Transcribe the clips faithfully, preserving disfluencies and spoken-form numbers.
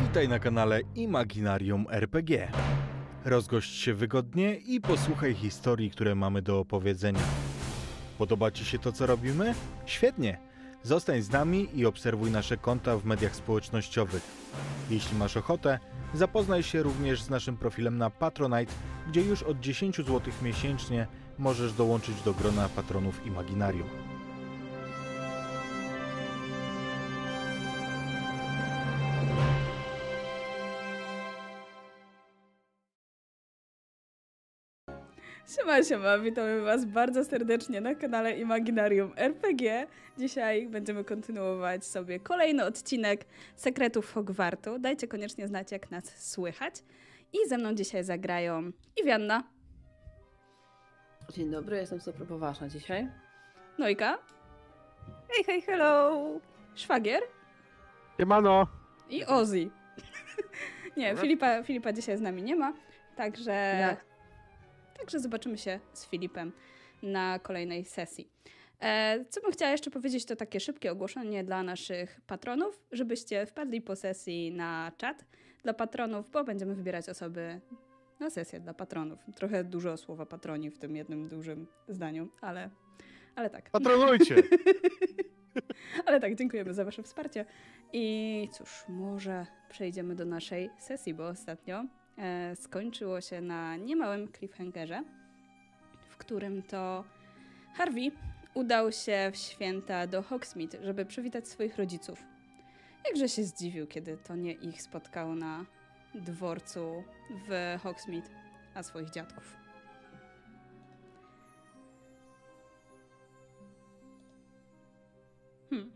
Witaj na kanale Imaginarium R P G. Rozgość się wygodnie i posłuchaj historii, które mamy do opowiedzenia. Podoba Ci się to, co robimy? Świetnie! Zostań z nami i obserwuj nasze konta w mediach społecznościowych. Jeśli masz ochotę, zapoznaj się również z naszym profilem na Patronite, gdzie już od dziesięć złotych miesięcznie możesz dołączyć do grona patronów Imaginarium. Siema, siema, witamy Was bardzo serdecznie na kanale Imaginarium R P G. Dzisiaj będziemy kontynuować sobie kolejny odcinek Sekretów Hogwartu. Dajcie koniecznie znać, jak nas słychać. I ze mną dzisiaj zagrają Iwianna. Dzień dobry, jestem super poważna dzisiaj. Nojka. Hej, hej, hello! Szwagier. Siemano! I Ozzy. Nie, Filipa, Filipa dzisiaj z nami nie ma, także... Jak? Także zobaczymy się z Filipem na kolejnej sesji. E, co bym chciała jeszcze powiedzieć, to takie szybkie ogłoszenie dla naszych patronów, żebyście wpadli po sesji na czat dla patronów, bo będziemy wybierać osoby na sesję dla patronów. Trochę dużo słowa patroni w tym jednym dużym zdaniu, ale, ale tak. Patronujcie! Ale tak, dziękujemy za wasze wsparcie. I cóż, może przejdziemy do naszej sesji, bo ostatnio e, skończyło się na niemałym cliffhangerze, w którym to Harvey udał się w święta do Hogsmeade, żeby przywitać swoich rodziców. Jakże się zdziwił, kiedy to nie ich spotkał na dworcu w Hogsmeade, a swoich dziadków. Hmm.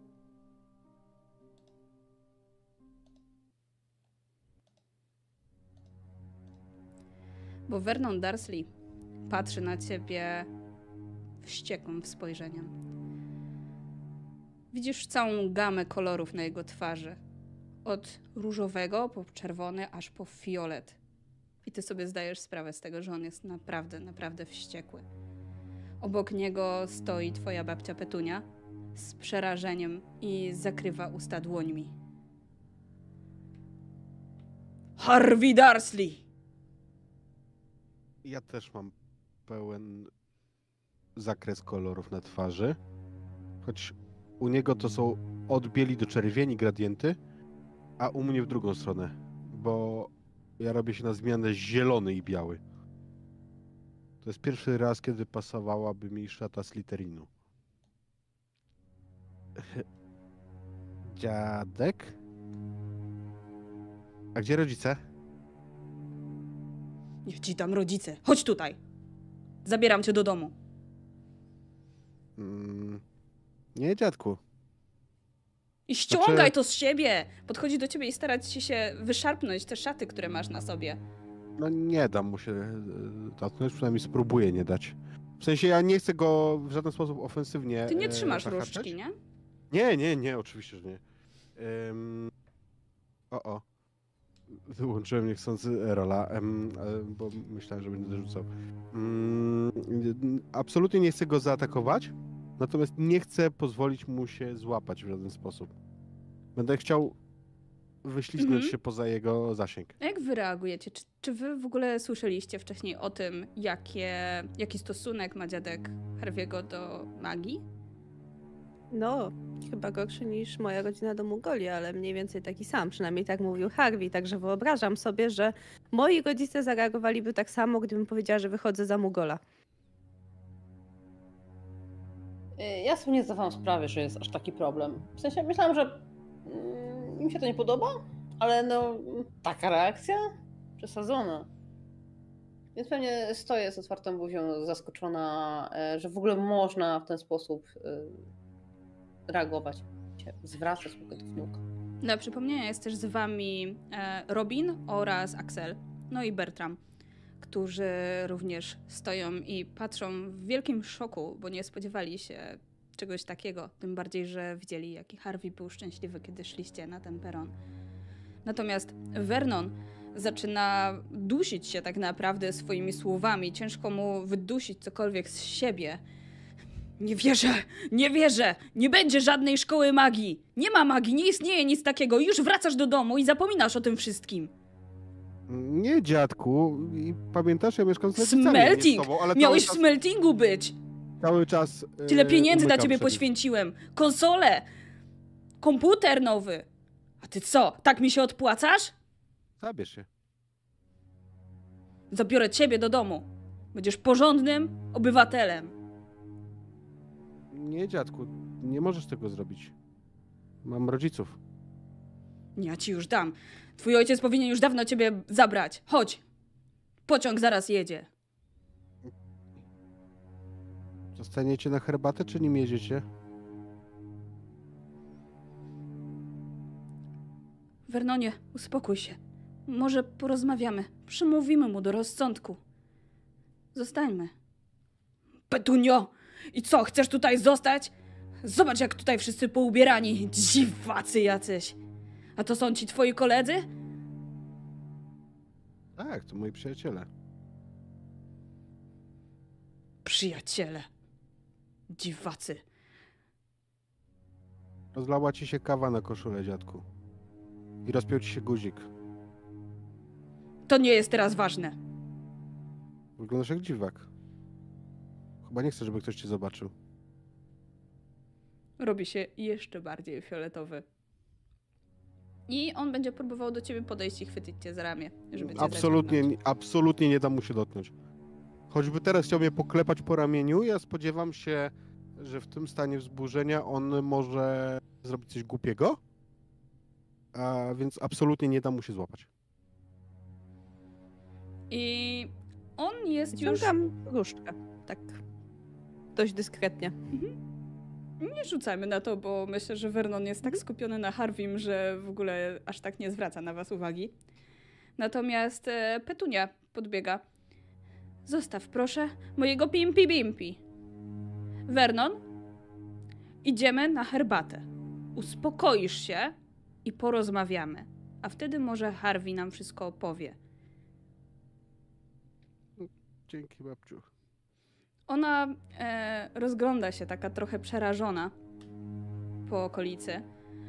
Bo Vernon Dursley patrzy na ciebie wściekłym spojrzeniem. Widzisz całą gamę kolorów na jego twarzy. Od różowego po czerwony, aż po fiolet. I ty sobie zdajesz sprawę z tego, że on jest naprawdę, naprawdę wściekły. Obok niego stoi twoja babcia Petunia z przerażeniem i zakrywa usta dłońmi. Harvey Dursley! Ja też mam pełen zakres kolorów na twarzy. Choć u niego to są od bieli do czerwieni gradienty, a u mnie w drugą stronę. Bo ja robię się na zmianę zielony i biały. To jest pierwszy raz, kiedy pasowałaby mi szata Slytherinu. Dziadek? A gdzie rodzice? Niech ci tam rodzice. Chodź tutaj. Zabieram cię do domu. Mm, nie, dziadku. I ściągaj Znaczy- to z siebie. Podchodzi do ciebie i starać się się wyszarpnąć te szaty, które masz na sobie. No nie dam mu się e, dotknąć, przynajmniej spróbuję nie dać. W sensie ja nie chcę go w żaden sposób ofensywnie Ty nie e, trzymasz zahaczać. różdżki, nie? Nie, nie, nie, oczywiście, że nie. Ym... O, o. Wyłączyłem niechcący rola, ym, e, bo myślałem, że będę rzucał. Ym, absolutnie nie chcę go zaatakować, natomiast nie chcę pozwolić mu się złapać w żaden sposób. Będę chciał wyślizgnąć Mhm. się poza jego zasięg. A jak wy reagujecie? Czy, czy wy w ogóle słyszeliście wcześniej o tym, jakie, jaki stosunek ma dziadek Harvey'ego do magii? No, chyba gorszy niż moja rodzina do Mugoli, ale mniej więcej taki sam. Przynajmniej tak mówił Harvey, także wyobrażam sobie, że moi rodzice zareagowaliby tak samo, gdybym powiedziała, że wychodzę za Mugola. Ja sobie nie zdawałam sprawy, że jest aż taki problem. W sensie myślałam, że mm, im się to nie podoba, ale no taka reakcja przesadzona. Więc pewnie stoję z otwartą buzią, zaskoczona, e, że w ogóle można w ten sposób e, reagować, się zwracać mogę do wnuka. Dla przypomnienia jest też z wami e, Robin oraz Axel, no i Bertram, którzy również stoją i patrzą w wielkim szoku, bo nie spodziewali się czegoś takiego. Tym bardziej, że widzieli, jaki Harvey był szczęśliwy, kiedy szliście na ten peron. Natomiast Vernon zaczyna dusić się tak naprawdę swoimi słowami. Ciężko mu wydusić cokolwiek z siebie. Nie wierzę, nie wierzę! Nie będzie żadnej szkoły magii! Nie ma magii, nie istnieje nic takiego. Już wracasz do domu i zapominasz o tym wszystkim. Nie, dziadku. I pamiętasz, ja mieszkam z rodzicami, a nie z Smelting! tobą, ale Miałeś w cały czas, smeltingu być! cały czas Tyle e, pieniędzy dla umykam ciebie przed nim. poświęciłem. Konsolę! Komputer nowy! A ty co, tak mi się odpłacasz? Zabierz się. Zabiorę ciebie do domu. Będziesz porządnym obywatelem. Nie, dziadku, nie możesz tego zrobić. Mam rodziców. Ja ci już dam. Twój ojciec powinien już dawno ciebie zabrać. Chodź. Pociąg zaraz jedzie. Zostaniecie na herbatę, czy nim jedziecie? Vernonie, uspokój się. Może porozmawiamy. Przemówimy mu do rozsądku. Zostańmy. Petunio! I co, chcesz tutaj zostać? Zobacz, jak tutaj wszyscy poubierani. Dziwacy jacyś. A to są ci twoi koledzy? Tak, to moi przyjaciele. Przyjaciele. Dziwacy. Rozlała ci się kawa na koszulę, dziadku. I rozpiął ci się guzik. To nie jest teraz ważne. Wyglądasz jak dziwak. Chyba nie chcę, żeby ktoś cię zobaczył. Robi się jeszcze bardziej fioletowy. I on będzie próbował do ciebie podejść i chwycić cię za ramię, żeby cię Absolutnie, zaciągnąć. absolutnie nie dam mu się dotknąć. Choćby teraz chciał mnie poklepać po ramieniu, ja spodziewam się, że w tym stanie wzburzenia on może zrobić coś głupiego. A więc absolutnie nie dam mu się złapać. I on jest już... Ściągam różdżkę. Tak. Dość dyskretnie. Nie rzucajmy na to, bo myślę, że Vernon jest tak skupiony na Harvim, że w ogóle aż tak nie zwraca na was uwagi. Natomiast e, Petunia podbiega. Zostaw, proszę, mojego pimpi-bimpi. Vernon, idziemy na herbatę. Uspokoisz się i porozmawiamy. A wtedy może Harvey nam wszystko opowie. Dzięki, babciu. Ona e, rozgląda się taka trochę przerażona po okolicy.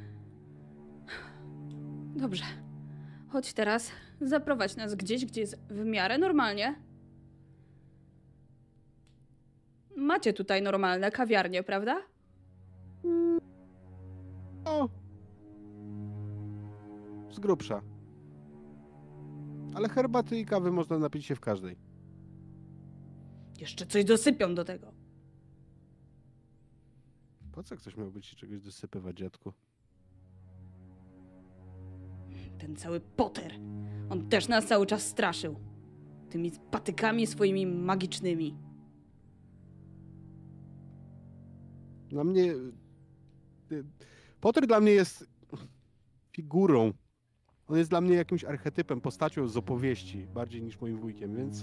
Dobrze. Chodź teraz, zaprowadź nas gdzieś, gdzie jest w miarę normalnie. Macie tutaj normalne kawiarnie, prawda? O! Z grubsza. Ale herbaty i kawy można napić się w każdej. Jeszcze coś dosypią do tego. Po co ktoś miałby ci czegoś dosypywać, dziadku? Ten cały Potter. On też nas cały czas straszył. Tymi patykami swoimi magicznymi. Dla mnie... Potter dla mnie jest figurą. On jest dla mnie jakimś archetypem, postacią z opowieści, bardziej niż moim wujkiem, więc...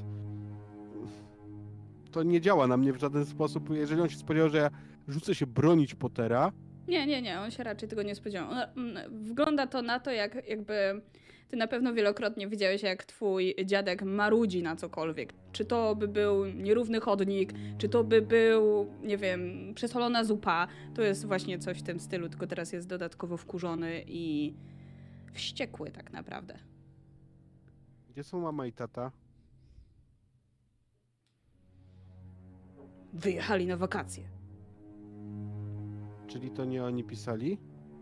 To nie działa na mnie w żaden sposób. Jeżeli on się spodziewał, że ja rzucę się bronić Pottera... Nie, nie, nie, on się raczej tego nie spodziewał. Ona, mm, wygląda to na to, jak jakby ty na pewno wielokrotnie widziałeś, jak twój dziadek marudzi na cokolwiek. Czy to by był nierówny chodnik, czy to by był, nie wiem, przesolona zupa. To jest właśnie coś w tym stylu, tylko teraz jest dodatkowo wkurzony i wściekły tak naprawdę. Gdzie są mama i tata? Wyjechali na wakacje. Czyli to nie oni pisali?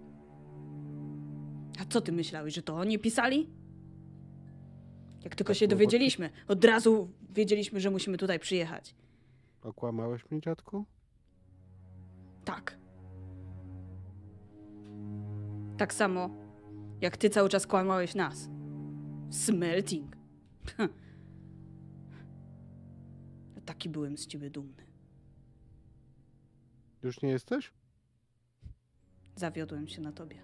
A co ty myślałeś, że to oni pisali? Jak tylko Tak się było, bo- dowiedzieliśmy, od razu wiedzieliśmy, że musimy tutaj przyjechać. Okłamałeś mnie, dziadku? Tak. Tak samo, jak ty cały czas kłamałeś nas. Smelting. Taki byłem z ciebie dumny. Już nie jesteś? Zawiodłem się na tobie.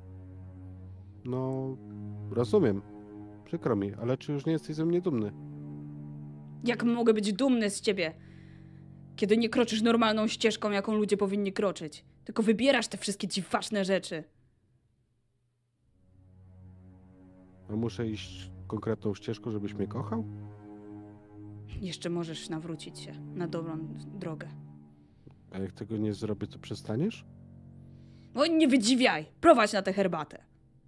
No, rozumiem. Przykro mi, ale czy już nie jesteś ze mnie dumny? Jak mogę być dumny z ciebie, kiedy nie kroczysz normalną ścieżką, jaką ludzie powinni kroczyć? Tylko wybierasz te wszystkie dziwaczne rzeczy. A muszę iść konkretną ścieżką, żebyś mnie kochał? Jeszcze możesz nawrócić się na dobrą drogę. A jak tego nie zrobię, to przestaniesz? No nie wydziwiaj, prowadź na tę herbatę.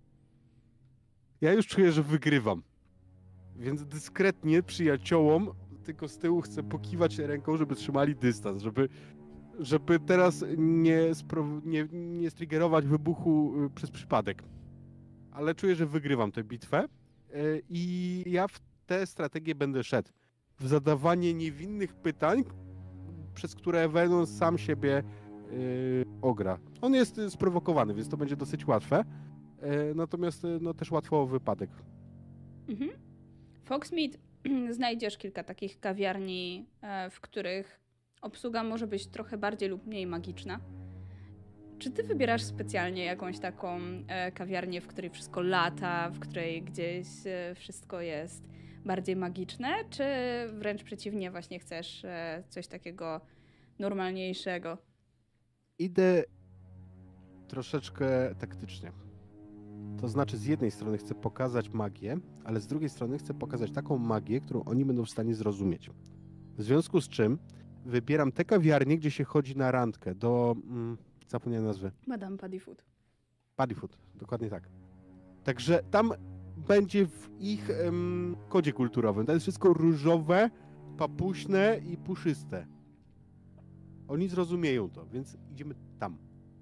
Ja już czuję, że wygrywam. Więc dyskretnie przyjaciołom tylko z tyłu chcę pokiwać ręką, żeby trzymali dystans, żeby, żeby teraz nie, spro- nie, nie striggerować wybuchu y, przez przypadek. Ale czuję, że wygrywam tę bitwę y, i ja w tę strategię będę szedł. W zadawanie niewinnych pytań, przez które Vernon sam siebie y, ogra. On jest y, sprowokowany, więc to będzie dosyć łatwe. Y, natomiast y, no, też łatwo o wypadek. Mhm. Foxmead, znajdziesz kilka takich kawiarni, e, w których obsługa może być trochę bardziej lub mniej magiczna. Czy ty wybierasz specjalnie jakąś taką e, kawiarnię, w której wszystko lata, w której gdzieś e, wszystko jest bardziej magiczne, czy wręcz przeciwnie, właśnie chcesz e, coś takiego normalniejszego? Idę troszeczkę taktycznie. To znaczy, z jednej strony chcę pokazać magię, ale z drugiej strony chcę pokazać taką magię, którą oni będą w stanie zrozumieć. W związku z czym wybieram te kawiarnie, gdzie się chodzi na randkę do... Mm, zapomniałem nazwy. Madame Paddyfoot. Paddyfoot, dokładnie tak. Także tam będzie w ich em, kodzie kulturowym. To jest wszystko różowe, papuśne i puszyste. Oni zrozumieją to, więc idziemy tam.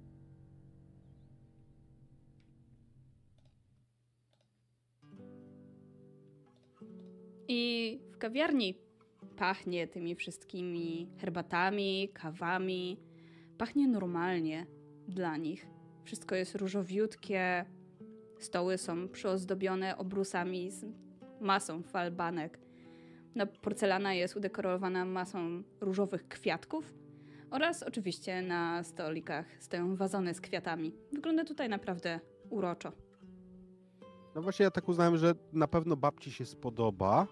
I w kawiarni pachnie tymi wszystkimi herbatami, kawami. Pachnie normalnie dla nich. Wszystko jest różowiutkie, stoły są przyozdobione obrusami z masą falbanek. No, porcelana jest udekorowana masą różowych kwiatków oraz oczywiście na stolikach stoją wazony z kwiatami. Wygląda tutaj naprawdę uroczo. No właśnie ja tak uznałem, że na pewno babci się spodoba,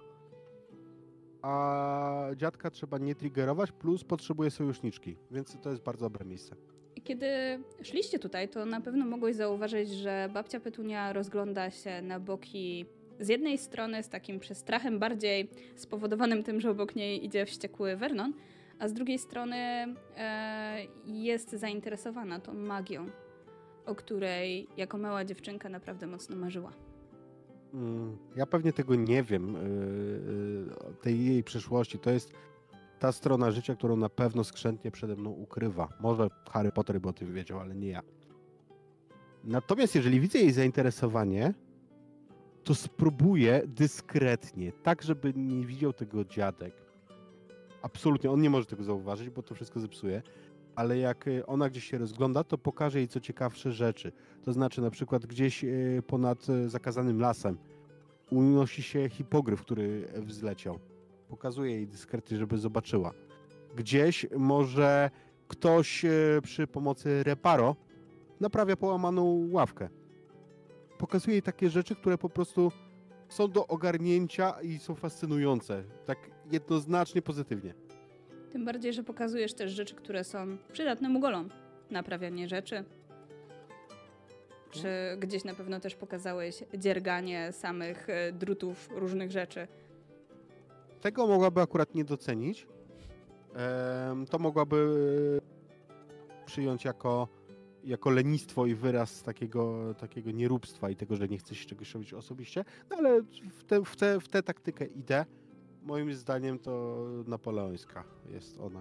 a dziadka trzeba nie triggerować, plus potrzebuje sojuszniczki, więc to jest bardzo dobre miejsce. Kiedy szliście tutaj, to na pewno mogłeś zauważyć, że babcia Petunia rozgląda się na boki z jednej strony z takim przestrachem bardziej spowodowanym tym, że obok niej idzie wściekły Vernon, a z drugiej strony e, jest zainteresowana tą magią, o której jako mała dziewczynka naprawdę mocno marzyła. Mm, Ja pewnie tego nie wiem, yy, yy, tej jej przyszłości. To jest ta strona życia, którą na pewno skrzętnie przede mną ukrywa. Może Harry Potter by o tym wiedział, ale nie ja. Natomiast jeżeli widzę jej zainteresowanie, to spróbuję dyskretnie, tak żeby nie widział tego dziadek. Absolutnie, on nie może tego zauważyć, bo to wszystko zepsuje. Ale jak y, ona gdzieś się rozgląda, to pokaże jej co ciekawsze rzeczy. To znaczy na przykład gdzieś y, ponad y, zakazanym lasem unosi się hipogryf, który wzleciał. Pokazuje jej dyskretnie, żeby zobaczyła. Gdzieś może ktoś y, przy pomocy reparo naprawia połamaną ławkę. Pokazuje jej takie rzeczy, które po prostu są do ogarnięcia i są fascynujące. Tak jednoznacznie pozytywnie. Tym bardziej, że pokazujesz też rzeczy, które są przydatne Mugolom. Naprawianie rzeczy. Czy gdzieś na pewno też pokazałeś dzierganie samych e, drutów różnych rzeczy. Tego mogłaby akurat nie docenić. Em, to mogłaby przyjąć jako, jako lenistwo i wyraz takiego, takiego nieróbstwa i tego, że nie chce się czegoś robić osobiście. No ale w, te, w, te, w tę taktykę idę. Moim zdaniem to napoleońska jest ona.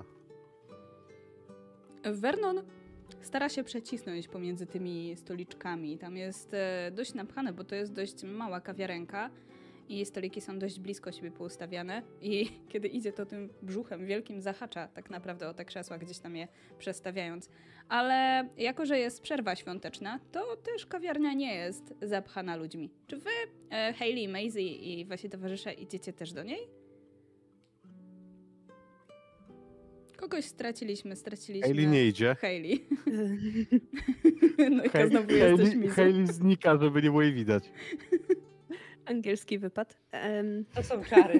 Vernon stara się przecisnąć pomiędzy tymi stoliczkami. Tam jest e, dość napchane, bo to jest dość mała kawiarenka i stoliki są dość blisko siebie poustawiane i kiedy idzie, to tym brzuchem wielkim zahacza tak naprawdę o te krzesła, gdzieś tam je przestawiając. Ale jako, że jest przerwa świąteczna, to też kawiarnia nie jest zapchana ludźmi. Czy wy, e, Hayley, Maisie i wasi towarzysze idziecie też do niej? Kogoś straciliśmy, straciliśmy. Hayley nie idzie. Hayley. No i to znowu jesteś Mizu. Hayley znika, żeby nie było jej widać. Angielski wypad. Um, To są czary.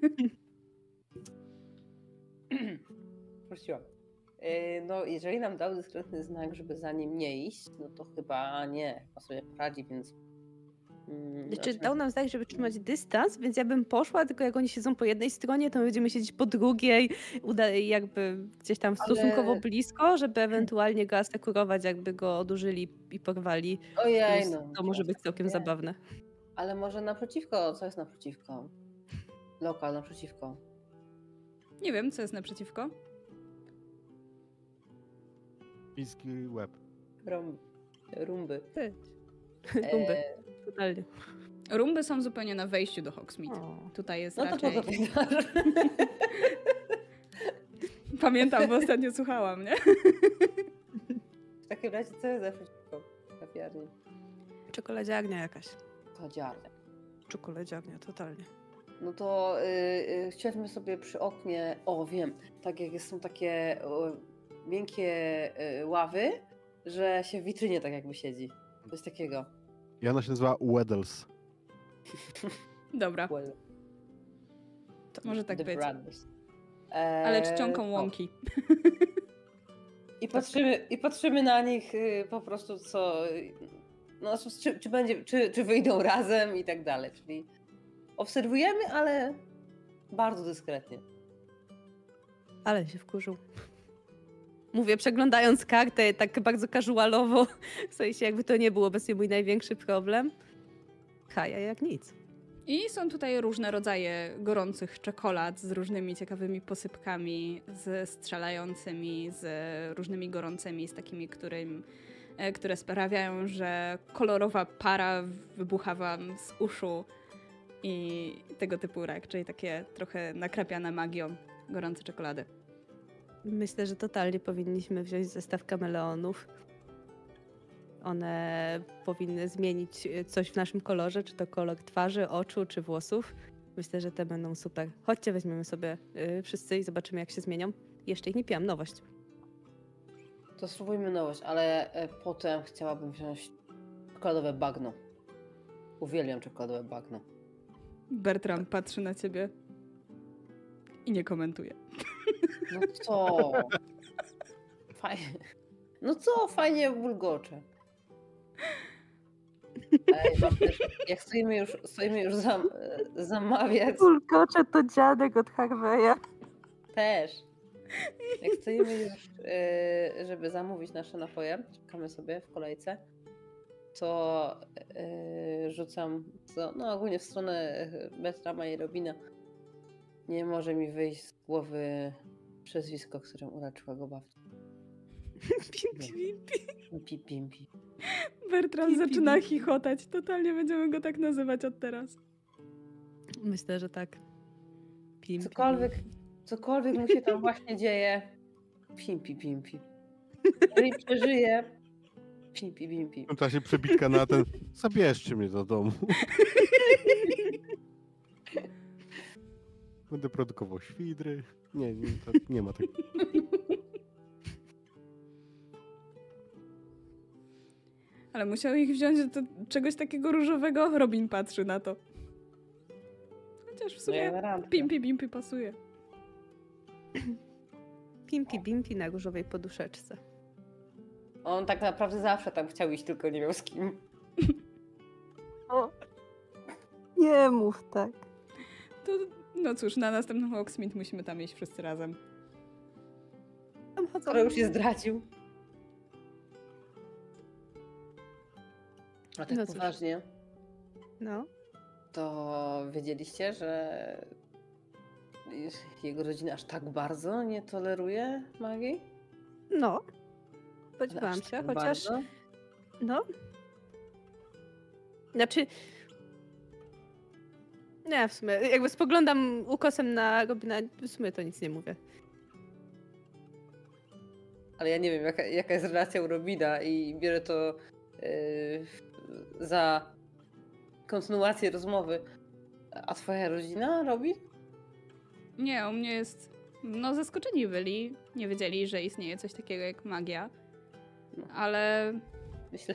Prosiłam. Yy, No, jeżeli nam dał dyskretny znak, żeby za nim nie iść, no to chyba nie. On sobie poradzi, więc Mm, Znaczy, oczywiście. dał nam znać, żeby trzymać dystans, więc ja bym poszła, tylko jak oni siedzą po jednej stronie, to my będziemy siedzieć po drugiej, uda jakby gdzieś tam Ale- stosunkowo blisko, żeby ewentualnie go asekurować, jakby go odurzyli i porwali. Ojej, Plus no. to może być całkiem nie. zabawne. Ale może naprzeciwko, co jest naprzeciwko? Lokal naprzeciwko. Nie wiem, co jest naprzeciwko. Chiński łeb. Rum, rumby. Ty. Rumby, E, totalnie. Rumby są zupełnie na wejściu do Hogsmeade. O. Tutaj jest no to po raczej... co pytasz? Pamiętam, bo ostatnio słuchałam, nie? W takim razie co jest naprzeciwko kawiarni? Czekoladziarnia jakaś. Kawiarnia. Czekoladziarnia, totalnie. No to y, y, siedźmy sobie przy oknie. O, wiem, tak jak są takie o, miękkie y, ławy, że się w witrynie tak jakby siedzi. Coś takiego. I ona się nazywa Weddles. Dobra, Well, to może tak the być. Brothers. Ale Eee, czcionką o. łąki. I patrzymy, i patrzymy na nich y, po prostu co. y, No, czy, czy, będzie, czy, czy wyjdą razem i tak dalej. Czyli obserwujemy, ale bardzo dyskretnie. Ale się wkurzył. Mówię, przeglądając kartę tak bardzo casualowo, w sensie jakby to nie był obecnie mój największy problem. Kaja jak nic. I są tutaj różne rodzaje gorących czekolad z różnymi ciekawymi posypkami, z strzelającymi, z różnymi gorącymi, z takimi, którym, e, które sprawiają, że kolorowa para wybucha wam z uszu i tego typu rak, czyli takie trochę nakrapiane magią gorące czekolady. Myślę, że totalnie powinniśmy wziąć zestaw kameleonów. One powinny zmienić coś w naszym kolorze, czy to kolor twarzy, oczu, czy włosów. Myślę, że te będą super. Chodźcie, weźmiemy sobie y, wszyscy i zobaczymy, jak się zmienią. Jeszcze ich nie piłam, nowość. To spróbujmy nowość, ale e, potem chciałabym wziąć czekoladowe bagno. Uwielbiam czekoladowe bagno. Bertram patrzy na ciebie i nie komentuje. No co? Fajnie. No co? Fajnie bulgocze. Ej, właśnie, jak stoimy już, stoimy już zam, e, zamawiać, Bulgocze to dziadek od Harveya. też. Jak stoimy już, e, żeby zamówić nasze napoje, czekamy sobie w kolejce, to e, rzucam, co, no ogólnie w stronę Bertrama i Robina. Nie może mi wyjść z głowy przezwisko, którym uraczyła go babcia. Pimpi, pimpi. Pi, pimpi. Bertram Pi, pi, zaczyna pi. chichotać. Totalnie będziemy go tak nazywać od teraz. Myślę, że tak. Pimpi. Cokolwiek, cokolwiek mu się tam właśnie dzieje, pimpi, pimpi. Jeżeli przeżyje, pimpi, pimpi. W czasie przebitka na ten. Zabierzcie mnie do domu. Będę produkował świdry. Nie, nie, to nie ma tego. Ale musiał ich wziąć do czegoś takiego różowego. Robin patrzy na to. Chociaż w No sumie ja na randkę. pimpi bimpi pasuje. Pimpi, bimpi na różowej poduszeczce. On tak naprawdę zawsze tam chciał iść, tylko nie miał z kim. O. Nie mów tak. To, no cóż, na następnym Hogsmeade musimy tam iść wszyscy razem. Tam chodzą. Skoro już się zdradził. A tak No cóż. poważnie, No. to wiedzieliście, że jego rodzina aż tak bardzo nie toleruje magii? No. Ale Spodziewałam aż się, tak chociaż... bardzo? No. Znaczy... Nie, w sumie, jakby spoglądam ukosem na Robina, w sumie to nic nie mówię. Ale ja nie wiem, jaka, jaka jest relacja u Robina i biorę to yy, za kontynuację rozmowy. A twoja rodzina robi? Nie, u mnie jest... No zaskoczeni byli. Nie wiedzieli, że istnieje coś takiego jak magia. No. Ale Myślę.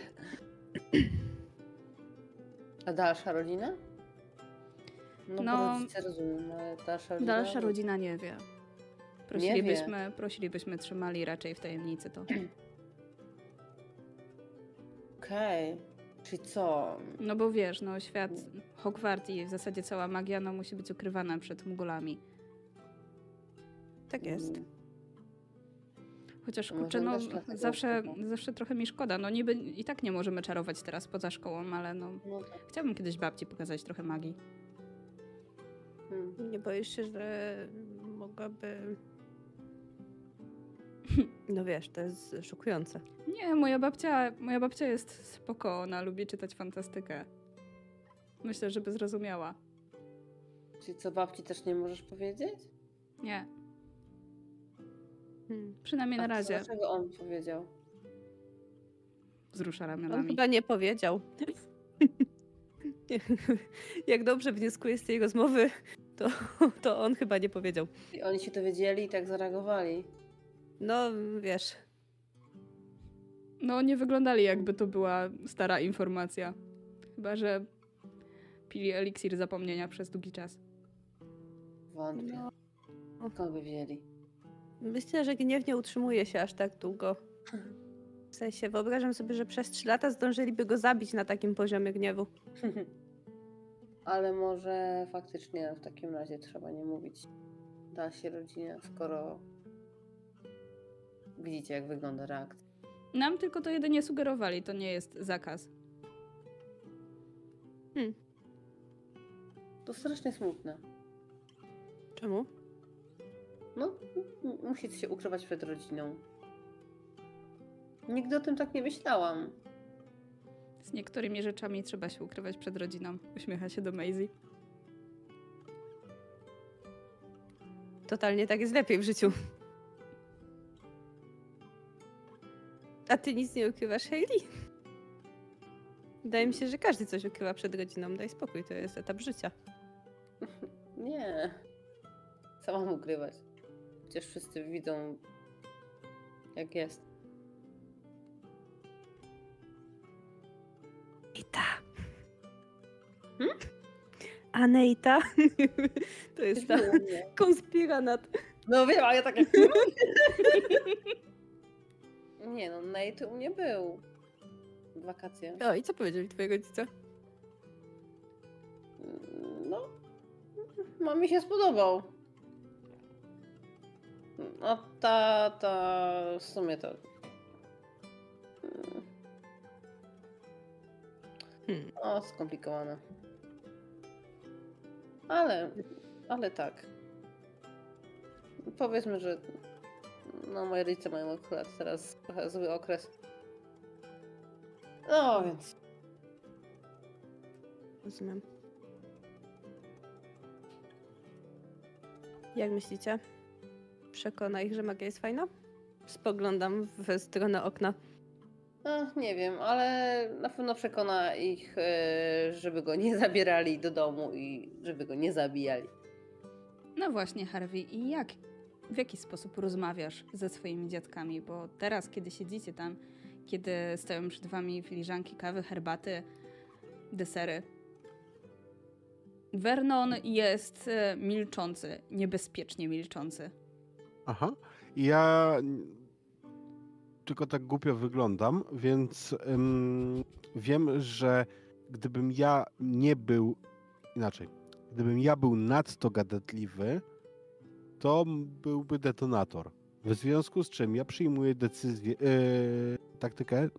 A dalsza rodzina? No, No, bo rodzice rozumiem, ale dalsza rodzina... dalsza rodzina nie wie. Prosilibyśmy, prosilibyśmy trzymali raczej w tajemnicy to. Okej. Czyli co? No bo wiesz, no świat Hogwart i w zasadzie cała magia no, musi być ukrywana przed Mugolami. Tak jest. Mm, Chociaż Może kurczę, no też dlatego zawsze, ukrywa. zawsze trochę mi szkoda. No niby i tak nie możemy czarować teraz poza szkołą, ale no No tak. chciałabym kiedyś babci pokazać trochę magii. Hmm. Nie boisz się, że mogłaby... No wiesz, to jest szokujące. Nie, moja babcia, moja babcia jest spoko, ona lubi czytać fantastykę. Myślę, żeby zrozumiała. Czyli co, babci też nie możesz powiedzieć? Nie, Hmm. przynajmniej na A to razie. Dlaczego on powiedział? Wzrusza On ramionami. chyba nie powiedział. Jak dobrze wnioskuję z tej rozmowy, to, to on chyba nie powiedział. I oni się dowiedzieli i tak zareagowali. No, wiesz, No nie wyglądali jakby to była stara informacja. Chyba, że pili eliksir zapomnienia przez długi czas. Wątpię. No. Skąd by wiedzieli? myślę, że gniew nie utrzymuje się aż tak długo. W sensie, wyobrażam sobie, że przez trzy lata zdążyliby go zabić na takim poziomie gniewu. Ale może faktycznie w takim razie trzeba nie mówić naszej rodzinie, skoro widzicie, jak wygląda reakcja. Nam tylko to jedynie sugerowali, to nie jest zakaz. To strasznie smutne. Czemu? No, m- musicie się ukrywać przed rodziną. Nigdy o tym tak nie myślałam. Z niektórymi rzeczami trzeba się ukrywać przed rodziną. Uśmiecha się do Maisie. Totalnie tak jest lepiej w życiu. A ty nic nie ukrywasz, Hayley? Wydaje mi się, że każdy coś ukrywa przed rodziną. Daj spokój, to jest etap życia. Nie. Co mam ukrywać? Przecież wszyscy widzą, jak jest. Neita. Hmm? A Neita? To Coś jest ta było u mnie. konspiranat. No wiem, a ja tak jak... Nie no, Nate u mnie był. W wakacje. O, i co powiedzieli twoi rodzice? No, mamie się spodobał. A tata w sumie to... Hmm. O, skomplikowane. Ale, ale tak. Powiedzmy, że no moje rodzice mają akurat teraz trochę zły okres. No więc Rozumiem. Jak myślicie? Przekona ich, że magia jest fajna? Spoglądam w stronę okna. no, nie wiem, ale na pewno przekona ich, e, żeby go nie zabierali do domu i żeby go nie zabijali. No właśnie, Harvey, i jak? W jaki sposób rozmawiasz ze swoimi dziadkami? Bo teraz, kiedy siedzicie tam, kiedy stoją przed wami filiżanki kawy, herbaty, desery, Vernon jest e, milczący, niebezpiecznie milczący. Aha. I ja n- tylko tak głupio wyglądam, więc ym, wiem, że gdybym ja nie był inaczej, gdybym ja był nadto gadatliwy, to m- byłby detonator. W związku z czym ja przyjmuję decyzję, yy, taktykę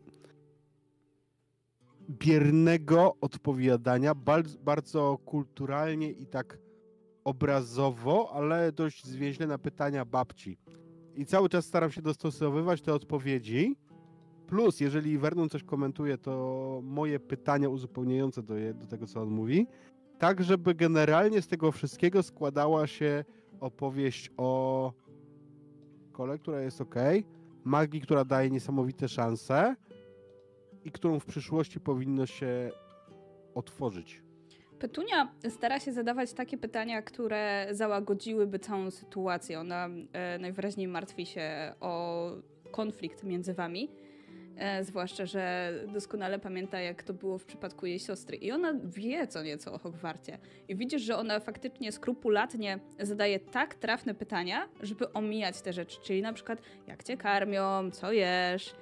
biernego odpowiadania, bardzo, bardzo kulturalnie i tak obrazowo, ale dość zwięźle na pytania babci. I cały czas staram się dostosowywać te odpowiedzi. Plus, jeżeli Vernon coś komentuje, to moje pytania uzupełniające do, je, do tego, co on mówi. Tak, żeby generalnie z tego wszystkiego składała się opowieść o szkole, która jest ok, magii, która daje niesamowite szanse i którą w przyszłości powinno się otworzyć. Petunia stara się zadawać takie pytania, które załagodziłyby całą sytuację. Ona e, najwyraźniej martwi się o konflikt między wami. E, zwłaszcza, że doskonale pamięta, jak to było w przypadku jej siostry. I ona wie co nieco o Hogwarcie. I widzisz, że ona faktycznie skrupulatnie zadaje tak trafne pytania, żeby omijać te rzeczy. Czyli na przykład, jak cię karmią, co jesz,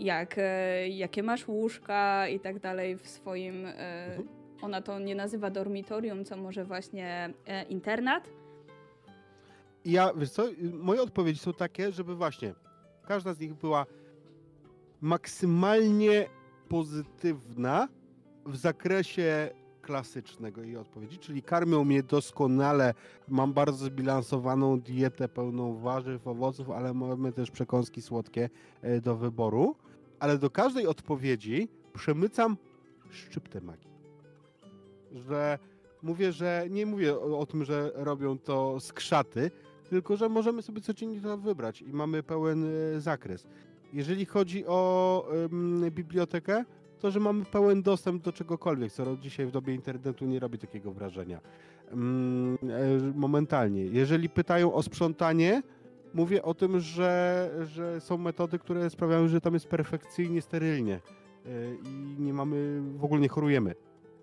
jak, e, jakie masz łóżka i tak dalej w swoim... E, Mhm. ona to nie nazywa dormitorium, co może właśnie e, internat. I ja, wiesz co, moje odpowiedzi są takie, żeby właśnie każda z nich była maksymalnie pozytywna w zakresie klasycznego jej odpowiedzi, czyli karmią mnie doskonale, mam bardzo zbilansowaną dietę pełną warzyw, owoców, ale mamy też przekąski słodkie e, do wyboru, ale do każdej odpowiedzi przemycam szczyptę magii. Że mówię, że nie mówię o, o tym, że robią to z krzaty, tylko że możemy sobie codziennie to wybrać i mamy pełen e, zakres. Jeżeli chodzi o ym, bibliotekę, to że mamy pełen dostęp do czegokolwiek, co dzisiaj w dobie internetu nie robi takiego wrażenia. Ym, e, momentalnie. Jeżeli pytają o sprzątanie, mówię o tym, że, że są metody, które sprawiają, że tam jest perfekcyjnie, sterylnie e, i nie mamy, w ogóle nie chorujemy.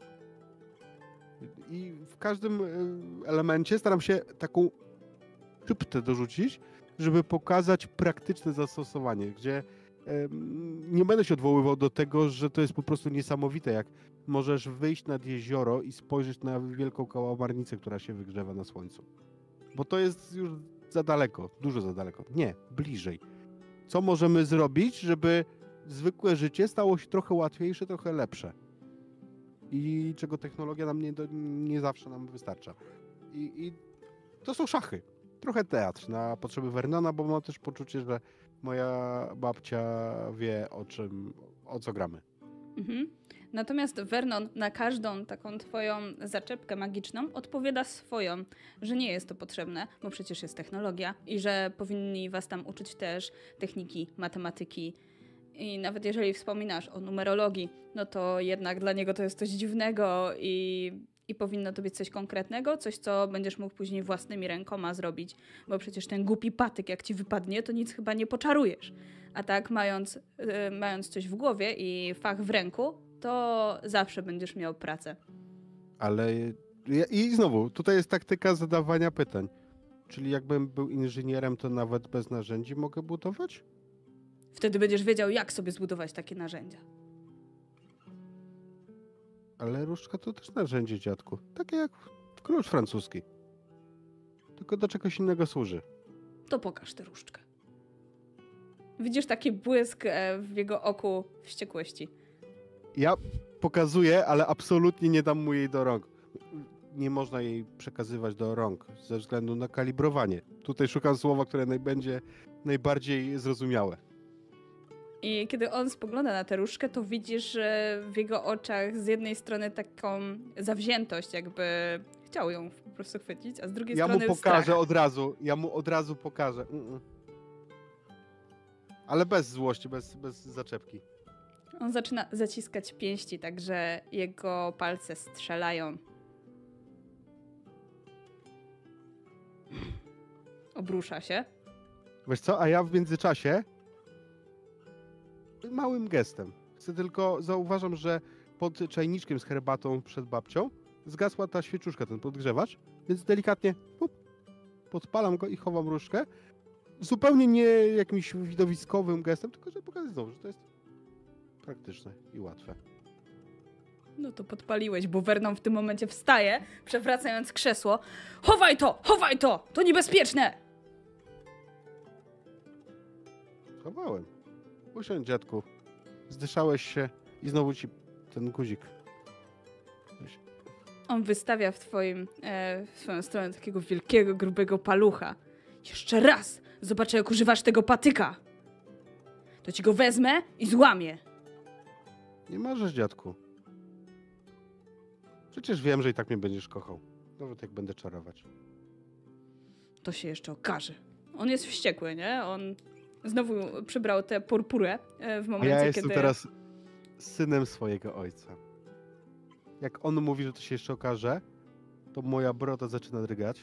I w każdym e, elemencie staram się taką szczyptę dorzucić, żeby pokazać praktyczne zastosowanie, gdzie em, nie będę się odwoływał do tego, że to jest po prostu niesamowite, jak możesz wyjść nad jezioro i spojrzeć na wielką kałamarnicę, która się wygrzewa na słońcu. Bo to jest już za daleko, dużo za daleko. Nie, bliżej. Co możemy zrobić, żeby zwykłe życie stało się trochę łatwiejsze, trochę lepsze? I czego technologia nam nie, do, nie zawsze nam wystarcza. I, I to są szachy. Trochę teatr na potrzeby Vernona, bo mam też poczucie, że moja babcia wie, o czym, o co gramy. Mhm. Natomiast Vernon na każdą taką twoją zaczepkę magiczną odpowiada swoją, że nie jest to potrzebne, bo przecież jest technologia i że powinni was tam uczyć też techniki, matematyki. I nawet jeżeli wspominasz o numerologii, no to jednak dla niego to jest coś dziwnego i, i powinno to być coś konkretnego, coś, co będziesz mógł później własnymi rękoma zrobić, bo przecież ten głupi patyk, jak ci wypadnie, to nic chyba nie poczarujesz. A tak, mając, yy, mając coś w głowie i fach w ręku, to zawsze będziesz miał pracę. Ale ja- i znowu, tutaj jest taktyka zadawania pytań. Czyli jakbym był inżynierem, to nawet bez narzędzi mogę budować? Wtedy będziesz wiedział, jak sobie zbudować takie narzędzia. Ale różdżka to też narzędzie, dziadku. Takie jak klucz francuski. Tylko do czegoś innego służy. To pokaż tę różdżkę. Widzisz taki błysk e, w jego oku wściekłości. Ja pokazuję, ale absolutnie nie dam mu jej do rąk. Nie można jej przekazywać do rąk ze względu na kalibrowanie. Tutaj szukam słowa, które naj- będzie najbardziej zrozumiałe. I kiedy on spogląda na tę różdżkę, to widzisz że w jego oczach z jednej strony taką zawziętość, jakby chciał ją po prostu chwycić, a z drugiej Ja mu strony pokażę strach. od razu. Ja mu od razu pokażę. Mm-mm. Ale bez złości, bez, bez zaczepki. On zaczyna zaciskać pięści, tak że jego palce strzelają. Obrusza się. Wiesz co, a ja w międzyczasie małym gestem. Chcę tylko, zauważam, że pod czajniczkiem z herbatą przed babcią zgasła ta świeczuszka, ten podgrzewacz, więc delikatnie pup, podpalam go i chowam różdżkę. Zupełnie nie jakimś widowiskowym gestem, tylko żeby pokazać znowu, że to jest praktyczne i łatwe. No to podpaliłeś, bo Vernon w tym momencie wstaje, przewracając krzesło. Chowaj to! Chowaj to! To niebezpieczne! Chowałem. Usiądź, dziadku. Zdyszałeś się i znowu ci ten guzik. On wystawia w, twoim, e, w swoją stronę takiego wielkiego, grubego palucha. Jeszcze raz zobaczę, jak używasz tego patyka. To ci go wezmę i złamię. Nie możesz, dziadku. Przecież wiem, że i tak mnie będziesz kochał. Nawet jak będę czarować. To się jeszcze okaże. On jest wściekły, nie? On znowu przybrał tę purpurę e, w A momencie, ja jestem kiedy... teraz synem swojego ojca. Jak on mówi, że to się jeszcze okaże, to moja broda zaczyna drgać.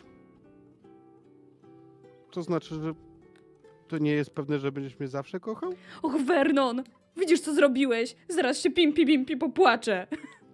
To znaczy, że to nie jest pewne, że będziesz mnie zawsze kochał? Och, Vernon! Widzisz, co zrobiłeś? Zaraz się pimpi, pimpi popłaczę.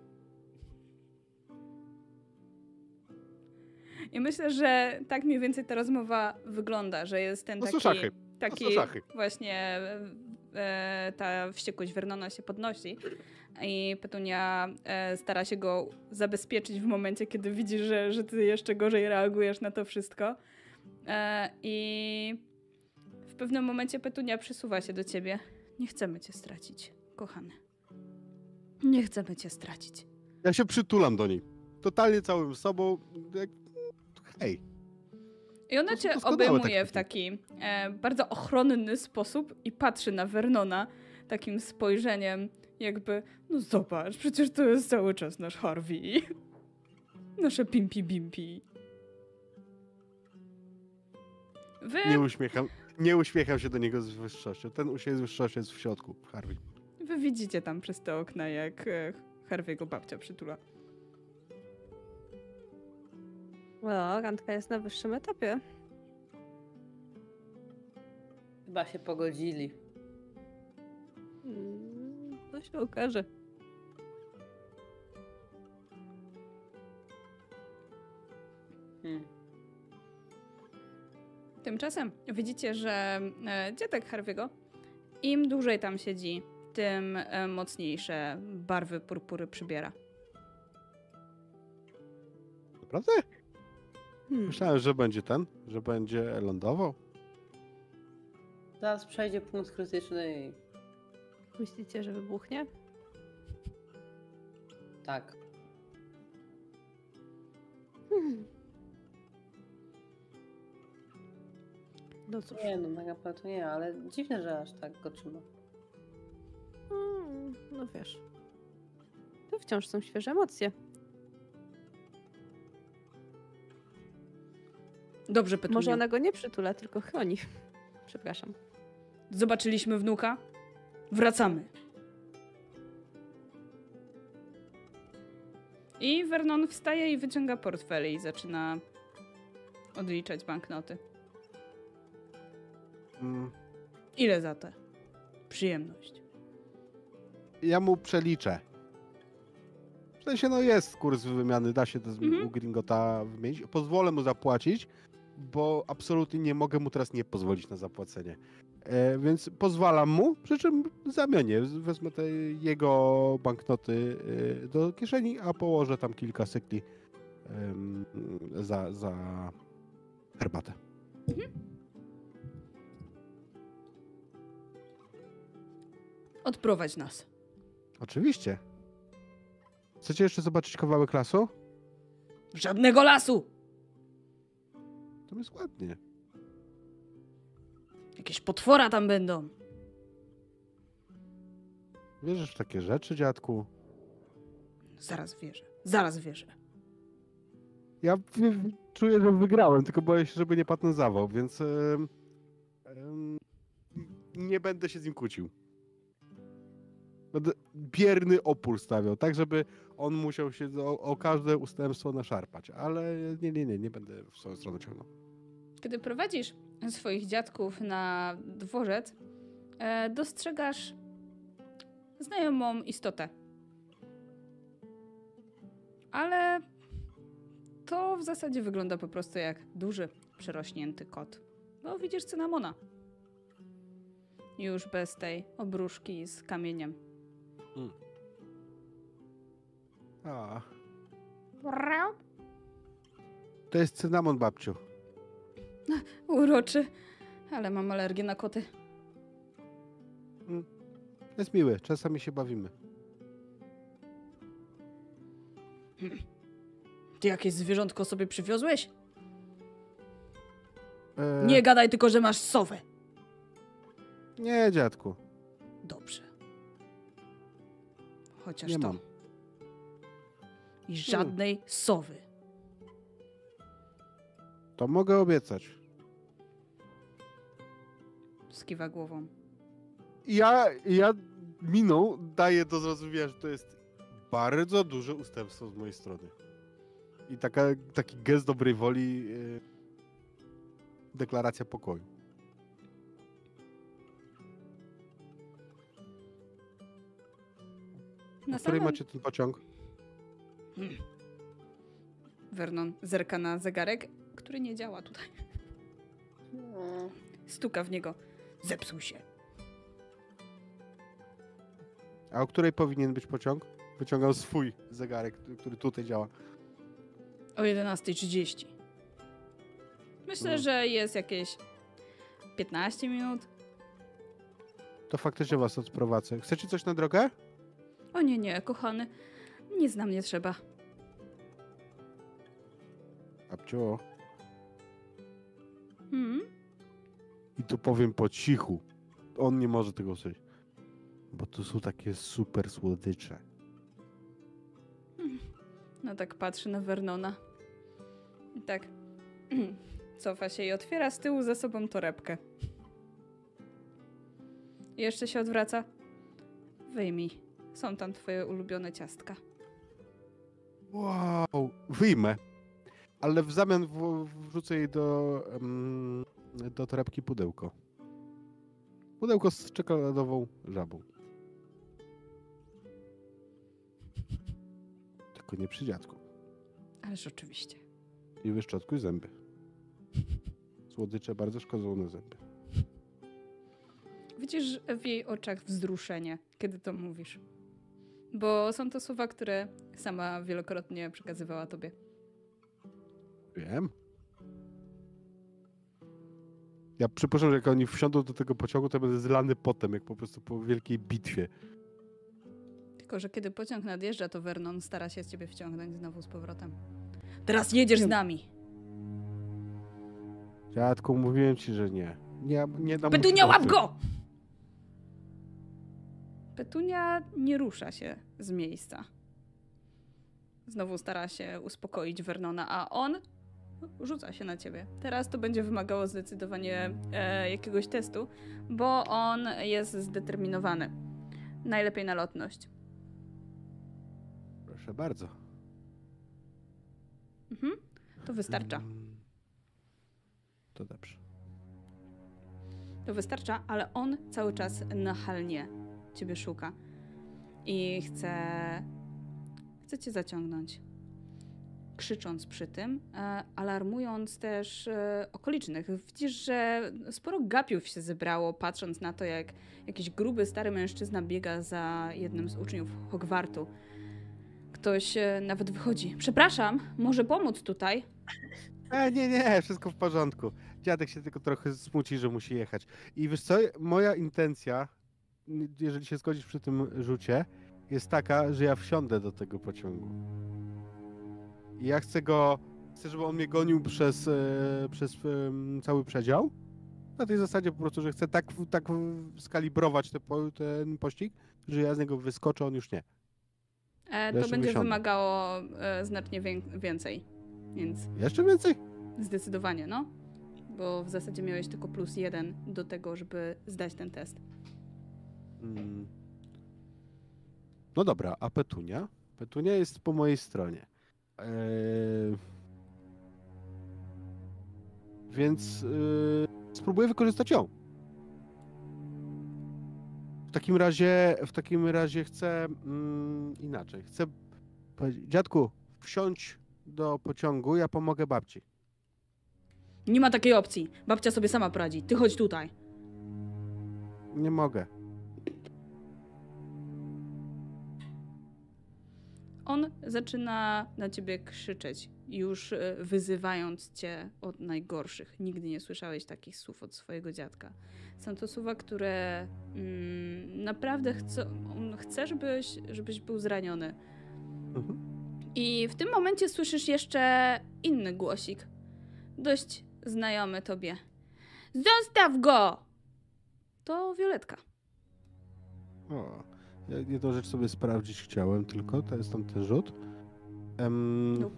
I myślę, że tak mniej więcej ta rozmowa wygląda, że jest ten To taki, są szachy. taki są szachy. właśnie e, ta wściekłość Vernona się podnosi i Petunia e, stara się go zabezpieczyć w momencie, kiedy widzi, że, że ty jeszcze gorzej reagujesz na to wszystko. E, I w pewnym momencie Petunia przysuwa się do ciebie. Nie chcemy cię stracić, kochany. Nie chcemy cię stracić. Ja się przytulam do niej. Totalnie całym sobą. Jak... Hej. I ona To są cię doskonałe obejmuje w taktyki. taki e, bardzo ochronny sposób i patrzy na Vernona takim spojrzeniem jakby, no zobacz, przecież to jest cały czas nasz Harvey. Nasze pimpi bimpi. Wy, Nie uśmiecham, nie uśmiecham się do niego z wyższością. Ten uśmiech z wyższością jest w środku, Harvey. wy widzicie tam przez te okna, jak e, Harvey'ego babcia przytula. O, randka jest na wyższym etapie. Chyba się pogodzili. Mm, to się okaże. Hmm. Tymczasem widzicie, że e, dziadek Harvey'ego im dłużej tam siedzi, tym e, mocniejsze barwy purpury przybiera. Naprawdę? Hmm. Myślałem, że będzie ten, że będzie lądował. Zaraz przejdzie punkt krytyczny i Myślicie, że wybuchnie? tak. Hmm. No cóż. Nie no, tak naprawdę to nie, ale dziwne, że aż tak go trzyma. Mm, no wiesz. To wciąż są świeże emocje. Dobrze, Petunia. Może ona go nie przytula, tylko chroni. Przepraszam. Zobaczyliśmy wnuka. Wracamy. I Vernon wstaje i wyciąga portfel i zaczyna odliczać banknoty. Mm, Ile za tę przyjemność? ja mu przeliczę. W sensie, no jest kurs wymiany, da się to z, Mhm. u Gringota wymienić. Pozwolę mu zapłacić, bo absolutnie nie mogę mu teraz nie pozwolić na zapłacenie. E, więc pozwalam mu, przy czym w zamianie wezmę te jego banknoty e, do kieszeni, a położę tam kilka sykli em, za, za herbatę. Odprowadź nas. Oczywiście. Chcecie jeszcze zobaczyć kawałek lasu? Żadnego lasu! Tam jest ładnie. Jakieś potwora tam będą. Wierzysz w takie rzeczy, dziadku? Zaraz wierzę. Zaraz wierzę. Ja w- w- czuję, że wygrałem, tylko boję się, żeby nie padł na zawał, więc em, em, nie będę się z nim kłócił. Będę bierny opór stawiał, tak żeby on musiał się o, o każde ustępstwo naszarpać, ale nie, nie, nie, nie będę w swoją stronę ciągnął. Kiedy prowadzisz swoich dziadków na dworzec, e, dostrzegasz znajomą istotę. Ale to w zasadzie wygląda po prostu jak duży, przerośnięty kot. Bo widzisz cynamona. Już bez tej obruszki z kamieniem. A. To jest cynamon, babciu. Uroczy, ale mam alergię na koty. Jest miły, czasami się bawimy. Ty jakieś zwierzątko sobie przywiozłeś? E, Nie gadaj tylko, że masz sowę. Nie, dziadku. Dobrze. Chociaż Nie to. mam. I żadnej sowy. To mogę obiecać. Skiwa głową. Ja, ja miną daję do zrozumienia, że to jest bardzo duże ustępstwo z mojej strony. I taka, taki gest dobrej woli, yy, deklaracja pokoju. Na Na której samym... macie ten pociąg? Vernon zerka na zegarek, który nie działa tutaj. No. Stuka w niego. Zepsuł się. A o której powinien być pociąg? Wyciągam swój zegarek, który tutaj działa. O jedenasta trzydzieści. Myślę, No. że jest jakieś piętnaście minut. To faktycznie was odprowadzę. Chcecie coś na drogę? O nie, nie, kochany. Nic nam nie trzeba. Babciu. Hmm? I tu powiem po cichu. On nie może tego usłyszeć. Bo tu są takie super słodycze. No tak patrzy na Vernona. I tak cofa się i otwiera z tyłu za sobą torebkę. I jeszcze się odwraca. Wyjmij. Są tam twoje ulubione ciastka. Wow, wyjmę. Ale w zamian w, wrzucę jej do, um, do torebki pudełko. Pudełko z czekoladową żabą. Tylko nie przy dziadku. Ależ oczywiście. I wyszczotkuj zęby. Słodycze bardzo szkodzą na zęby. Widzisz w jej oczach wzruszenie, kiedy to mówisz. Bo są to słowa, które sama wielokrotnie przekazywała tobie. Wiem. Ja przypuszczam, że jak oni wsiądą do tego pociągu, to będę zlany potem, jak po prostu po wielkiej bitwie. Tylko że kiedy pociąg nadjeżdża, to Vernon stara się z ciebie wciągnąć znowu z powrotem. Teraz jedziesz z nami! Dziadku, mówiłem ci, że nie. Nie, nie dam mu Petunia, łap pomocy. go! Petunia nie rusza się z miejsca. Znowu stara się uspokoić Vernona, a on rzuca się na ciebie. Teraz to będzie wymagało zdecydowanie e, jakiegoś testu, bo on jest zdeterminowany. Najlepiej na lotność. Proszę bardzo. Mhm. To wystarcza. Mm. To dobrze. To wystarcza, ale on cały czas nachalnie ciebie szuka. I chce... chce cię zaciągnąć. Krzycząc przy tym, e, alarmując też e, okolicznych. Widzisz, że sporo gapiów się zebrało, patrząc na to, jak jakiś gruby, stary mężczyzna biega za jednym z uczniów Hogwartu. Ktoś e, nawet wychodzi. Przepraszam, może pomóc tutaj? E, nie, nie, wszystko w porządku. Dziadek się tylko trochę smuci, że musi jechać. I wiesz co, moja intencja, jeżeli się zgodzisz przy tym rzucie, jest taka, że ja wsiądę do tego pociągu. I ja chcę go, chcę, żeby on mnie gonił przez, e, przez e, cały przedział. Na tej zasadzie po prostu, że chcę tak, tak skalibrować te, po- ten pościg, że ja z niego wyskoczę, on już nie. E, to Jeszcze będzie wysiądę. wymagało e, znacznie wię- więcej. Więc Jeszcze więcej? zdecydowanie, no. Bo w zasadzie miałeś tylko plus jeden do tego, żeby zdać ten test. Mm. No dobra, a Petunia? Petunia jest po mojej stronie. Eee... Więc yy, spróbuję wykorzystać ją. W takim razie, w takim razie chcę mm, inaczej. Chcę powiedzieć, dziadku, wsiądź do pociągu, ja pomogę babci. Nie ma takiej opcji. Babcia sobie sama poradzi. Ty chodź tutaj. Nie mogę. On zaczyna na ciebie krzyczeć, już e, wyzywając cię od najgorszych. Nigdy nie słyszałeś takich słów od swojego dziadka. Są to słowa, które mm, naprawdę chce, on chce, żebyś, żebyś był zraniony. Mhm. I w tym momencie słyszysz jeszcze inny głosik. Dość znajomy tobie. Zostaw go! To Violetka. O, ja jedną rzecz sobie sprawdzić chciałem tylko, to jest tam ten rzut. Em, Nope.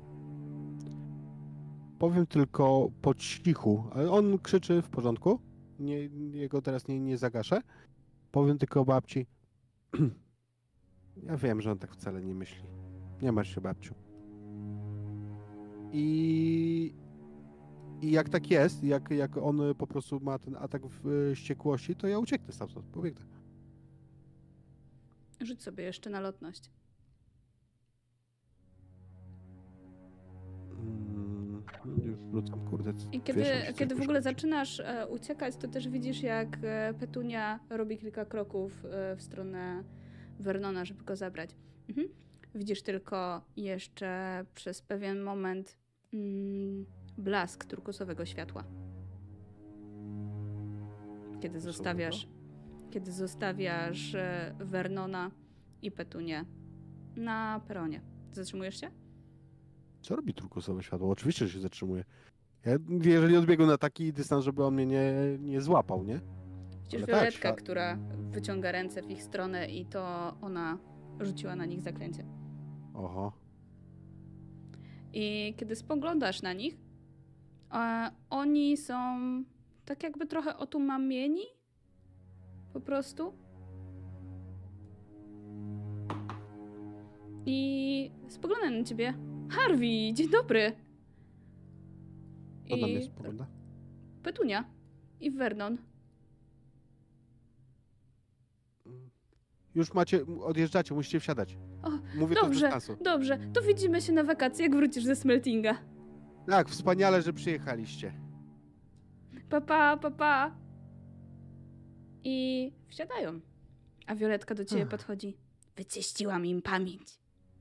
Powiem tylko po cichu, ale on krzyczy w porządku, nie, jego teraz nie, nie zagaszę. Powiem tylko babci, ja wiem, że on tak wcale nie myśli. Nie martw się, babciu. I, i jak tak jest, jak, jak on po prostu ma ten atak w wściekłości, to ja ucieknę stamtąd, pobiegnę. Rzuć sobie jeszcze na lotność. Mm, już wrócam, kurde. I kiedy, wieszam się, kiedy w coś ogóle muszę. zaczynasz e, uciekać, to też widzisz, jak e, Petunia robi kilka kroków e, w stronę Vernona, żeby go zabrać. Mhm. Widzisz tylko jeszcze przez pewien moment mm, blask turkusowego światła. Kiedy zostawiasz, kiedy zostawiasz e, Vernona i Petunię na peronie. Zatrzymujesz się? Co robi turkusowe światło? Oczywiście, że się zatrzymuje. Ja, jeżeli odbiegł na taki dystans, żeby on mnie nie, nie złapał, nie? Widzisz Ale tak, Violetkę, świat- która wyciąga ręce w ich stronę i to ona rzuciła na nich zaklęcie. Oho. I kiedy spoglądasz na nich, e, oni są tak jakby trochę otumamieni. Po prostu. I spoglądam na ciebie. Harvey, dzień dobry. Co na mnie spogląda? Petunia i Vernon. Już macie, odjeżdżacie, musicie wsiadać. O, Mówię to z Dobrze, dystansu. dobrze. To widzimy się na wakacje, jak wrócisz ze Smeltinga. Tak, wspaniale, że przyjechaliście. Pa, pa, pa, pa. I wsiadają. A Violetka do ciebie Ach. podchodzi. Wyczyściłam im pamięć.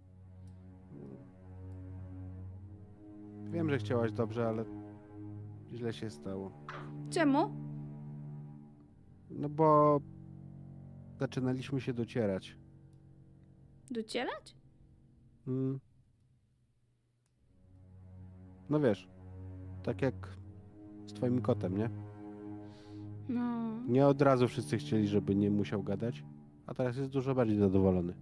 Wiem, że chciałaś dobrze, ale źle się stało. Czemu? No bo zaczynaliśmy się docierać. Docierać? Mm. No wiesz, tak jak z twoim kotem, nie? No. Nie od razu wszyscy chcieli, żeby nie musiał gadać, a teraz jest dużo bardziej zadowolony.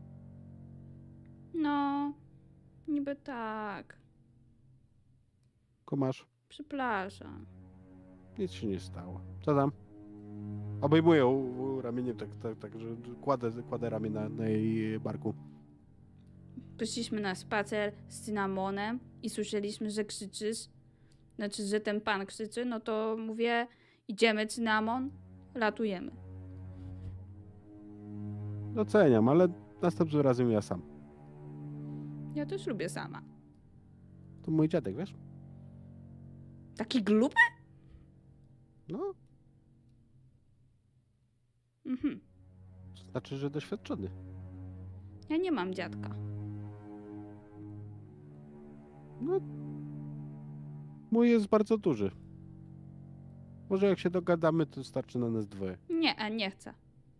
No. Niby tak. Kumasz, Przepraszam. nic się nie stało. Co tam? Obejmuję ją u- ramieniem, tak, tak, tak, że kładę, kładę ramię na, na jej barku. Poszliśmy na spacer z cynamonem i słyszeliśmy, że krzyczysz. Znaczy, że ten pan krzyczy, no to mówię, idziemy cynamon, latujemy. Doceniam, ale następnym razem ja sam. Ja też lubię sama. To mój dziadek, wiesz? Taki gluby? No, Mhm. to znaczy, że doświadczony. Ja nie mam dziadka. No, mój jest bardzo duży. Może jak się dogadamy, to starczy na nas dwoje. Nie, a nie chcę.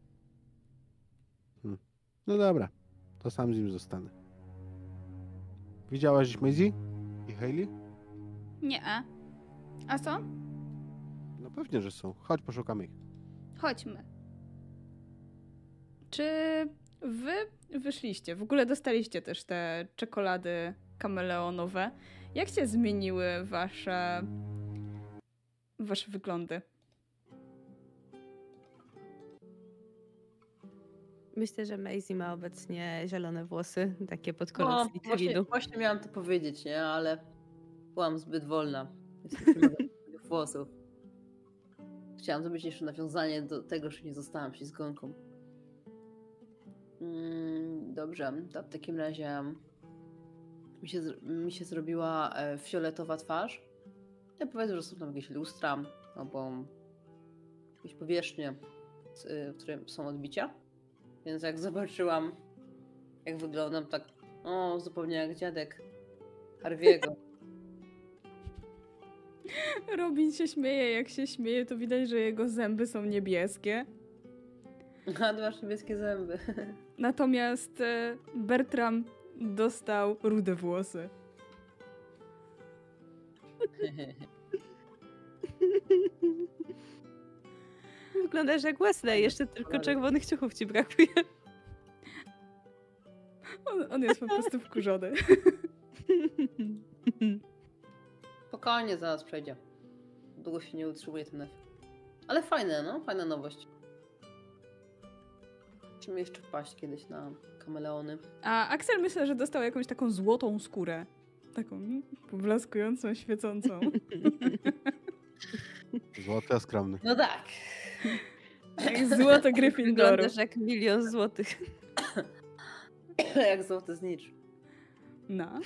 No dobra, to sam z nim zostanę. Widziałaś Maisie i Hailey? Nie, a. A co? No pewnie, że są. Chodź, poszukamy ich. Chodźmy. Czy wy wyszliście? W ogóle dostaliście też te czekolady kameleonowe. Jak się zmieniły wasze wasze wyglądy? Myślę, że Maisie ma obecnie zielone włosy, takie pod kolor No, właśnie, Slytherinu. właśnie miałam to powiedzieć, nie? Ale byłam zbyt wolna. Jestem tych włosów. Chciałam zrobić jeszcze nawiązanie do tego, że nie zostałam ślizgonką. Mm, dobrze, to w takim razie mi się, zr- mi się zrobiła e, fioletowa twarz. Ja powiedzmy, że są tam jakieś lustra albo jakieś powierzchnie, c- y, w których są odbicia. Więc jak zobaczyłam, jak wyglądam, tak o, zupełnie jak dziadek Harvey'ego. Robin się śmieje, jak się śmieje, to widać, że jego zęby są niebieskie. A ty masz niebieskie zęby. Natomiast e, Bertram dostał rude włosy. Wyglądasz jak Wesley, jeszcze tylko czerwonych ciuchów ci brakuje. On, on jest po prostu wkurzony. Spokojnie, zaraz przejdzie. Długo się nie utrzymuje ten efekt. Ale fajne, no, fajna nowość. Musimy jeszcze wpaść kiedyś na kameleony. A Axel myślę, że dostał jakąś taką złotą skórę. Taką mm, poblaskującą, świecącą. Złoty, a skromny. No tak. Jak złoto Gryffindoru. Wyglądasz jak milion złotych. Jak złoty znicz. No.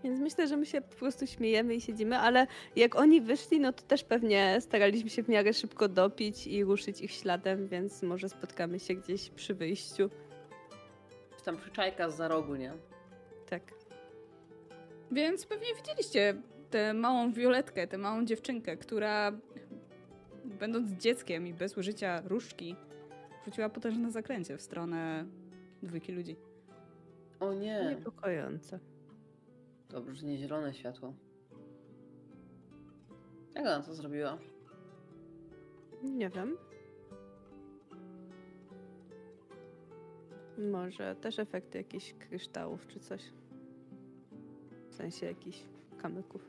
Więc myślę, że my się po prostu śmiejemy i siedzimy, ale jak oni wyszli, no to też pewnie staraliśmy się w miarę szybko dopić i ruszyć ich śladem, więc może spotkamy się gdzieś przy wyjściu. Czy tam przyczajka z za rogu, nie? Tak. Więc pewnie widzieliście tę małą Violetkę, tę małą dziewczynkę, która będąc dzieckiem i bez użycia różdżki rzuciła potężne zaklęcie w stronę dwójki ludzi. O nie. Niepokojące. Dobrze, że nie zielone światło. Jak ona to zrobiła? Nie wiem. Może też efekty jakichś kryształów czy coś. W sensie jakichś kamyków.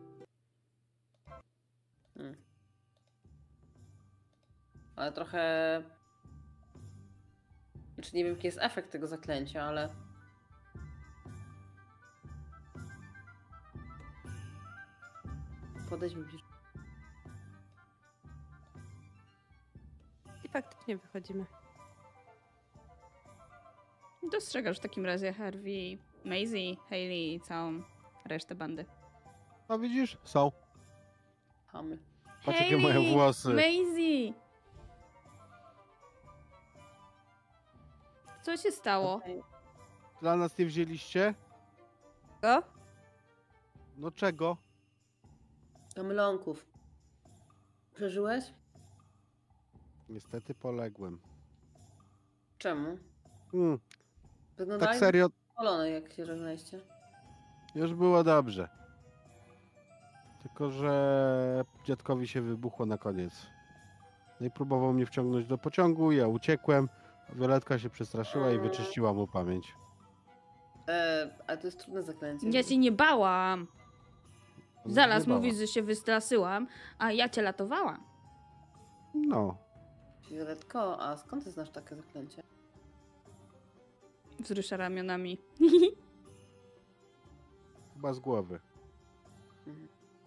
Hmm. Ale trochę... Znaczy nie wiem, jaki jest efekt tego zaklęcia, ale... Podejdźmy bliżej. I faktycznie wychodzimy. Dostrzegasz w takim razie Harvey, Maisie, Hayley i całą resztę bandy. A widzisz? Są. Chamy. Patrz, jakie mają włosy. Maisie! Co się stało? Okej. Dla nas nie wzięliście? Co? No czego? Do mylonków. Przeżyłeś? Niestety poległem. Czemu? Hmm, Wyglądałeś tak serio, zadowolony, jak się żegnaliście. już było dobrze. Tylko, że dziadkowi się wybuchło na koniec. No i próbował mnie wciągnąć do pociągu, ja uciekłem, a Violetka się przestraszyła i wyczyściła mu pamięć. E, ale to jest trudne zaklęcie. Ja się nie bałam. Ona Zaraz się nie mówisz, że się wystraszyłam, a ja cię latowałam. bała. No, Violetko, a skąd ty znasz takie zaklęcie? Wzrusza ramionami. chyba z głowy. Mhm.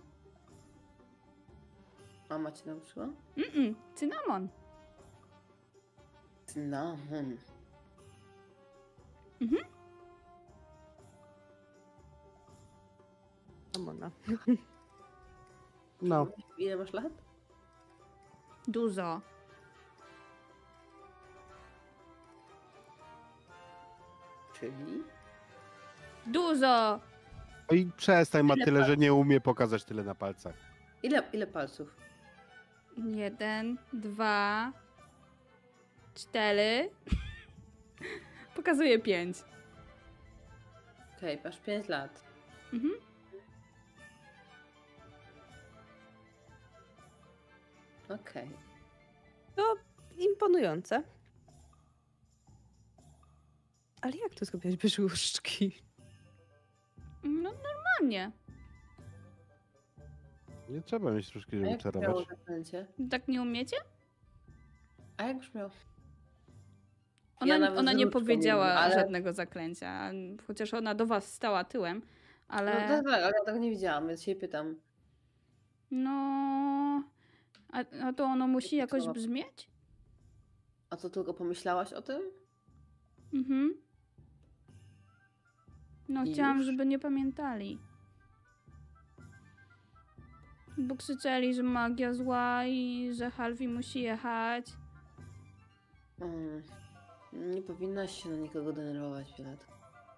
Mama ci nauczyła? Mm-mm, cynamon. Cynamon. Amona. No, Ile masz lat? Dużo. Czyli? Dużo! no i przestań, ma Ile tyle, że nie umie pokazać tyle na palcach. Ile, ile palców? Jeden, dwa, cztery. Pokazuję pięć. Okej, masz pięć lat. Mhm. Okej. To imponujące. Ale jak to zrobiłaś bez różdżki? No normalnie. Nie trzeba mieć troszkę, A żeby jak brzmiało czarować. zaklęcie? Tak nie umiecie? A jak brzmiał? Ona, Ja nawet ona z nie różdżką powiedziała mówię, ale- żadnego zaklęcia, chociaż ona do was stała tyłem, ale No tak, tak, ale ja tego nie widziałam, więc się pytam. no... A, a to ono musi jakoś Chciała- brzmieć? A co, tylko pomyślałaś o tym? Mhm. No I chciałam, już? żeby nie pamiętali. Bo krzyczeli, że magia zła i że Harvey musi jechać. Mm. Nie powinnaś się na nikogo denerwować, Violet.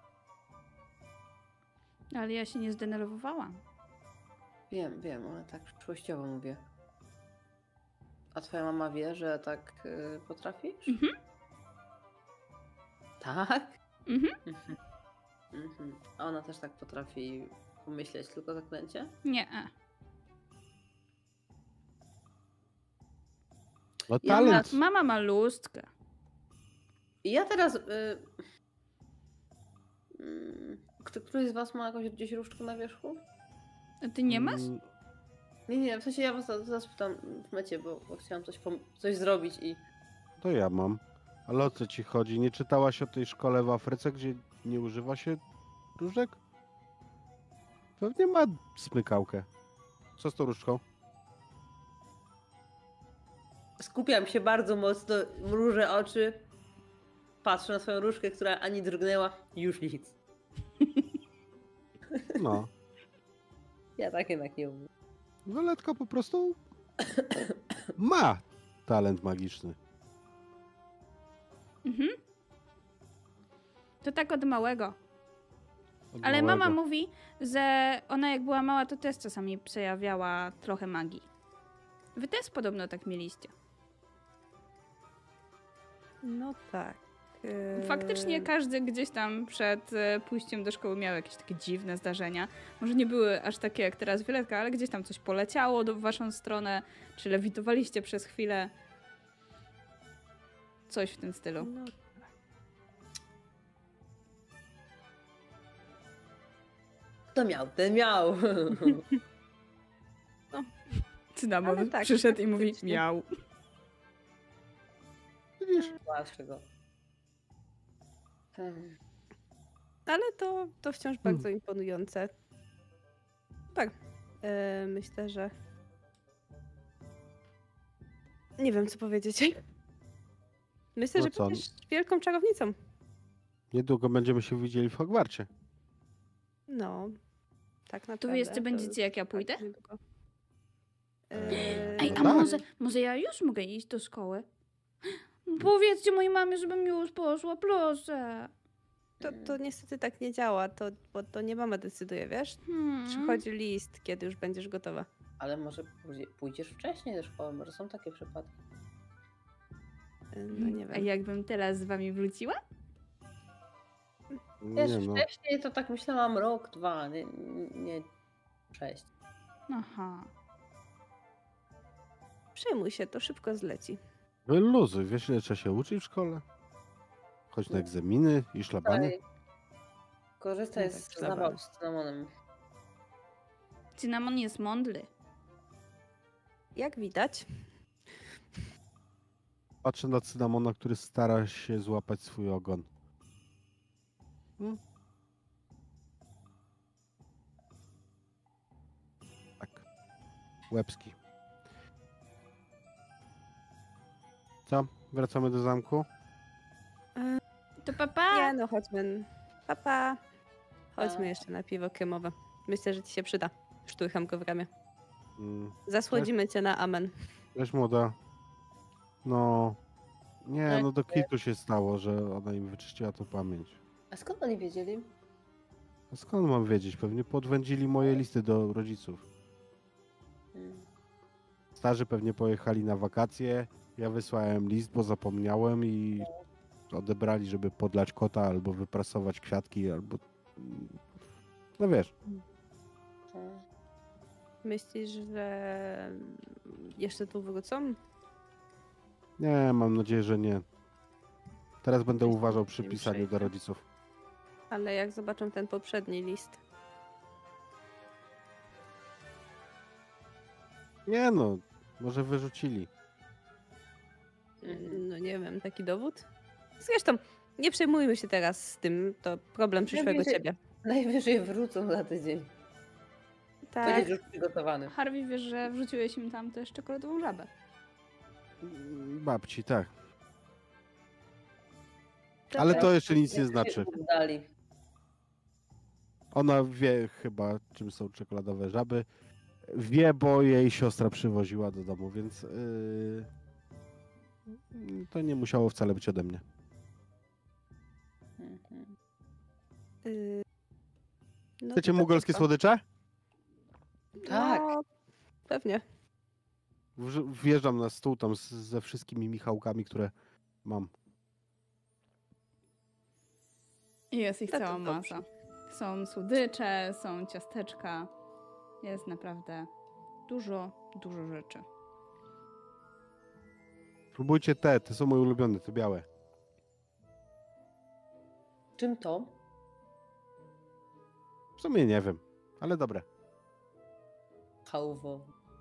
Ale ja się nie zdenerwowałam. Wiem, wiem, ale tak przyszłościowo mówię. A twoja mama wie, że tak y, potrafisz? Mhm. Tak? Mhm. Mhm. Mhm. A ona też tak potrafi pomyśleć tylko zaklęcie? Nie. e. No Ja Mama, talent. mama ma lustkę. I ja teraz... Y... Mm, kto- któryś z was ma jakąś gdzieś różdżkę na wierzchu? A ty nie masz? Mm, Nie, nie, w sensie ja was za- zaraz pytam w mecie, bo, bo chciałam coś, pom- coś zrobić i... To ja mam. Ale o co ci chodzi? Nie czytałaś o tej szkole w Afryce, gdzie nie używa się różdżek? Pewnie ma smykałkę. Co z tą różdżką? Skupiam się bardzo mocno, mrużę oczy, patrzę na swoją różdżkę, która ani drgnęła, już nic. No. Ja tak jednak nie umiem. Violetka po prostu ma talent magiczny. Mhm. To tak od małego. Od Ale małego. mama mówi, że ona jak była mała, to też czasami przejawiała trochę magii. Wy też podobno tak mieliście. No tak. Yy, Faktycznie każdy gdzieś tam przed e, pójściem do szkoły miał jakieś takie dziwne zdarzenia. Może nie były aż takie jak teraz Violetka, ale gdzieś tam coś poleciało do w waszą stronę, czy lewitowaliście przez chwilę. Coś w tym stylu. No, Kto miał, ten miał. Cynamon Ale tak, przyszedł i mówi faktycznie. miał. Widzisz? Dlaczego? Hmm. ale to, to wciąż bardzo imponujące. Tak. Yy, myślę, że... Nie wiem, co powiedzieć. Myślę, No że co? będziesz wielką czarownicą. Niedługo będziemy się widzieli w Hogwarcie. No, tak naprawdę. To wy jeszcze to będziecie jak ja tak pójdę? niedługo. Eee, Ej, no a tak. może, może ja już mogę iść do szkoły? Powiedzcie mojej mamie, żebym już poszła, proszę. To, to niestety tak nie działa, to, bo to nie mama decyduje, wiesz? Hmm. Przychodzi list, kiedy już będziesz gotowa. Ale może pójdzie- pójdziesz wcześniej do szkoły, może są takie przypadki. Yy, No nie A wiem. jakbym teraz z wami wróciła? Wiesz, Nie no. wcześniej to tak myślałam rok, dwa, nie, nie sześć. Aha. Przejmuj się, to szybko zleci. Wyluzuj, wiesz ile trzeba się uczyć w szkole? Chodź na egzaminy i szlabany. Ej, Korzystaj No tak, z szlabany. zabaw z cynamonem. Cynamon jest mądry. Jak widać, Patrzę na cynamona, który stara się złapać swój ogon. Hmm? Tak. Łebski. Co? Wracamy do zamku? To papa. nie no, chodźmy. Papa. Chodźmy Pa. jeszcze na piwo kremowe. Myślę, że ci się przyda. Szturcham go w ramię. Mm. Zasłodzimy cię na amen. Wiesz, młoda. No. Nie, Tak, no do kwitu się stało, że ona im wyczyściła tą pamięć. A skąd oni wiedzieli? A skąd mam wiedzieć? Pewnie podwędzili moje listy do rodziców. Hmm. Starzy pewnie pojechali na wakacje. Ja wysłałem list, bo zapomniałem i odebrali, żeby podlać kota albo wyprasować kwiatki, albo. No wiesz. Hmm. Myślisz, że jeszcze tu wrócą? Nie, mam nadzieję, że nie. Teraz będę Myślę, uważał że przy im pisaniu do przejdzie. rodziców. Ale jak zobaczą ten poprzedni list. Nie no, może wyrzucili. Mhm. No nie wiem, taki dowód? Zresztą, nie przejmujmy się teraz z tym, to problem przyszłego Najwyżej- ciebie. Najwyżej wrócą za tydzień. Tak, Będziesz już przygotowany. Harvey, wiesz, że wrzuciłeś im tam też czekoladową żabę. Mm, Babci, tak. to Ale tak. to jeszcze nic nie Jak znaczy. się Dali. Ona wie chyba, czym są czekoladowe żaby. Wie, bo jej siostra przywoziła do domu, więc yy, to nie musiało wcale być ode mnie. Mhm. Y, no Chcecie to mugolskie co? słodycze? Tak. No, pewnie. Wrz- Wjeżdżam na stół tam z, ze wszystkimi Michałkami, które mam. Jest ich No to cała dobrze. masa. Są słodycze, są ciasteczka. Jest naprawdę dużo, dużo rzeczy. Próbujcie te, te są moje ulubione, te białe. Czym to? W sumie nie wiem, ale dobre. Chałwo.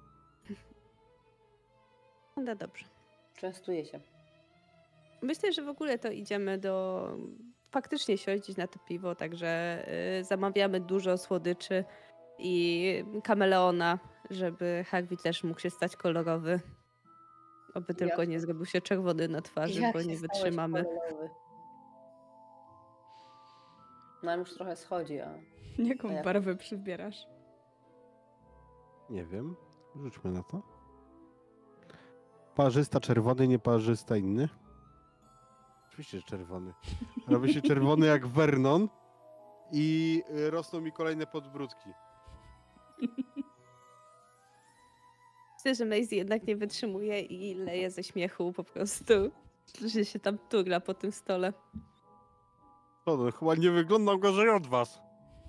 No dobrze. Częstuje się. Myślę, że w ogóle to idziemy do faktycznie siedzieć na to piwo, także y, zamawiamy dużo słodyczy i kameleona, żeby Harvey też mógł się stać kolorowy. Oby tylko Jak- nie zrobił się czerwony na twarzy, Jak bo się nie stałeś wytrzymamy. kolorowy? Nam już trochę schodzi, a Jaką A jak? barwę przybierasz? Nie wiem. Rzućmy na to. Parzysta czerwony, nieparzysta inny. Oczywiście, że czerwony. Robi się czerwony jak Vernon i y, rosną mi kolejne podbródki. Myślę, że Maisie jednak nie wytrzymuje i leje ze śmiechu po prostu, że się tam turla po tym stole. To no, chyba nie wyglądam gorzej od was.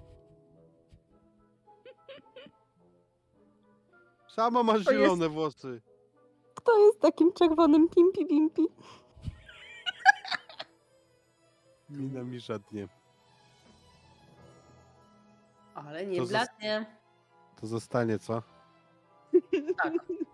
Sama masz To jest- zielone włosy. Kto jest takim czerwonym pimpi bimpi? Mina mi żadnie. Ale nie To zos- blatnie. To zostanie, co? Tak.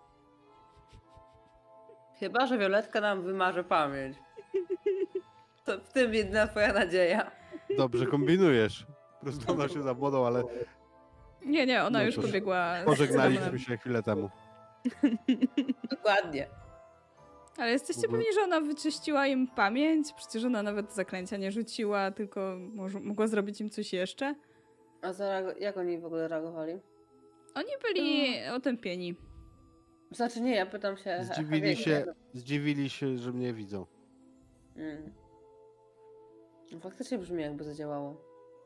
Chyba, że Violetka nam wymarzy pamięć. To w tym jedyna twoja nadzieja. Dobrze kombinujesz. Rozglądam się za młodą, ale Nie, nie, ona No już cóż, pobiegła. z pożegnaliśmy Simonem. się chwilę temu. Dokładnie. Ale jesteście W ogóle- pewni, że ona wyczyściła im pamięć? Przecież ona nawet zaklęcia nie rzuciła, tylko może, mogła zrobić im coś jeszcze. A zareago- jak oni w ogóle reagowali? Oni byli otępieni. Znaczy nie, ja pytam się... Zdziwili Harry'ego. się, zdziwili się, że mnie widzą. Mm. No, faktycznie brzmi, jakby zadziałało.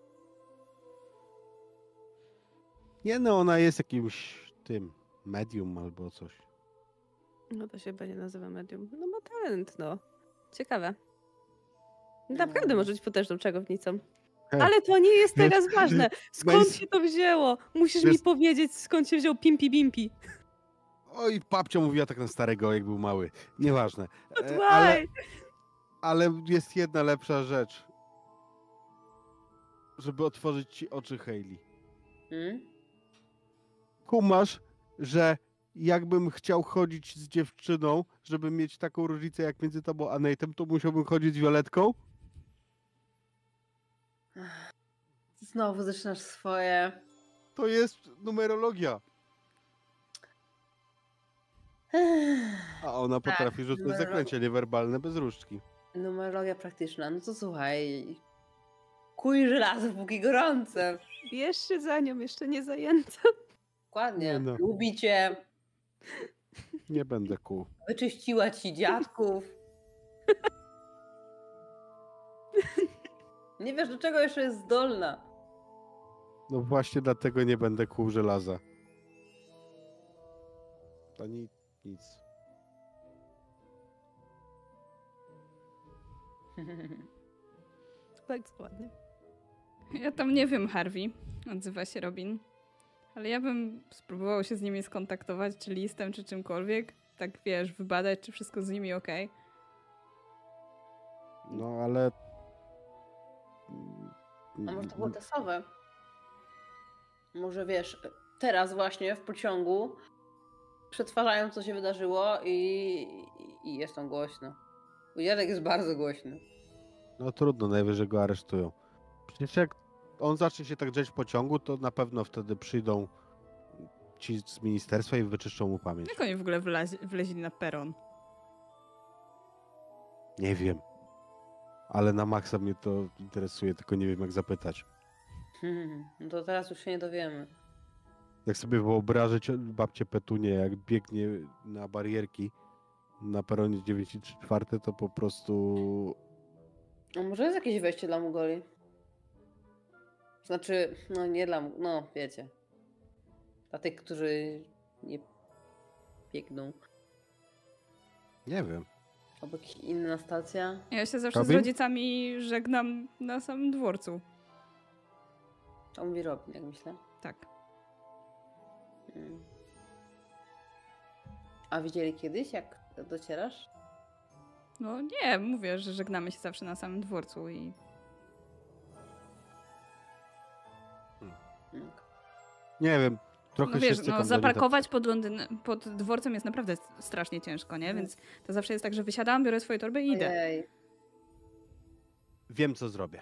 Nie no, ona jest jakimś tym medium albo coś. No to się chyba nie nazywa medium. No ma talent, no. Ciekawe. Naprawdę może być potężną czarownicą. Hej, Ale to nie jest wiesz- teraz ważne. Skąd Mace- się to wzięło? Musisz wiesz- mi powiedzieć, skąd się wziął Pimpi Bimpi. Oj, babcia mówiła tak na starego, jak był mały. Nieważne. But E, why? ale, ale jest jedna lepsza rzecz. Żeby otworzyć ci oczy, Hayley. Mm? Kumasz, że jakbym chciał chodzić z dziewczyną, żeby mieć taką różnicę jak między tobą a Nate'em, to musiałbym chodzić z Violetką? Znowu zaczynasz swoje... To jest numerologia. A ona Tak, potrafi rzucać numerolo- zaklęcia niewerbalne bez różdżki. Numerologia praktyczna. No to słuchaj... Kuj żelazo, póki gorące. Bierz się za nią, jeszcze nie zajęta. Dokładnie. Nie no. Lubicie. Nie będę kół. Wyczyściła ci dziadków. Nie wiesz, do czego jeszcze jest zdolna. No właśnie dlatego nie będę kół żelaza. Ani nic. Bardzo ładnie. Ja tam nie wiem, Harvey, odzywa się Robin. Ale ja bym spróbował się z nimi skontaktować, czy listem, czy czymkolwiek. Tak wiesz, wybadać, czy wszystko z nimi ok. No ale... A może to było testowe? Może wiesz, teraz właśnie w pociągu przetwarzają, co się wydarzyło i, i jest tam głośno. Bo Jarek jest bardzo głośny. No trudno, najwyżej go aresztują. Przecież jak on zacznie się tak drzeć w pociągu, to na pewno wtedy przyjdą ci z ministerstwa i wyczyszczą mu pamięć. Jak oni w ogóle wlazi, wleźli na peron? Nie wiem. Ale na maksa mnie to interesuje, tylko nie wiem jak zapytać. Hmm, no to teraz już się nie dowiemy. Jak sobie wyobrazić babcię Petunię, jak biegnie na barierki na peronie dziewięćdziesiąt trzy czwarte, to po prostu... A może jest jakieś wejście dla Mugoli? Znaczy, no nie dla... Mu- No, wiecie. Dla tych, którzy nie biegną. Nie wiem. Albo jakaś inna stacja. Ja się zawsze Robin? z rodzicami żegnam na samym dworcu. To mówi Robin, jak myślę. Tak. Mm. A widzieli kiedyś, jak docierasz? No nie, mówię, że żegnamy się zawsze na samym dworcu i Mm. Nie wiem. Trochę no się wiesz, stykam no, do niej tak- zaparkować pod, Londyn, pod dworcem jest naprawdę strasznie ciężko, nie? Mhm. Więc to zawsze jest tak, że wysiadam, biorę swoje torby i idę. Ojej. Wiem, co zrobię.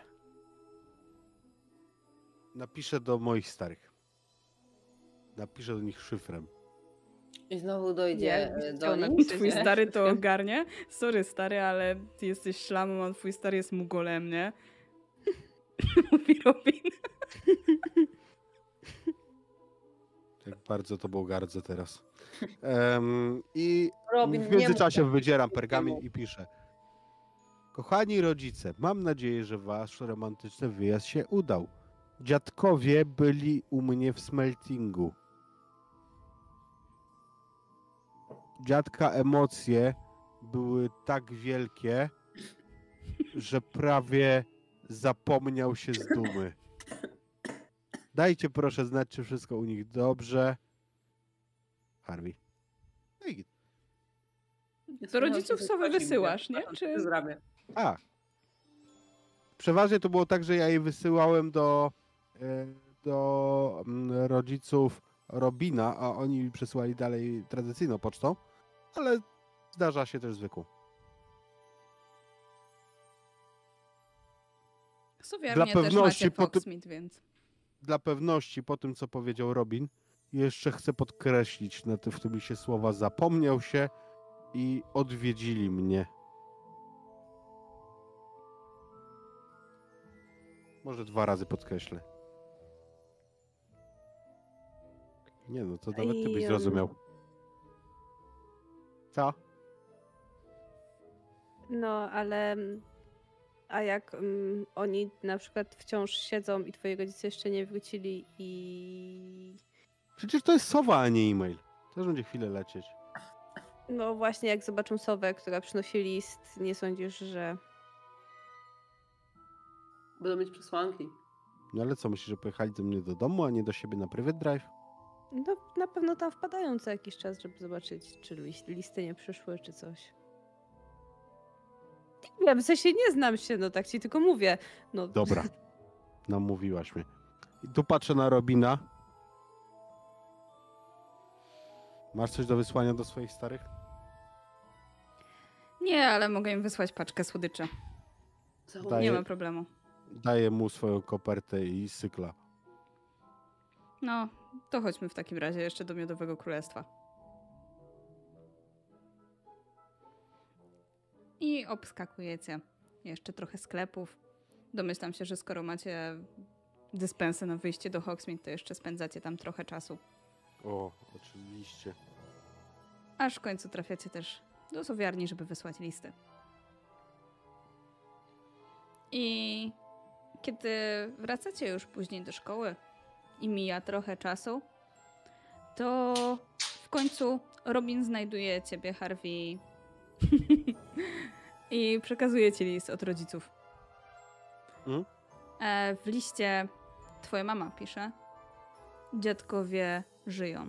Napiszę do moich starych. Napiszę do nich szyfrem. I znowu dojdzie Jakbyś e, chciał do nich. napisać, Twój nie? stary to ogarnie. Sorry stary, ale ty jesteś szlamą, a twój stary jest mugolem, nie? Mówi Robin. Jak bardzo to gardzę teraz. Em, I Robin, w nie międzyczasie mów tak. wydzieram pergamin i piszę. Kochani rodzice, mam nadzieję, że wasz romantyczny wyjazd się udał. Dziadkowie byli u mnie w smeltingu. Dziadka emocje były tak wielkie, że prawie zapomniał się z dumy. Dajcie proszę znać, czy wszystko u nich dobrze. Harvey. No i git. Do rodziców Sowy wysyłasz, nie? Czy... Zrobię. A. Przeważnie to było tak, że ja je wysyłałem do, e, do mm, rodziców Robina, a oni mi przesyłali dalej tradycyjną pocztą, ale zdarza się też zwykłą. Sowiarnie Dla też pewności macie po tym- Foxmeat, więc... Dla pewności, po tym co powiedział Robin, jeszcze chcę podkreślić na tym, w tym się słowa zapomniał się i odwiedzili mnie. Może dwa razy podkreślę. Nie no, to nawet ty byś I, zrozumiał. Co? No, ale mm, a jak mm, oni na przykład wciąż siedzą i twoi rodzice jeszcze nie wrócili i Przecież to jest sowa, a nie e-mail. Też będzie chwilę lecieć. no właśnie jak zobaczą Sowę, która przynosi list, nie sądzisz, że Będą mieć przesłanki. No ale co, myślisz, że pojechali do mnie do domu, a nie do siebie na private drive? no, na pewno tam wpadają co jakiś czas, żeby zobaczyć, czy lis- listy nie przyszły, czy coś. Nie wiem, w sensie nie znam się, no tak ci tylko mówię. No, Dobra. Namówiłaś mnie. I tu patrzę na Robina. Masz coś do wysłania do swoich starych? Nie, ale mogę im wysłać paczkę słodyczy. Załóż- Daję. Nie ma problemu. Daję mu swoją kopertę i sykla. No, to chodźmy w takim razie jeszcze do Miodowego Królestwa. I obskakujecie jeszcze trochę sklepów. Domyślam się, że skoro macie dyspensę na wyjście do Hogsmeade, to jeszcze spędzacie tam trochę czasu. O, oczywiście. Aż w końcu trafiacie też do sowiarni, żeby wysłać listy. I kiedy wracacie już później do szkoły i mija trochę czasu, to w końcu Robin znajduje ciebie, Harvey, i przekazuje ci list od rodziców. Mhm. E, w liście twoja mama pisze: dziadkowie żyją.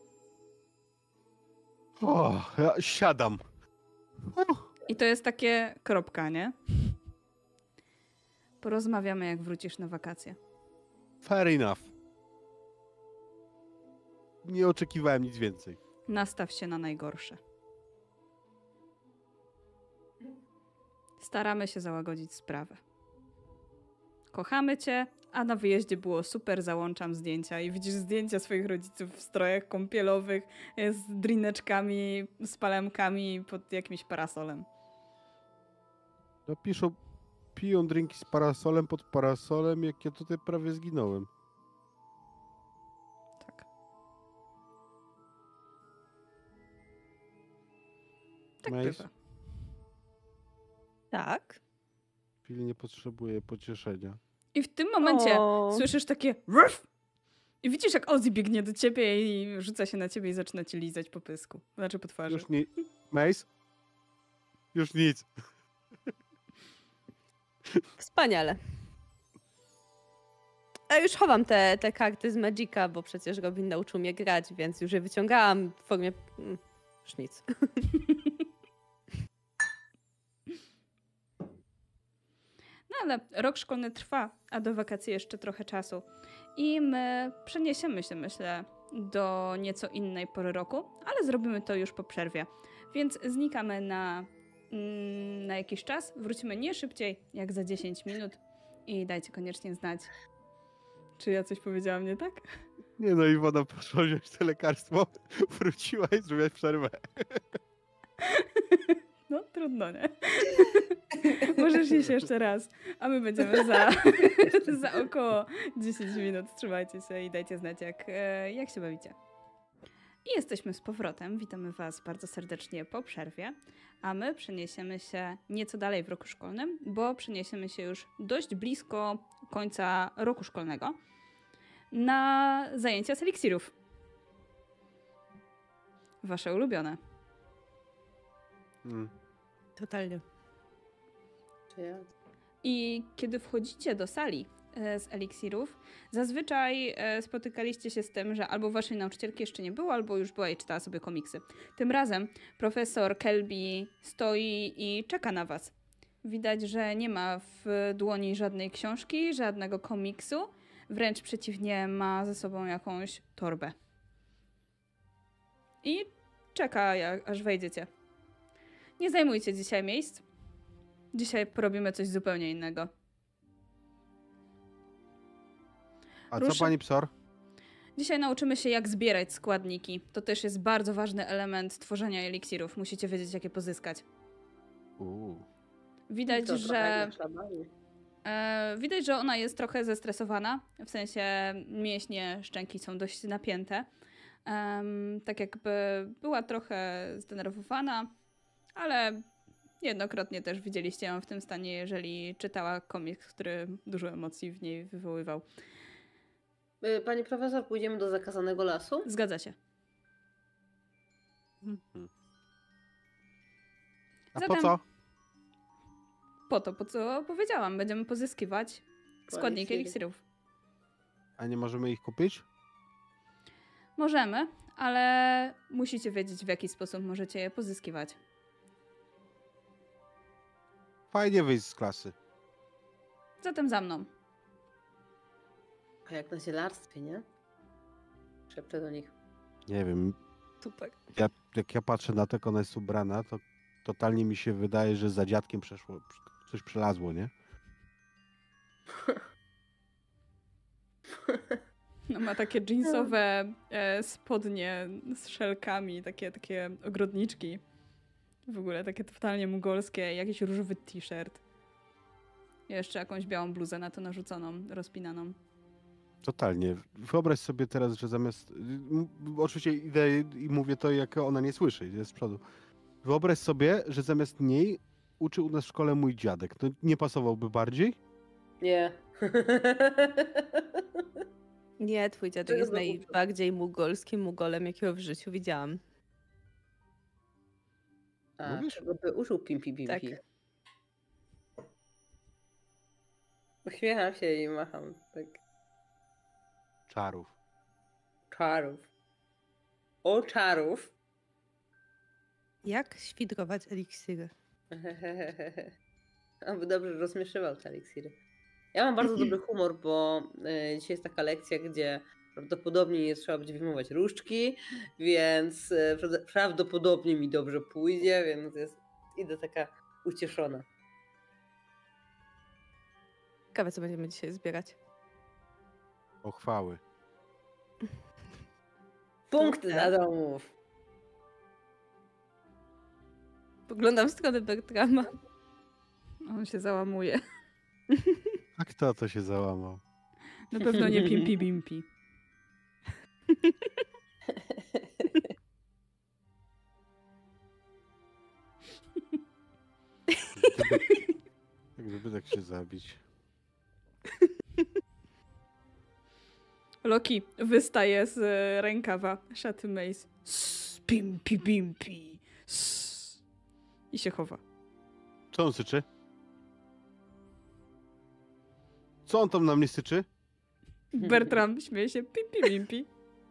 O, ja siadam. O, I to jest takie kropka, nie? Porozmawiamy, jak wrócisz na wakacje. fair enough. Nie oczekiwałem nic więcej. Nastaw się na najgorsze. Staramy się załagodzić sprawę. Kochamy cię, a na wyjeździe było super, załączam zdjęcia i widzisz zdjęcia swoich rodziców w strojach kąpielowych z drineczkami, z palemkami pod jakimś parasolem. No piszą, piją drinki z parasolem pod parasolem, jak ja tutaj prawie zginąłem. Tak. Tak Nice. bywa. tak. Pilnie potrzebuję pocieszenia. I w tym momencie O. słyszysz takie ruff! I widzisz, jak Ozzy biegnie do ciebie i rzuca się na ciebie i zaczyna cię lizać po pysku. Znaczy po twarzy. Już nie... Mace? Już nic. Wspaniale. A już chowam te, te karty z Magica, bo przecież Robin nauczył mnie grać, więc już je wyciągałam w formie... mm, Już nic. No ale rok szkolny trwa, a do wakacji jeszcze trochę czasu. I my przeniesiemy się, myślę, do nieco innej pory roku, ale zrobimy to już po przerwie. Więc znikamy na, mm, na jakiś czas. Wrócimy nie szybciej, jak za dziesięć minut. I dajcie koniecznie znać, czy ja coś powiedziałam nie tak? Nie no, Iwona poszła wziąć to lekarstwo, wróciła i zrobiła przerwę. No, trudno, nie? Może Zacznij się jeszcze raz, a my będziemy za, za około dziesięć minut. Trzymajcie się i dajcie znać, jak, e, jak się bawicie. I jesteśmy z powrotem. Witamy Was bardzo serdecznie po przerwie, a my przeniesiemy się nieco dalej w roku szkolnym, bo przeniesiemy się już dość blisko końca roku szkolnego na zajęcia z eliksirów. Wasze ulubione. Mm. Totalnie. Czy ja? I kiedy wchodzicie do sali e, z eliksirów, zazwyczaj e, spotykaliście się z tym, że albo waszej nauczycielki jeszcze nie było, albo już była i czytała sobie komiksy. Tym razem profesor Kelby stoi i czeka na was. Widać, że nie ma w dłoni żadnej książki, żadnego komiksu. Wręcz przeciwnie, ma ze sobą jakąś torbę. I czeka, jak, aż wejdziecie. Nie zajmujcie dzisiaj miejsc. Dzisiaj porobimy coś zupełnie innego. A Ruszy- co pani psor? Dzisiaj nauczymy się, jak zbierać składniki. To też jest bardzo ważny element tworzenia eliksirów. Musicie wiedzieć, jak je pozyskać. Uuu. Widać, To trochę jak że na szlabanie. e, widać, że ona jest trochę zestresowana. W sensie mięśnie szczęki są dość napięte. Em, tak jakby była trochę zdenerwowana, ale jednokrotnie też widzieliście ją w tym stanie, jeżeli czytała komiks, który dużo emocji w niej wywoływał. Y, Pani profesor, pójdziemy do zakazanego lasu? Zgadza się. Mhm. A Zatem- po co? Po to, po co powiedziałam, będziemy pozyskiwać składniki Eliksiry. eliksirów. A nie możemy ich kupić? Możemy, ale musicie wiedzieć, w jaki sposób możecie je pozyskiwać. Fajnie wyjść z klasy. Zatem za mną. A jak na zielarstwie, nie? Szepczę do nich. Nie wiem, Super. ja, jak ja patrzę na to, jak ona jest ubrana, to totalnie mi się wydaje, że za dziadkiem przeszło, coś przelazło, nie? No, ma takie jeansowe e, spodnie z szelkami, takie, takie ogrodniczki. W ogóle takie totalnie mugolskie, jakiś różowy t-shirt. I jeszcze jakąś białą bluzę na to narzuconą, rozpinaną. Totalnie. Wyobraź sobie teraz, że zamiast... m, Oczywiście idę i mówię to, jak ona nie słyszy, jest z przodu. Wyobraź sobie, że zamiast niej uczy u nas w szkole mój dziadek. To nie pasowałby bardziej? Nie. Nie, twój dziadek Czego jest znowu? najbardziej mugolskim mugolem, jakiego w życiu widziałam. A, Mówisz? czego by użył Pimpi Bimpi? Tak. Uśmiecham się i macham. Tak. Czarów. Czarów. O czarów. Jak świdrować eliksiry? On by dobrze rozmieszywał te eliksiry. Ja mam bardzo dobry humor, bo y, dzisiaj jest taka lekcja, gdzie prawdopodobnie nie trzeba będzie wyjmować różdżki, więc y, prawda- prawdopodobnie mi dobrze pójdzie, więc jest, idę taka ucieszona. Ciekawe, co będziemy dzisiaj zbierać. Pochwały. Punkty tak. dla domów. Poglądam w stronę Bertrama. On się załamuje. A kto to się załamał? Na pewno nie Pimpi Bimpi. Jak gdyby tak się zabić. Loki wystaje z e, rękawa szaty Mace. Sss, Pimpi Bimpi. Sss. I się chowa. Co on syczy? Co on tam na mnie syczy? Bertram śmieje się. Pimpi Bimpi.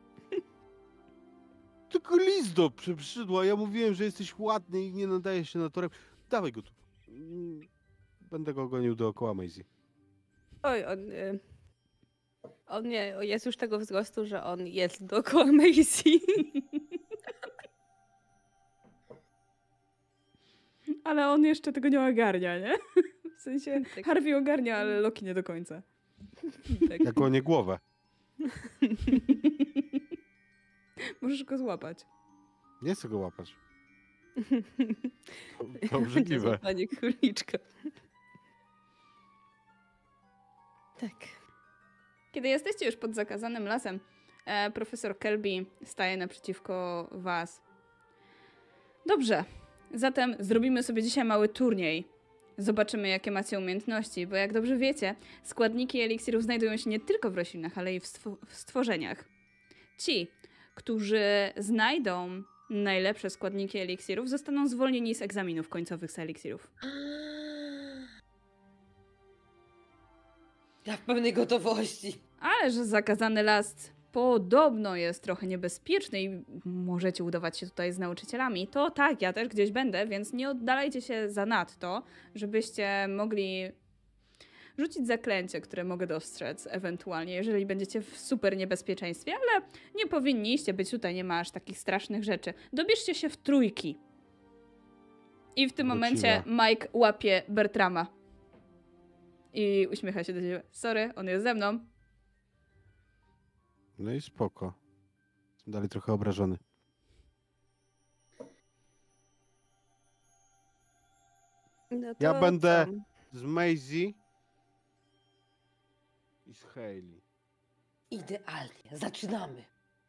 Tylko lizdo przybrzydła. Ja mówiłem, że jesteś ładny i nie nadajesz się na toreb. Dawaj go tu. Mm, Będę go gonił dookoła Maisie. Oj, on... Y... On nie, jest już tego wzrostu, że on jest dookoła Maisie. Ale on jeszcze tego nie ogarnia, nie? W sensie Tak. Harvey ogarnia, ale Loki nie do końca. Tak. Jak gonię głowę. Możesz go złapać. Nie chcę go łapać. To, to obrzydliwe. Panie króliczka. Tak. Kiedy jesteście już pod zakazanym lasem, e, profesor Kelby staje naprzeciwko was. Dobrze, zatem zrobimy sobie dzisiaj mały turniej. Zobaczymy, jakie macie umiejętności, bo jak dobrze wiecie, składniki eliksirów znajdują się nie tylko w roślinach, ale i w, stw w stworzeniach. Ci, którzy znajdą najlepsze składniki eliksirów, zostaną zwolnieni z egzaminów końcowych z eliksirów. Ja w pełnej gotowości. Ale że zakazany las podobno jest trochę niebezpieczny i możecie udawać się tutaj z nauczycielami, to tak, ja też gdzieś będę, więc nie oddalajcie się zanadto, żebyście mogli rzucić zaklęcie, które mogę dostrzec ewentualnie, jeżeli będziecie w super niebezpieczeństwie, ale nie powinniście być tutaj, nie ma aż takich strasznych rzeczy. Dobierzcie się w trójki. I w tym Wróciła. momencie Mike łapie Bertrama. I uśmiecha się do ciebie. Sorry, on jest ze mną. No i spoko. Jestem dalej trochę obrażony. No Ja to będę- co? Z Maisie i z Hailey. Idealnie, zaczynamy.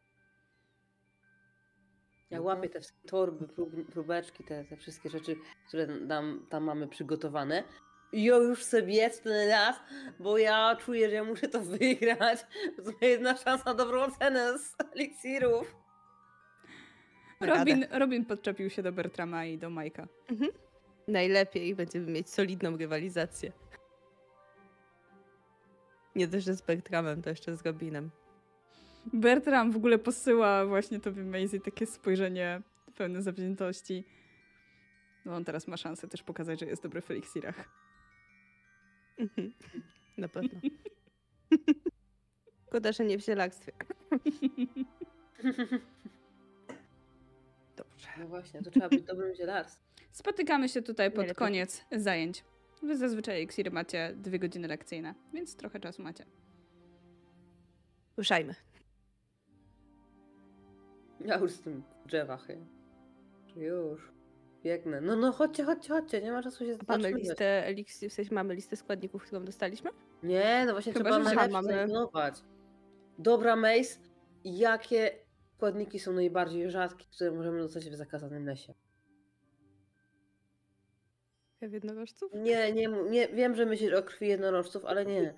Ja łapię te wszystkie torby, prób, próbeczki, te, te wszystkie rzeczy, które tam, tam mamy przygotowane. I ja już sobie biec ten raz, bo ja czuję, że ja muszę to wygrać. To jest jedna szansa na dobrą ocenę z eliksirów. Robin, Robin podczepił się do Bertrama i do Majka. Najlepiej będziemy mieć solidną rywalizację. Nie dość, że z Bertramem, to jeszcze z Robinem. Bertram w ogóle posyła właśnie tobie, Maisie, takie spojrzenie pełne zawziętości. No on teraz ma szansę też pokazać, że jest dobry w eliksirach. Mhm. Na pewno. Szkoda, że nie w zielarstwie. Dobrze. No właśnie, to trzeba być dobrym zielarstwem. Spotykamy się tutaj pod Najlepiej. koniec zajęć. Wy zazwyczaj eliksiry macie dwie godziny lekcyjne, więc trochę czasu macie. Ruszajmy. Ja już z tym w drzewach. Ja. Już. Biegnę. No, no, chodźcie, chodźcie, chodźcie. Nie ma czasu się Mamy zatrzymywać. listę eliksir, w sensie mamy listę składników, którą dostaliśmy? Nie, no właśnie Chyba, trzeba że najlepsze mamy- zaplanować. Dobra, Mace. Jakie składniki są najbardziej rzadkie, które możemy dostać w zakazanym lesie? Krew jednorożców? Nie, nie, mu- nie, wiem, że myślisz o krwi jednorożców, ale nie.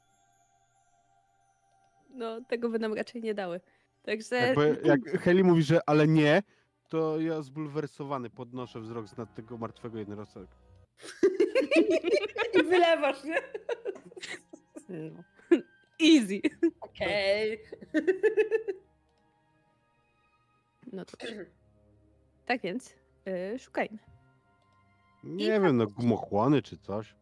No, tego by nam raczej nie dały. Także Jakby, jak Hailey mówi, że ale nie, to ja zbulwersowany podnoszę wzrok z nad tego martwego jednorożca. I wylewasz, nie? no. Easy. Okej. No dobrze. Tak więc yy, szukajmy. Nie I wiem, no gumochłony czy coś.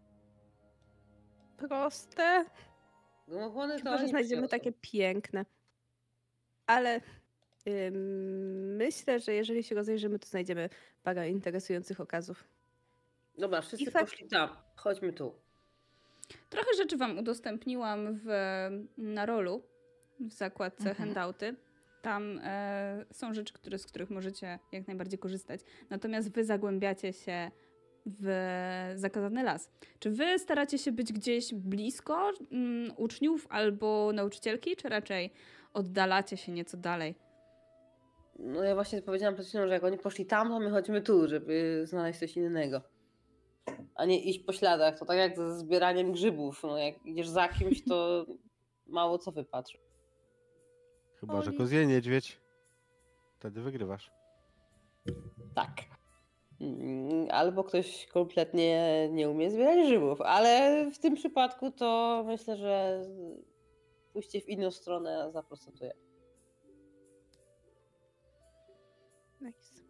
Proste. Gumachłony to Chyba, że oni znajdziemy przyniosą. takie piękne. Ale ym, myślę, że jeżeli się rozejrzymy, to znajdziemy parę interesujących okazów. Dobra, wszyscy I fakt- poszli tam. Chodźmy tu. Trochę rzeczy wam udostępniłam w, na rolu, w zakładce Mhm. handouty. Tam e, są rzeczy, które, z których możecie jak najbardziej korzystać. Natomiast wy zagłębiacie się w zakazany las. Czy wy staracie się być gdzieś blisko mm, uczniów albo nauczycielki, czy raczej oddalacie się nieco dalej? No ja właśnie powiedziałam przed chwilą, że jak oni poszli tam, to my chodźmy tu, żeby znaleźć coś innego. A nie iść po śladach. To tak jak ze zbieraniem grzybów. No jak idziesz za kimś, to mało co wypatrzy. Chyba, że Oli. go zje niedźwiedź. Wtedy wygrywasz. Tak. Mm, Albo ktoś kompletnie nie umie zbierać grzybów, ale w tym przypadku to myślę, że pójście w inną stronę zaprocentuje. Nice.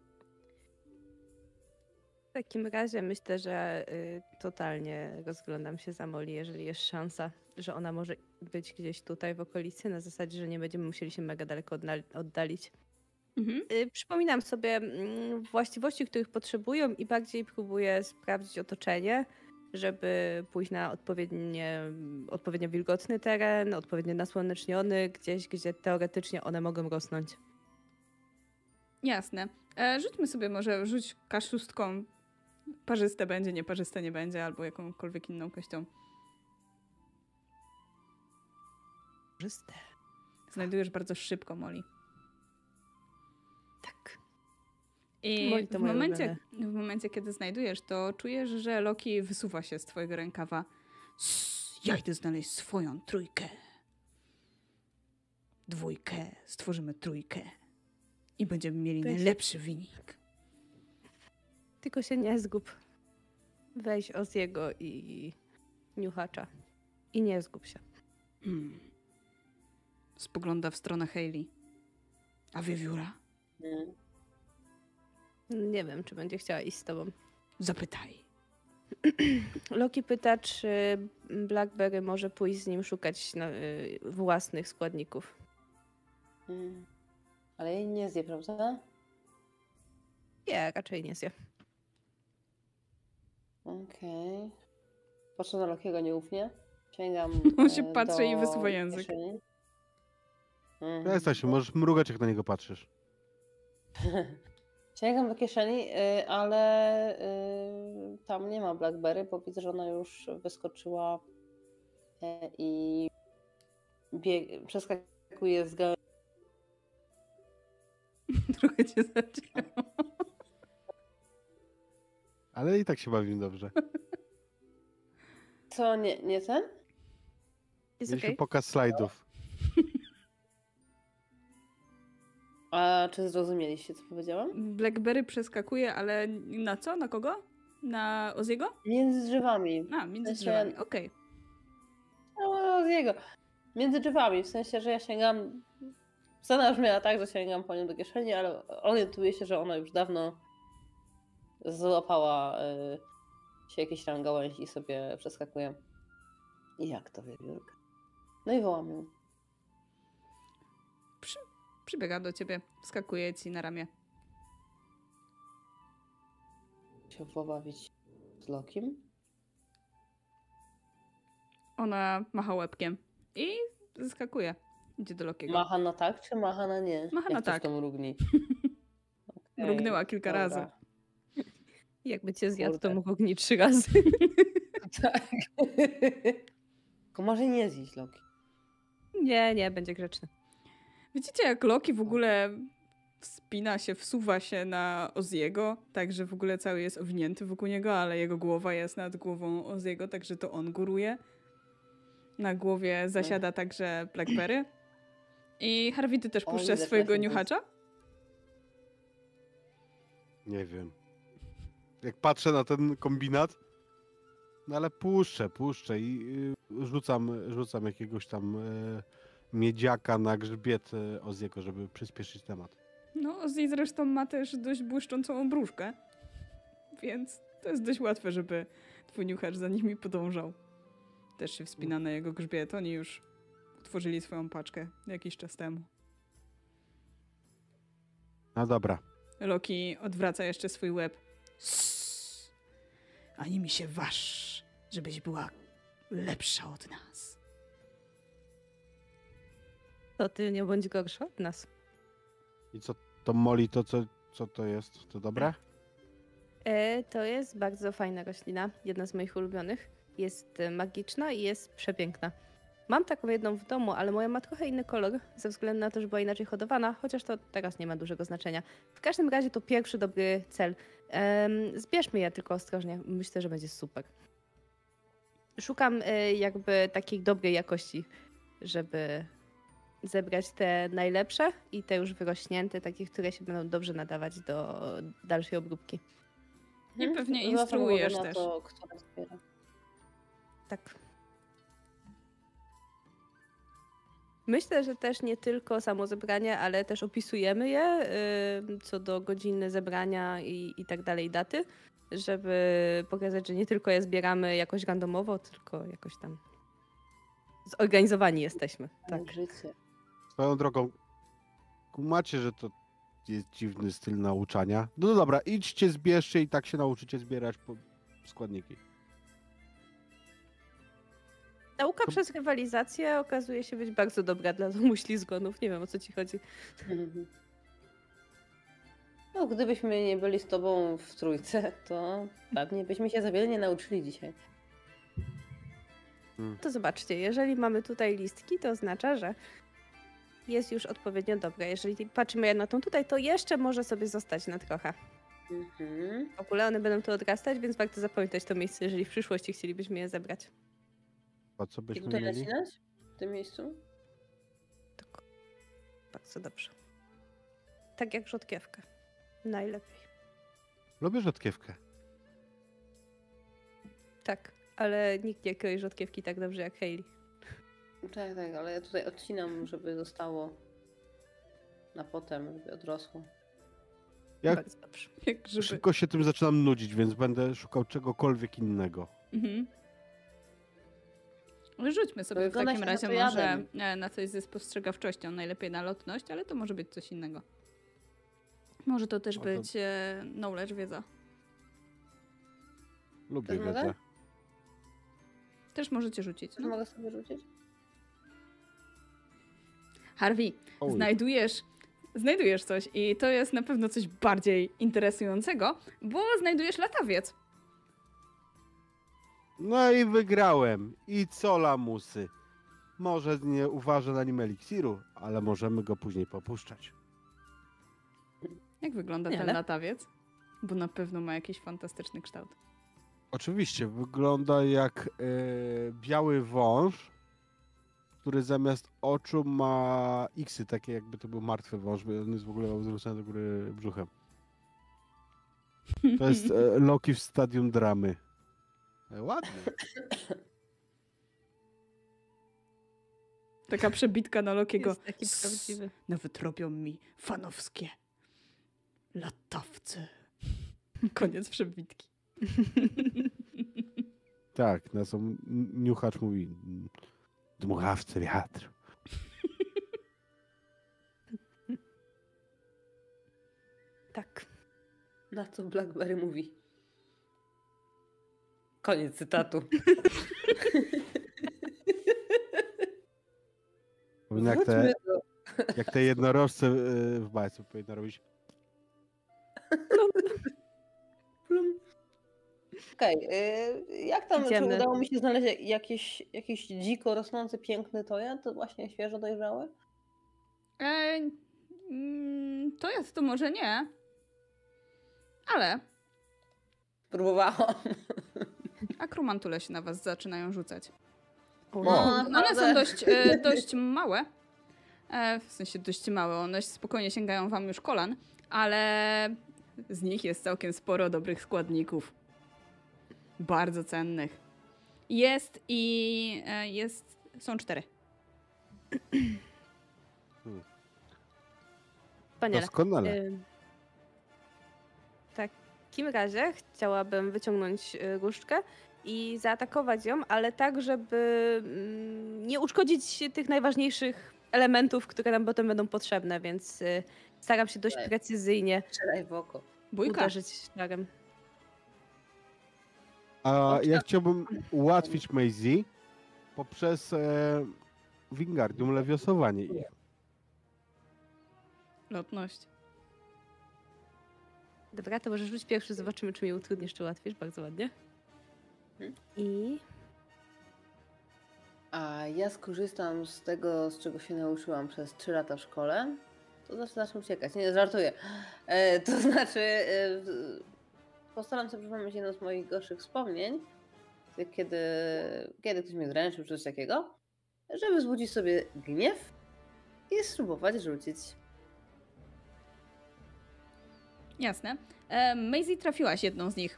W takim razie myślę, że y, totalnie rozglądam się za Molly, jeżeli jest szansa, że ona może być gdzieś tutaj w okolicy, na zasadzie, że nie będziemy musieli się mega daleko odna- oddalić. Mhm. Y, Przypominam sobie mm, właściwości, których potrzebują i bardziej próbuję sprawdzić otoczenie, żeby pójść na odpowiednie, odpowiednio wilgotny teren, odpowiednio nasłoneczniony, gdzieś, gdzie teoretycznie one mogą rosnąć. Jasne. E, rzućmy sobie może, rzuć kaszustką. Parzyste będzie, nieparzyste nie będzie, albo jakąkolwiek inną kością. Czyste. Znajdujesz bardzo szybko Molly. Tak. I Molly to w moje momencie, w momencie, kiedy znajdujesz, to czujesz, że Loki wysuwa się z twojego rękawa. "Sss, ja idę znaleźć swoją trójkę. Dwójkę, stworzymy trójkę. I będziemy mieli Weź. najlepszy wynik. Tylko się nie zgub. Weź Oziego i Niuchacza. I nie zgub się. Hmm. Spogląda w stronę Hayley. A wiewióra? Mm. Nie wiem, czy będzie chciała iść z tobą. Zapytaj. Loki pyta, czy Blackberry może pójść z nim szukać no, y, własnych składników. Mm. Ale jej nie zje, prawda? Nie, raczej nie zje. Okej. Patrzę na Lokiego nieufnie. Sięgam On się e, patrzy do i wysuwa język. kieszeni. Mhm. Przestań się, możesz mrugać, jak na niego patrzysz. Sięgam do kieszeni, y, ale y, tam nie ma Blackberry, bo widzę, że ona już wyskoczyła y, i bieg- przeskakuje z gałęzi. Trochę cię zacięło. Ale i tak się bawimy dobrze. Co, nie, nie ten? Jest Mieliśmy okej? pokaz slajdów. A czy zrozumieliście, co powiedziałam? Blackberry przeskakuje, ale na co? Na kogo? Na Oziego? Między drzewami. A, między W sensie- drzewami. Okej. No, z jego. Między drzewami, w sensie, że ja sięgam. Scena już miała tak, że sięgam po nią do kieszeni, ale orientuję się, że ona już dawno złapała y, się jakieś tam gałęzi i sobie przeskakuje. I jak to wiewiórka? No i wołam ją. Przybiega do ciebie, wskakuje ci na ramię. Się pobawić z Lokim. Ona macha łebkiem i zeskakuje. Idzie do Lokiego. Macha na tak, czy macha na nie? Macha Jak na coś tak. to mrugni. Okej, Mrugnęła kilka dobra. razy. Jakby cię zjadł, to Kurde. mógł ognić trzy razy. Tak. Tylko może nie zjeść Loki. Nie, nie, będzie grzeczny. Widzicie, jak Loki w ogóle wspina się, wsuwa się na Oziego, tak że w ogóle cały jest owinięty wokół niego, ale jego głowa jest nad głową Oziego, także to on góruje. Na głowie zasiada także Blackberry. I Harvey, ty też O, puszczasz widzę, swojego Flashy niuchacza? Nie wiem. Jak patrzę na ten kombinat, no ale puszczę, puszczę i y, rzucam, rzucam jakiegoś tam y, miedziaka na grzbiet y, Oziego, żeby przyspieszyć temat. No, Ozzy zresztą ma też dość błyszczącą obruszkę, więc to jest dość łatwe, żeby twój niuchacz za nimi podążał. Też się wspina na jego grzbiet. Oni już utworzyli swoją paczkę jakiś czas temu. No dobra. Loki odwraca jeszcze swój łeb. Sss, ani mi się waż, żebyś była lepsza od nas. To ty nie bądź gorsza od nas. I co to Molly, to co, co to jest? To dobre? E, to jest bardzo fajna roślina, jedna z moich ulubionych. Jest e, magiczna i jest przepiękna. Mam taką jedną w domu, ale moja ma trochę inny kolor, ze względu na to, że była inaczej hodowana, chociaż to teraz nie ma dużego znaczenia. W każdym razie to pierwszy dobry cel. Em, zbierzmy je tylko ostrożnie, myślę, że będzie super. Szukam e, jakby takiej dobrej jakości, żeby zebrać te najlepsze i te już wyrośnięte, takie, które się będą dobrze nadawać do dalszej obróbki. I pewnie Zwracam instruujesz uwagę na też. to, kto zbiera. Tak. Myślę, że też nie tylko samo zebranie, ale też opisujemy je y, co do godziny zebrania i, i tak dalej, daty, żeby pokazać, że nie tylko je zbieramy jakoś randomowo, tylko jakoś tam zorganizowani jesteśmy. Tak. Tak. Życie. Swoją drogą, kumacie, że to jest dziwny styl nauczania. No, no dobra, idźcie, zbierzcie i tak się nauczycie zbierać po składniki. Nauka To- przez rywalizację okazuje się być bardzo dobra dla domu ślizgonów. Nie wiem, o co ci chodzi. No, gdybyśmy nie byli z tobą w trójce, to pewnie byśmy się za wiele nie nauczyli dzisiaj. To zobaczcie, jeżeli mamy tutaj listki, to oznacza, że jest już odpowiednio dobre. Jeżeli patrzymy jedno tą tutaj, to jeszcze może sobie zostać na trochę. Mhm. W ogóle one będą tu odrastać, więc warto zapamiętać to miejsce, jeżeli w przyszłości chcielibyśmy je zebrać. Po co I byśmy tutaj mieli? nacinać? W tym miejscu? Tak. Bardzo dobrze. Tak jak rzodkiewkę. Najlepiej. Lubię rzodkiewkę. Tak, ale nikt nie kroi rzodkiewki tak dobrze jak Hayley. Tak, tak, ale ja tutaj odcinam, żeby zostało na potem, żeby odrosło. Jak Bardzo dobrze. Jak grzyby. szybko się tym zaczynam nudzić, więc będę szukał czegokolwiek innego. Mhm. Ale rzućmy sobie w wygląda takim się na razie to może jadem. e, na coś ze spostrzegawczością, najlepiej na lotność, ale to może być coś innego. Może to też O, to- być e, knowledge, wiedza. Lubię Też mogę? wiedzę. Też możecie rzucić. Co No. mogę sobie rzucić? Harvey, Oj. znajdujesz, znajdujesz coś i to jest na pewno coś bardziej interesującego, bo znajdujesz latawiec. No i wygrałem. I co lamusy? Może nie uważa na nim eliksiru, ale możemy go później popuszczać. Jak wygląda Nie, ten ale- latawiec? Bo na pewno ma jakiś fantastyczny kształt. Oczywiście, wygląda jak e, biały wąż, który zamiast oczu ma iksy, takie jakby to był martwy wąż, bo on jest w ogóle zwrócony do góry brzuchem. To jest e, Loki w stadium dramy. E, ładnie. Taka przebitka na Lokiego. Jest taki S- prawdziwy. Nawet robią mi fanowskie latawce. Koniec przebitki. Tak, na są niuchacz mówi mm, dmuchawcy wiatr. Tak. Na co Blackberry mówi? Koniec cytatu. Powinno jak te, Wróćmy do... jak te jednorożce e, w bajce powinno robić. Plum. Okej, y, jak tam, czy Idziemy. udało mi się znaleźć jakieś, jakieś dziko rosnący, piękny tojad? To właśnie świeżo dojrzały? E, mm, to jest to może nie. Ale Próbowałam. akromantule się na was zaczynają rzucać. O. One naprawdę. są dość, e, dość małe. E, w sensie dość małe. One spokojnie sięgają wam już kolan, ale z nich jest całkiem sporo dobrych składników. Bardzo cennych. Jest i e, jest. Są cztery. Wspaniale. Doskonale. Ym, W takim razie chciałabym wyciągnąć y, różdżkę i zaatakować ją, ale tak, żeby mm, nie uszkodzić tych najważniejszych elementów, które nam potem będą potrzebne, więc y, staram się dość Tak. precyzyjnie Strzelaj w oko. Bójka. uderzyć szlarem. A Oczy- ja chciałbym ułatwić Maisie poprzez e, Wingardium lewiosowanie ich. Lotność. Dobra, to możesz rzucić pierwszy, zobaczymy, czy mi utrudnisz, czy ułatwisz. Bardzo ładnie. Mhm. I A ja skorzystam z tego, z czego się nauczyłam przez trzy lata w szkole. To znaczy zacznę uciekać. Nie, żartuję. E, to znaczy e, w- postaram się przypomnieć jedno z moich gorszych wspomnień, kiedy, kiedy ktoś mnie dręczył, czy coś takiego, żeby wzbudzić sobie gniew i spróbować rzucić. Jasne. E, Maisie trafiłaś jedną z nich.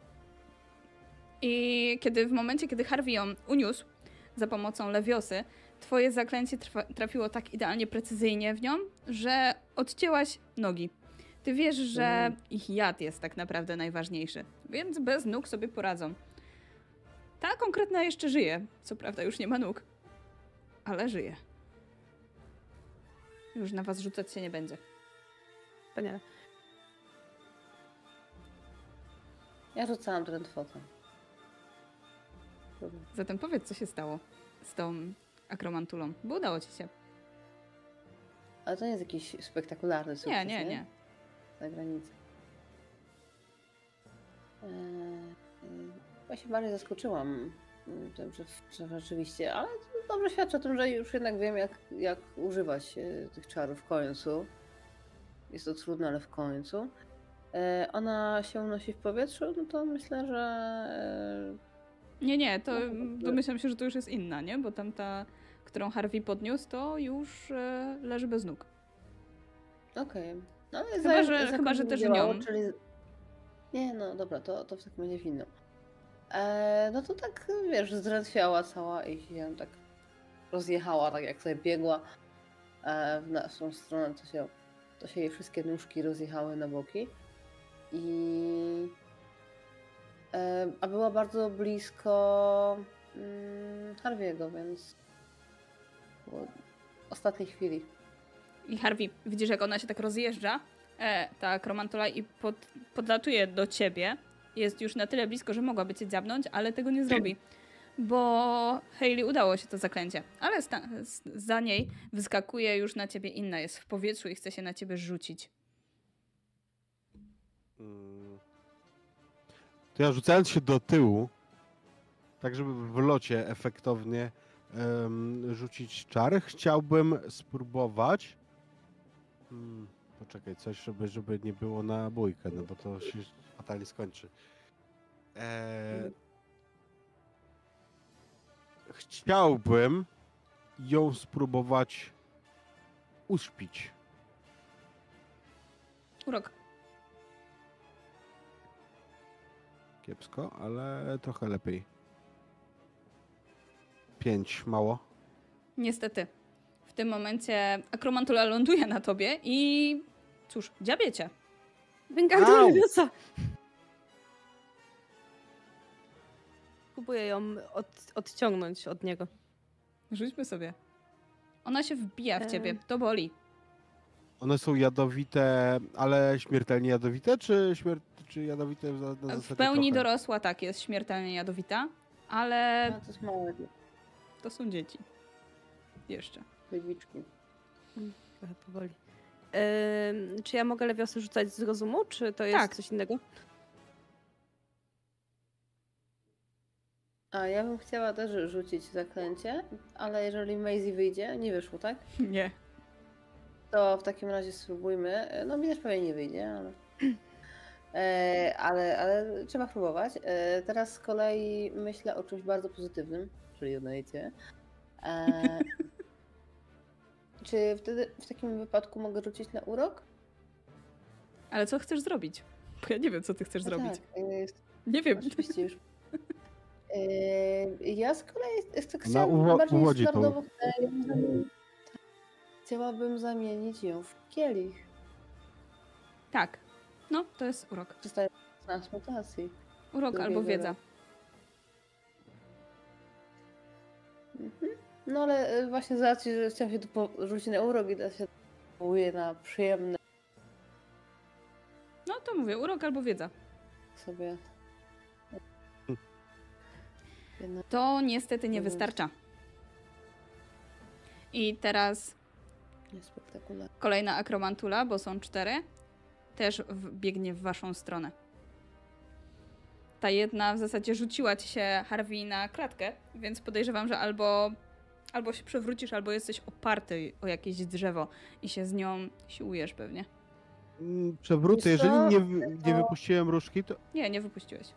I kiedy w momencie, kiedy Harvey ją uniósł za pomocą lewiosy, twoje zaklęcie trwa- trafiło tak idealnie precyzyjnie w nią, że odcięłaś nogi. Ty wiesz, że Mhm. ich jad jest tak naprawdę najważniejszy, więc bez nóg sobie poradzą. Ta konkretna jeszcze żyje. Co prawda już nie ma nóg, ale żyje. Już na was rzucać się nie będzie. wspaniale. Ja rzucałam drętwotą. Zatem powiedz, co się stało z tą akromantulą, bo udało ci się. Ale to nie jest jakiś spektakularny sukces, Nie, nie, nie. Za granicę. Eee, ja się bardziej zaskoczyłam tym, że, że rzeczywiście, ale to dobrze świadczy o tym, że już jednak wiem, jak, jak używać e, tych czarów w końcu. Jest to trudne, ale w końcu. E, ona się unosi w powietrzu, no to myślę, że... E, Nie, nie, to No, to- domyślam się, że to już jest inna, nie? Bo tamta, którą Harvey podniósł, to już e, leży bez nóg. Okej. No, ale Chyba, za- że- za chyba, że kogoś też działało, nią. Czyli... Nie, no dobra, to, to w takim razie w inną. E, no to tak, wiesz, zdrętwiała cała i się tak rozjechała, tak jak sobie biegła e, w naszą stronę, to się, to się jej wszystkie nóżki rozjechały na boki. I... E, a była bardzo blisko mm, Harvey'ego, więc... Było w ostatniej chwili. I Harvey, widzisz, jak ona się tak rozjeżdża, e, ta kromantula, i pod, podlatuje do ciebie. Jest już na tyle blisko, że mogłaby cię dziabnąć, ale tego nie zrobi. Bo Hayley udało się to zaklęcie. Ale sta- z- za niej wyskakuje już na ciebie inna. Jest w powietrzu i chce się na ciebie rzucić. Mm. To ja rzucając się do tyłu, tak żeby w locie efektownie em, rzucić czar, chciałbym spróbować. Hmm, poczekaj, coś, żeby, żeby nie było na bójkę, no bo to się fatalnie skończy. E, chciałbym ją spróbować uśpić. Urok. Kiepsko, ale trochę lepiej. Pięć, mało. Niestety. W tym momencie akromantula ląduje na tobie i cóż, dziabie cię. Wingardium Au! Leviosa! Próbuję ją od, odciągnąć od niego. Rzućmy sobie. Ona się wbija w E. ciebie. To boli. One są jadowite, ale śmiertelnie jadowite, czy, śmier- czy jadowite na, na W zasadzie pełni trochę? dorosła tak jest śmiertelnie jadowita, ale No, to jest małe to są dzieci. Jeszcze. babiczki. Trochę powoli. Ym, czy ja mogę Lewiosy rzucać z rozumu, czy to jest Tak. coś innego? A ja bym chciała też rzucić zaklęcie, ale jeżeli Maisie wyjdzie, nie wyszło, tak? Nie. To w takim razie spróbujmy. No mi też pewnie nie wyjdzie, ale... E, ale, ale trzeba próbować. E, teraz z kolei myślę o czymś bardzo pozytywnym, czyli o Nate'ie. E, czy wtedy w takim wypadku mogę rzucić na urok? Ale co chcesz zrobić? Bo ja nie wiem, co ty chcesz No zrobić. tak, e, Nie wiem. oczywiście już. E, ja z kolei jest, Ona chciałabym uwo- bardziej uwodzi tą- standardowo e, ją zamienić- Chciałabym zamienić ją w kielich. Tak. No, to jest urok. Przystaję do transmutacji. Urok Drugiego albo wiedza. roku. Mhm. No ale e, właśnie z racji, że chciałam się tu porzucić na urok i da się połuje na przyjemne No to mówię, urok albo wiedza. sobie. Jedno- To niestety nie Mhm. wystarcza. I teraz Niespektakularne. kolejna akromantula, bo są cztery, też w, biegnie w waszą stronę. Ta jedna w zasadzie rzuciła ci się, Harvey, na klatkę, więc podejrzewam, że albo, albo się przewrócisz, albo jesteś oparty o jakieś drzewo i się z nią siłujesz pewnie. Mm, Przewrócę, Wiesz jeżeli co? nie, wy- nie To- wypuściłem różki, to Nie, nie wypuściłeś.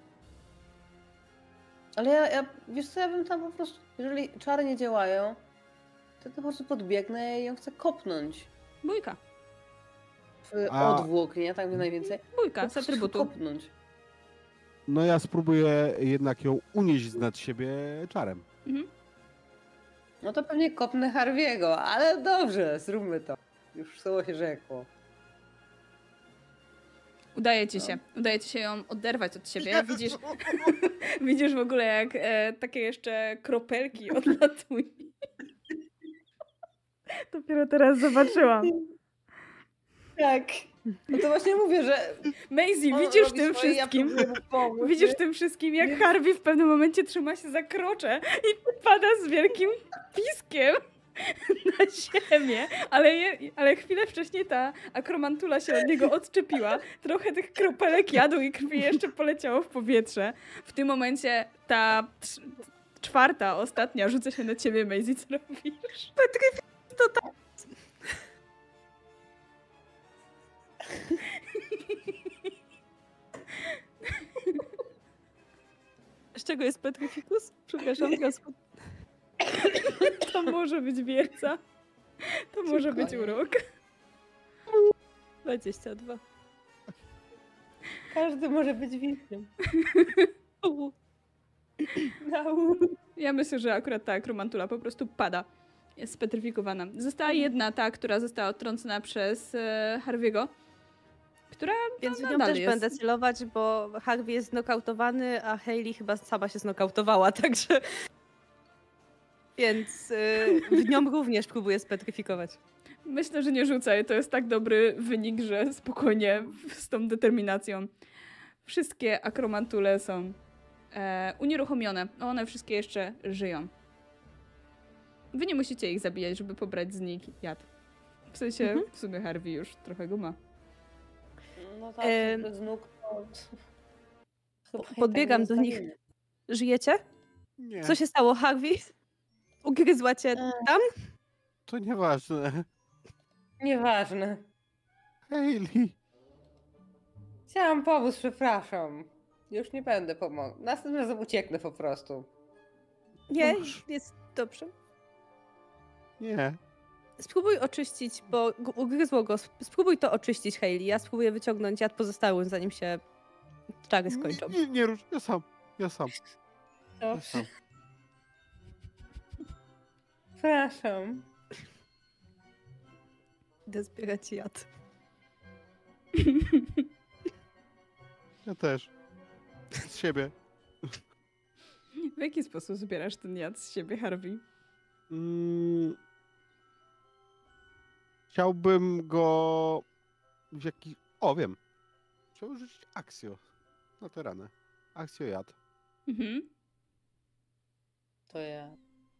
Ale ja, ja, wiesz co, ja bym tam po prostu, jeżeli czary nie działają, to po prostu podbiegnę i ją chcę kopnąć Bójka. w A- odwłok, nie? Tak najwięcej. Bójka Po z prostu atrybutu. kopnąć. no ja spróbuję jednak ją unieść nad siebie czarem. Mhm. No to pewnie kopnę Harvey'ego, ale dobrze, zróbmy to. Już słowo się rzekło. Udaje ci No. się. Udaje ci się ją oderwać od siebie. Widzisz, widzisz w ogóle, jak e, takie jeszcze kropelki odlatują. Dopiero teraz zobaczyłam. Tak. No to właśnie mówię, że Maisie, on widzisz w robi tym swoje, ja wszystkim, próbuję mu pomóc, widzisz nie? w tym wszystkim, jak Więc- Harvey w pewnym momencie trzyma się za krocze i pada z wielkim piskiem. na ziemię, ale, je, ale chwilę wcześniej ta akromantula się od niego odczepiła. Trochę tych kropelek jadu i krwi jeszcze poleciało w powietrze. W tym momencie ta trz- czwarta, ostatnia rzuca się na ciebie, Maisie, co robisz? To tak. Z czego jest Petrificus? Przepraszam, teraz... To może być wiedza. To może być urok. dwadzieścia dwa. Każdy może być wilkiem. U. Nau. Ja myślę, że akurat ta akromantula po prostu pada. Jest spetryfikowana. Została jedna, ta, która została odtrącona przez e, Harvey'ego, która Więc no, w nią nadal też jest. będę celować, bo Harvey jest znokautowany, a Hayley chyba sama się znokautowała, także... Więc y, w nią również próbuję spetryfikować. Myślę, że nie rzucaj. To jest tak dobry wynik, że spokojnie z tą determinacją. Wszystkie akromantule są e, unieruchomione. One wszystkie jeszcze żyją. Wy nie musicie ich zabijać, żeby pobrać z nich jad. W sensie, Mhm. w sumie Harvey już trochę go ma. No tak, Em, bez nóg to... Chyba i podbiegam tak do nie nich. zostawimy. Żyjecie? Nie, Co się stało, Harvey? Ugryzła cię tam? to nieważne. Nieważne. Hayley. Chciałam pomóc, przepraszam. Już nie będę pomagał. Następnym razem ucieknę po prostu. Nie, Boże. jest dobrze. Nie. Spróbuj oczyścić, bo g- ugryzło go. Sp- Spróbuj to oczyścić, Hayley. Ja spróbuję wyciągnąć jad pozostałym, zanim się czary skończą. Nie, nie rusz, ja sam, ja sam. Ja Dobrze. sam. Przepraszam. Idę zbierać jad. Ja też. Z siebie. W jaki sposób zbierasz ten jad z siebie, Harvey? Mm, chciałbym go w jaki... O, wiem. Chciałbym rzucić akcjo na tę ranę. Akcjo jad. Mhm. To ja.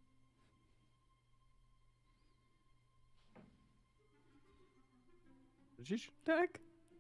Rzucić? Tak.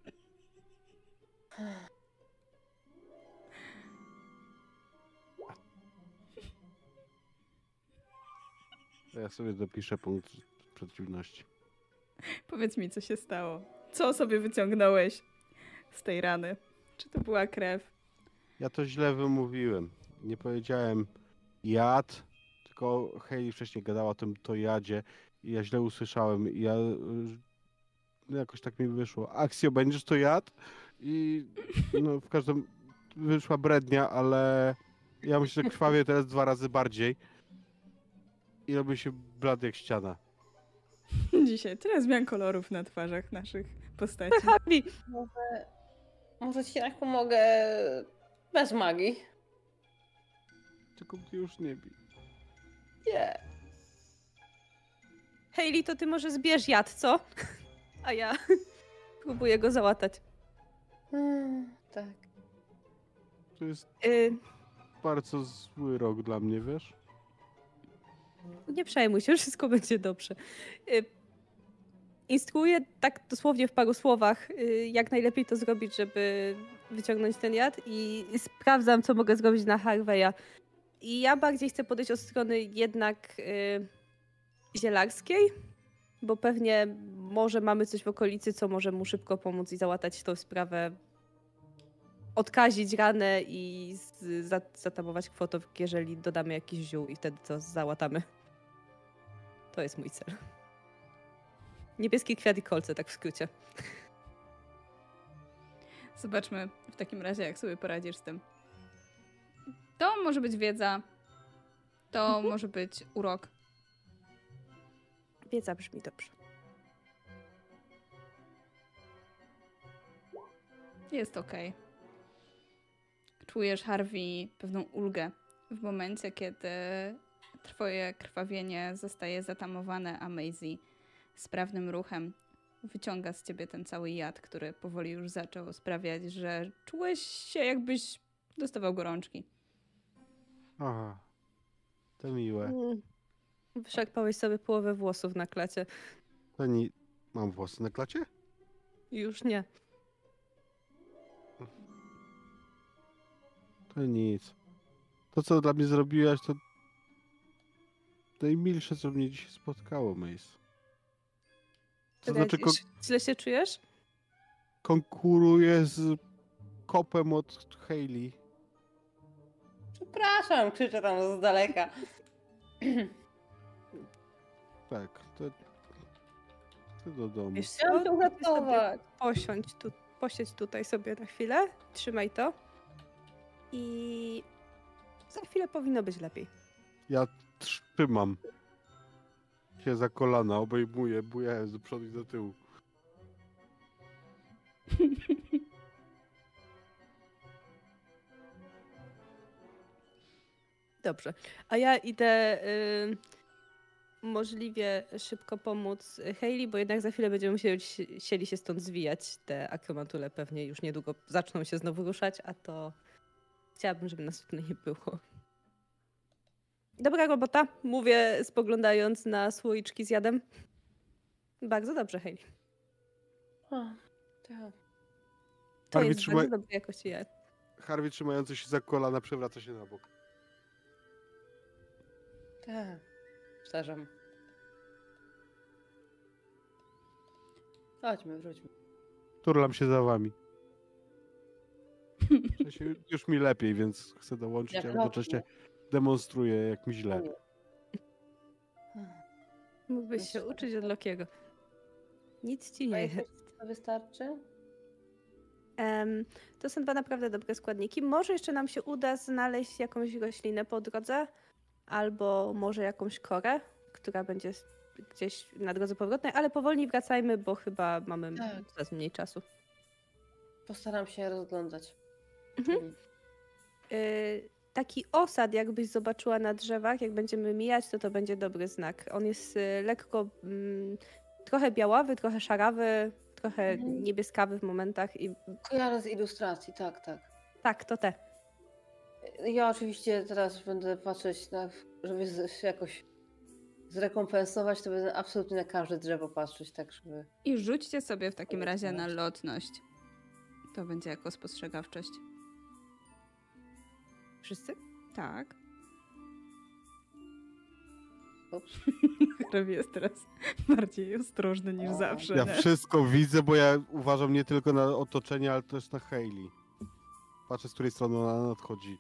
To ja sobie dopiszę punkt przeciwności. Powiedz mi, co się stało. Co sobie wyciągnąłeś z tej rany? Czy to była krew? Ja to źle wymówiłem. Nie powiedziałem jad, tylko Hayley wcześniej gadała o tym to jadzie i ja źle usłyszałem i ja y, no jakoś tak mi wyszło. Akcjo, będziesz to jad? I no w każdym wyszła brednia, ale ja myślę, że krwawię teraz dwa razy bardziej i robię się blady jak ściana. Dzisiaj tyle zmian kolorów na twarzach naszych postaci. Harvey! Może, może ci jednak pomogę bez magii? Tylko mnie już nie bij. Nie. Hayley, to ty może zbierz jad, co? A ja próbuję go załatać. Hmm, tak. To jest Y, bardzo zły rok dla mnie, wiesz? nie przejmuj się, wszystko będzie dobrze. Y, instruuję tak dosłownie w paru słowach, y, jak najlepiej to zrobić, żeby wyciągnąć ten jad i sprawdzam, co mogę zrobić na Harveya. I ja bardziej chcę podejść od strony jednak y, zielarskiej, bo pewnie może mamy coś w okolicy, co może mu szybko pomóc i załatać tą sprawę, odkazić ranę i z, za, zatamować kwotok, jeżeli dodamy jakiś ziół i wtedy to załatamy. To jest mój cel. Niebieski kwiat i kolce, tak w skrócie. Zobaczmy w takim razie, jak sobie poradzisz z tym. To może być wiedza. To Mhm. może być urok. Wiedza brzmi dobrze. Jest okej. Czujesz, Harvey, pewną ulgę w momencie, kiedy twoje krwawienie zostaje zatamowane, a Maisie sprawnym ruchem wyciąga z ciebie ten cały jad, który powoli już zaczął sprawiać, że czułeś się, jakbyś dostawał gorączki. Aha, to miłe. Mm. Wyszarpałeś sobie połowę włosów na klacie. To nie... Mam włosy na klacie? Już nie. To nic. To, co dla mnie zrobiłaś, to najmilsze, co mnie dzisiaj spotkało, Mace. To znaczy, kon Źle się czujesz? konkuruję z kopem od Hayley. Przepraszam, krzyczę tam z daleka. Tak, to... to do domu. Wiesz Chciałam co? to Ty sobie uratować. Posiądź tu, posiedź tutaj sobie na chwilę. Trzymaj to. I za chwilę powinno być lepiej. Ja trzymam się za kolana, obejmuję, bujając do przodu i do tyłu. Dobrze. A ja idę y, możliwie szybko pomóc Hayley, bo jednak za chwilę będziemy musieli, musieli się stąd zwijać. Te akromatule pewnie już niedługo zaczną się znowu ruszać, a to chciałabym, żeby nas tutaj nie było. Dobra robota, mówię spoglądając na słoiczki z jadem. Bardzo dobrze, Hayley. O, tak. To Harvey, jest trzymaj- bardzo dobrej jakości jad. Harvey trzymający się za kolana przewraca się na bok. Tak. Przepraszam. Chodźmy, wróćmy. Turlam się za wami. W sensie już mi lepiej, więc chcę dołączyć, Jak a jednocześnie demonstruję, jak mi źle. Mógłbyś się uczyć od Lokiego. Nic ci A nie jest jest. coś, co wystarczy? Em, to są dwa naprawdę dobre składniki. Może jeszcze nam się uda znaleźć jakąś roślinę po drodze, albo może jakąś korę, która będzie s- gdzieś na drodze powrotnej, ale powolnie wracajmy, bo chyba mamy Tak. coraz mniej czasu. Postaram się rozglądać. Mhm. Y, taki osad, jakbyś zobaczyła na drzewach, jak będziemy mijać, to to będzie dobry znak. On jest y, lekko, mm, trochę białawy, trochę szarawy, trochę Mhm. niebieskawy w momentach i Kojarzę z ilustracji, tak, tak. tak, to te. Ja oczywiście teraz będę patrzeć na, żeby z, się jakoś zrekompensować, to będę absolutnie na każde drzewo patrzeć, tak żeby... I rzućcie sobie w takim razie na lotność. To będzie jako spostrzegawczość. Wszyscy? Tak. Ups. Robi jest teraz bardziej ostrożny niż O. zawsze. Ja nie? wszystko widzę, bo ja uważam nie tylko na otoczenie, ale też na Hayley. Patrzę, z której strony ona nadchodzi.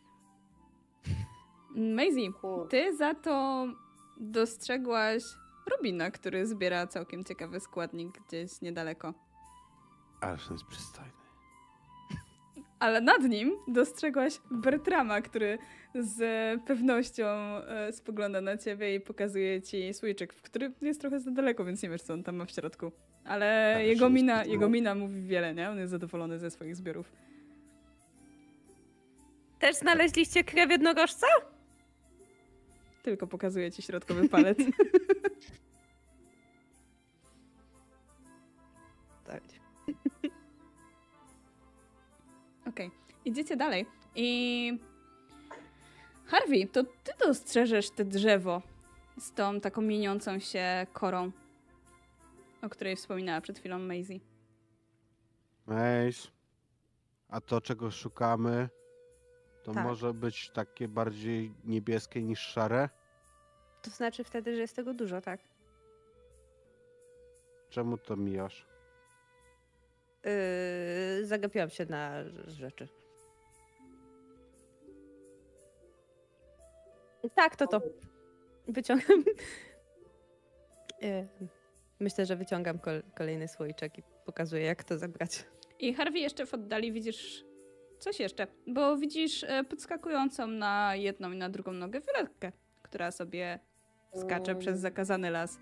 Maisie, Kur... ty za to dostrzegłaś Robina, który zbiera całkiem ciekawy składnik gdzieś niedaleko. Ależ on jest przystojny. Ale nad nim dostrzegłaś Bertrama, który z pewnością e, spogląda na ciebie i pokazuje ci słoiczek, w który jest trochę za daleko, więc nie wiesz, co on tam ma w środku. Ale Ale jego się mina, spytał. jego mina mówi wiele, nie? On jest zadowolony ze swoich zbiorów. Też znaleźliście krew jednorożca? Tylko pokazuje ci środkowy palec. Tak. Okej, idziecie dalej i... Harvey, to ty dostrzeżesz te drzewo z tą taką mieniącą się korą, o której wspominała przed chwilą Maisie. Mace, a to, czego szukamy, to Tak. może być takie bardziej niebieskie niż szare? To znaczy wtedy, że jest tego dużo, tak? Czemu to mijasz? Yy, zagapiłam się na rzeczy. Tak, to to. Wyciągam. Yy, Myślę, że wyciągam kol- kolejny słoiczek i pokazuję, jak to zabrać. I Harvey, jeszcze w oddali widzisz coś jeszcze, bo widzisz e, podskakującą na jedną i na drugą nogę Violetkę, która sobie skacze Mm. przez zakazany las.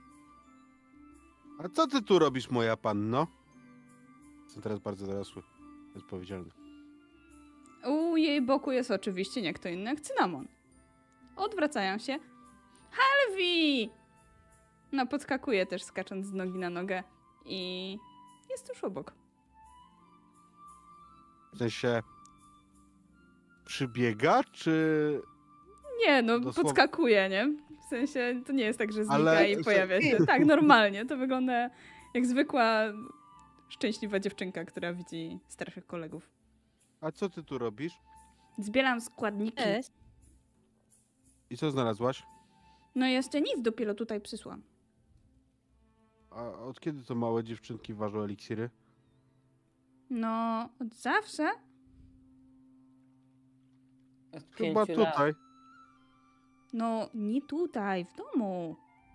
A co ty tu robisz, moja panno? Jestem teraz bardzo dorosły, odpowiedzialny. U jej boku jest oczywiście nie kto inny jak Cynamon. Odwracają się. Harvey! No, podskakuje też, skacząc z nogi na nogę i jest już obok. W sensie przybiega, czy... Nie, no, Dosłownie- podskakuje, nie? sensie to nie jest tak, że znika Ale- i pojawia się. Tak, normalnie. To wygląda jak zwykła szczęśliwa dziewczynka, która widzi starszych kolegów. A co ty tu robisz? Zbieram składniki. Cześć. I co znalazłaś? No jeszcze nic, dopiero tutaj przysłam. A od kiedy to małe dziewczynki ważą eliksiry? No, od zawsze. Od Chyba pięciu lat. tutaj. No, nie tutaj, w domu.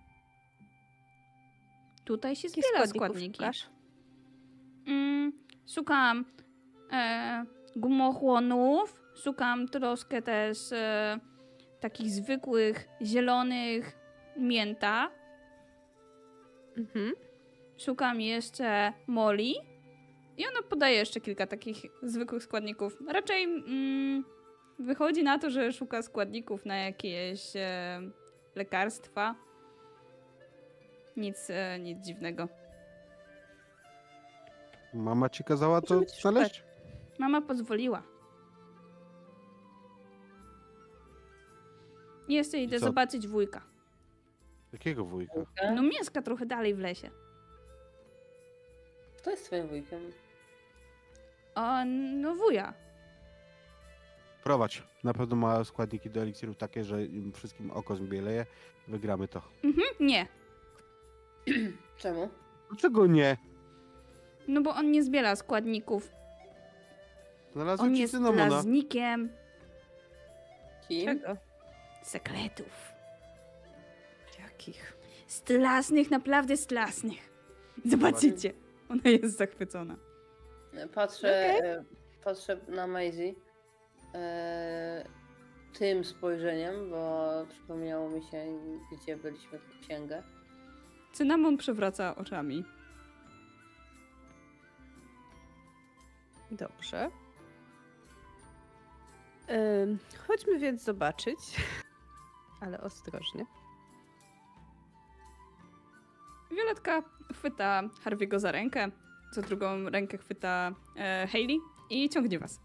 Tutaj się Jakich zbiera składników składniki. szukasz? Mm, szukam e, gumochłonów, szukam troszkę też e, takich zwykłych, zielonych mięta. Mhm. Szukam jeszcze moli i ona podaje jeszcze kilka takich zwykłych składników. Raczej mm, wychodzi na to, że szuka składników na jakieś e, lekarstwa. Nic, e, nic dziwnego. Mama ci kazała to Możemy ci znaleźć? Mama pozwoliła. I jeszcze idę co? zobaczyć wujka. Jakiego wujka? No mieszka trochę dalej w lesie. Kto jest twoim wujkiem? O, no wuja. Prowadź. Na pewno ma składniki do eliksirów takie, że im wszystkim oko zbieleje. Wygramy to. Mhm, nie. Czemu? Dlaczego nie? No bo on nie zbiera składników. Znalazłem On ci jest cynamona. laznikiem Kim? Czego? sekretów. Jakich? Stlasnych, naprawdę stlasnych. Zobaczycie. Ona jest zachwycona. Patrzę, Okej. e, patrzę na Maisie e, tym spojrzeniem, bo przypomniało mi się, gdzie byliśmy w księgę. Cynamon przewraca oczami. Dobrze. Ym, chodźmy więc zobaczyć. Ale ostrożnie. Violetka chwyta Harvey'ego za rękę, za drugą rękę chwyta e, Hayley i ciągnie was.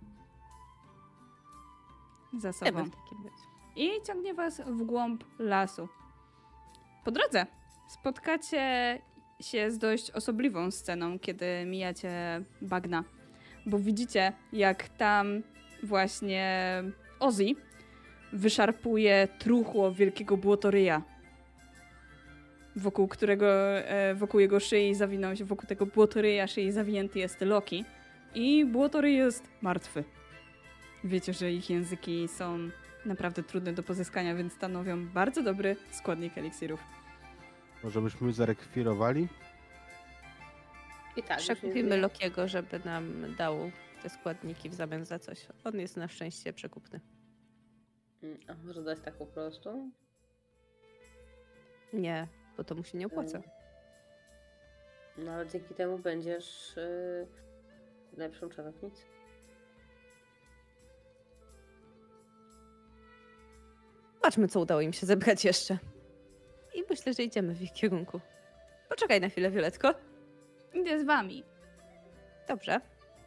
Za sobą. Idziemy w takim razie. I ciągnie was w głąb lasu. Po drodze spotkacie się z dość osobliwą sceną, kiedy mijacie bagna. Bo widzicie, jak tam właśnie Ozzy wyszarpuje truchło wielkiego błotoryja, wokół którego, e, wokół jego szyi zawinął się, wokół tego błotoryja szyi zawinięty jest Loki i błotoryj jest martwy. Wiecie, że ich języki są naprawdę trudne do pozyskania, więc stanowią bardzo dobry składnik eliksirów. Może byśmy zarekwirowali? I tak. już Przekupimy nie- Lokiego, żeby nam dał te składniki w zamian za coś. On jest na szczęście przekupny. Mm, A może dać tak po prostu? Nie, bo to mu się nie opłaca. No ale dzięki temu będziesz y, lepszą czarownicą. Zobaczmy, co udało im się zebrać jeszcze. I myślę, że idziemy w ich kierunku. Poczekaj na chwilę, Violetko. Idę z wami. Dobrze.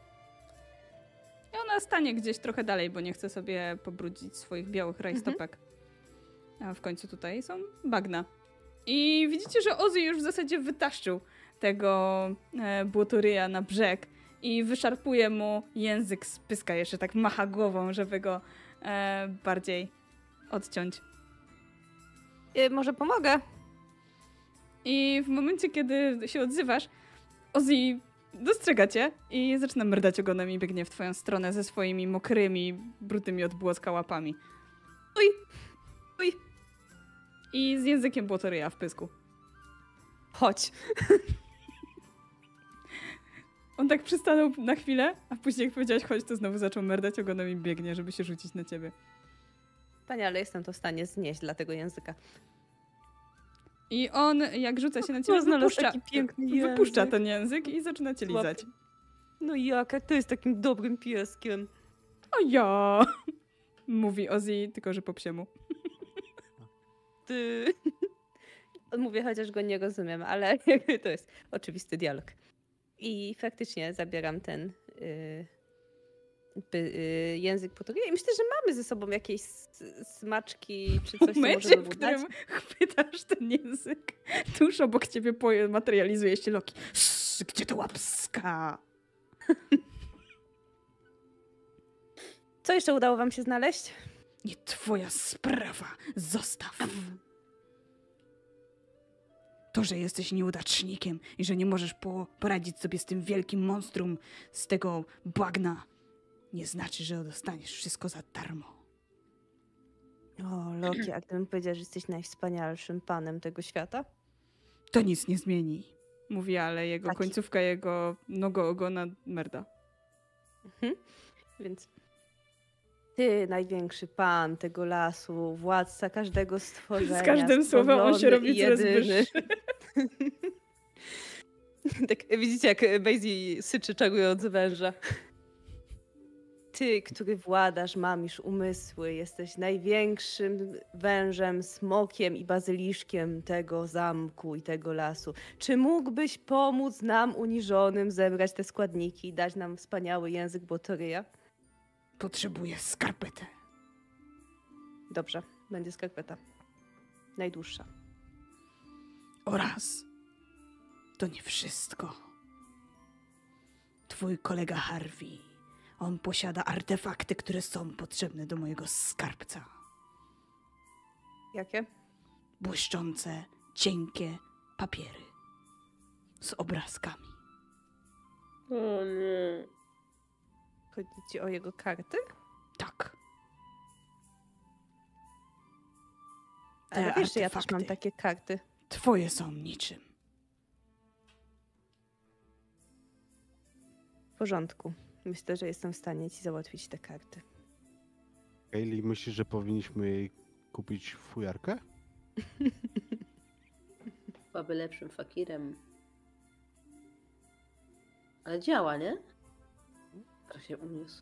I ona stanie gdzieś trochę dalej, bo nie chce sobie pobrudzić swoich białych rajstopek. A w końcu tutaj są bagna. I widzicie, że Ozzy już w zasadzie wytaszczył tego e, błotoryja na brzeg i wyszarpuje mu język z pyska. Jeszcze tak macha głową, żeby go e, bardziej odciąć. Y, może pomogę? I w momencie, kiedy się odzywasz, Ozzy dostrzega cię i zaczyna mrdać ogonem i biegnie w twoją stronę ze swoimi mokrymi, brudnymi od błoska łapami. Uj, uj. I z językiem błotoryja w pysku. Chodź. On tak przystanął na chwilę, a później jak powiedziałaś chodź, to znowu zaczął merdać ogonem i biegnie, żeby się rzucić na ciebie. Panie, ale jestem to w stanie znieść dla tego języka. I on, jak rzuca się na ciebie, No, znalazł wypuszcza, taki piękny wypuszcza język. ten język i zaczyna cię lizać. No jak, jak to jest takim dobrym pieskiem. O ja! Mówi Ozzy, tylko że po psiemu. Ty. Mówię, chociaż go nie rozumiem, ale to jest oczywisty dialog. I faktycznie zabieram ten, yy, py, y, język Poturię i myślę, że mamy ze sobą jakieś s- smaczki czy coś, W co momencie, możemy w uznać. którym chwytasz ten język, tuż obok ciebie poje- materializuje się Loki. Sz, gdzie to łapska? Co jeszcze udało wam się znaleźć? Nie twoja sprawa. Zostaw. To, że jesteś nieudacznikiem i że nie możesz po- poradzić sobie z tym wielkim monstrum z tego bagna, nie znaczy, że dostaniesz wszystko za darmo. O, Loki, a gdybym powiedziała, że jesteś najwspanialszym panem tego świata? To nic nie zmieni. Mówi, ale jego Taki. końcówka jego nogoogona merda. Mhm. Więc ty, największy pan tego lasu, władca każdego stworzenia. Z każdym słowem on się stworzony robi i coraz jedyny. wyższy. Tak, widzicie, jak Maisie syczy, czarując węża. Ty, który władasz, mamisz umysły, jesteś największym wężem, smokiem i bazyliszkiem tego zamku i tego lasu. Czy mógłbyś pomóc nam uniżonym zebrać te składniki i dać nam wspaniały język Botoryja? Potrzebuję skarpetę. Dobrze, będzie skarpeta. Najdłuższa. Oraz to nie wszystko. Twój kolega Harvey, on posiada artefakty, które są potrzebne do mojego skarbca. Jakie? Błyszczące, cienkie papiery z obrazkami. O nie. Chodzi ci o jego karty? Tak. Ale Te wiesz, że ja też artefakty. mam takie karty. Twoje są niczym. W porządku. Myślę, że jestem w stanie ci załatwić te karty. Kaylee, myślisz, że powinniśmy jej kupić fujarkę? Byłaby lepszym fakirem. Ale działa, nie? To się uniósł.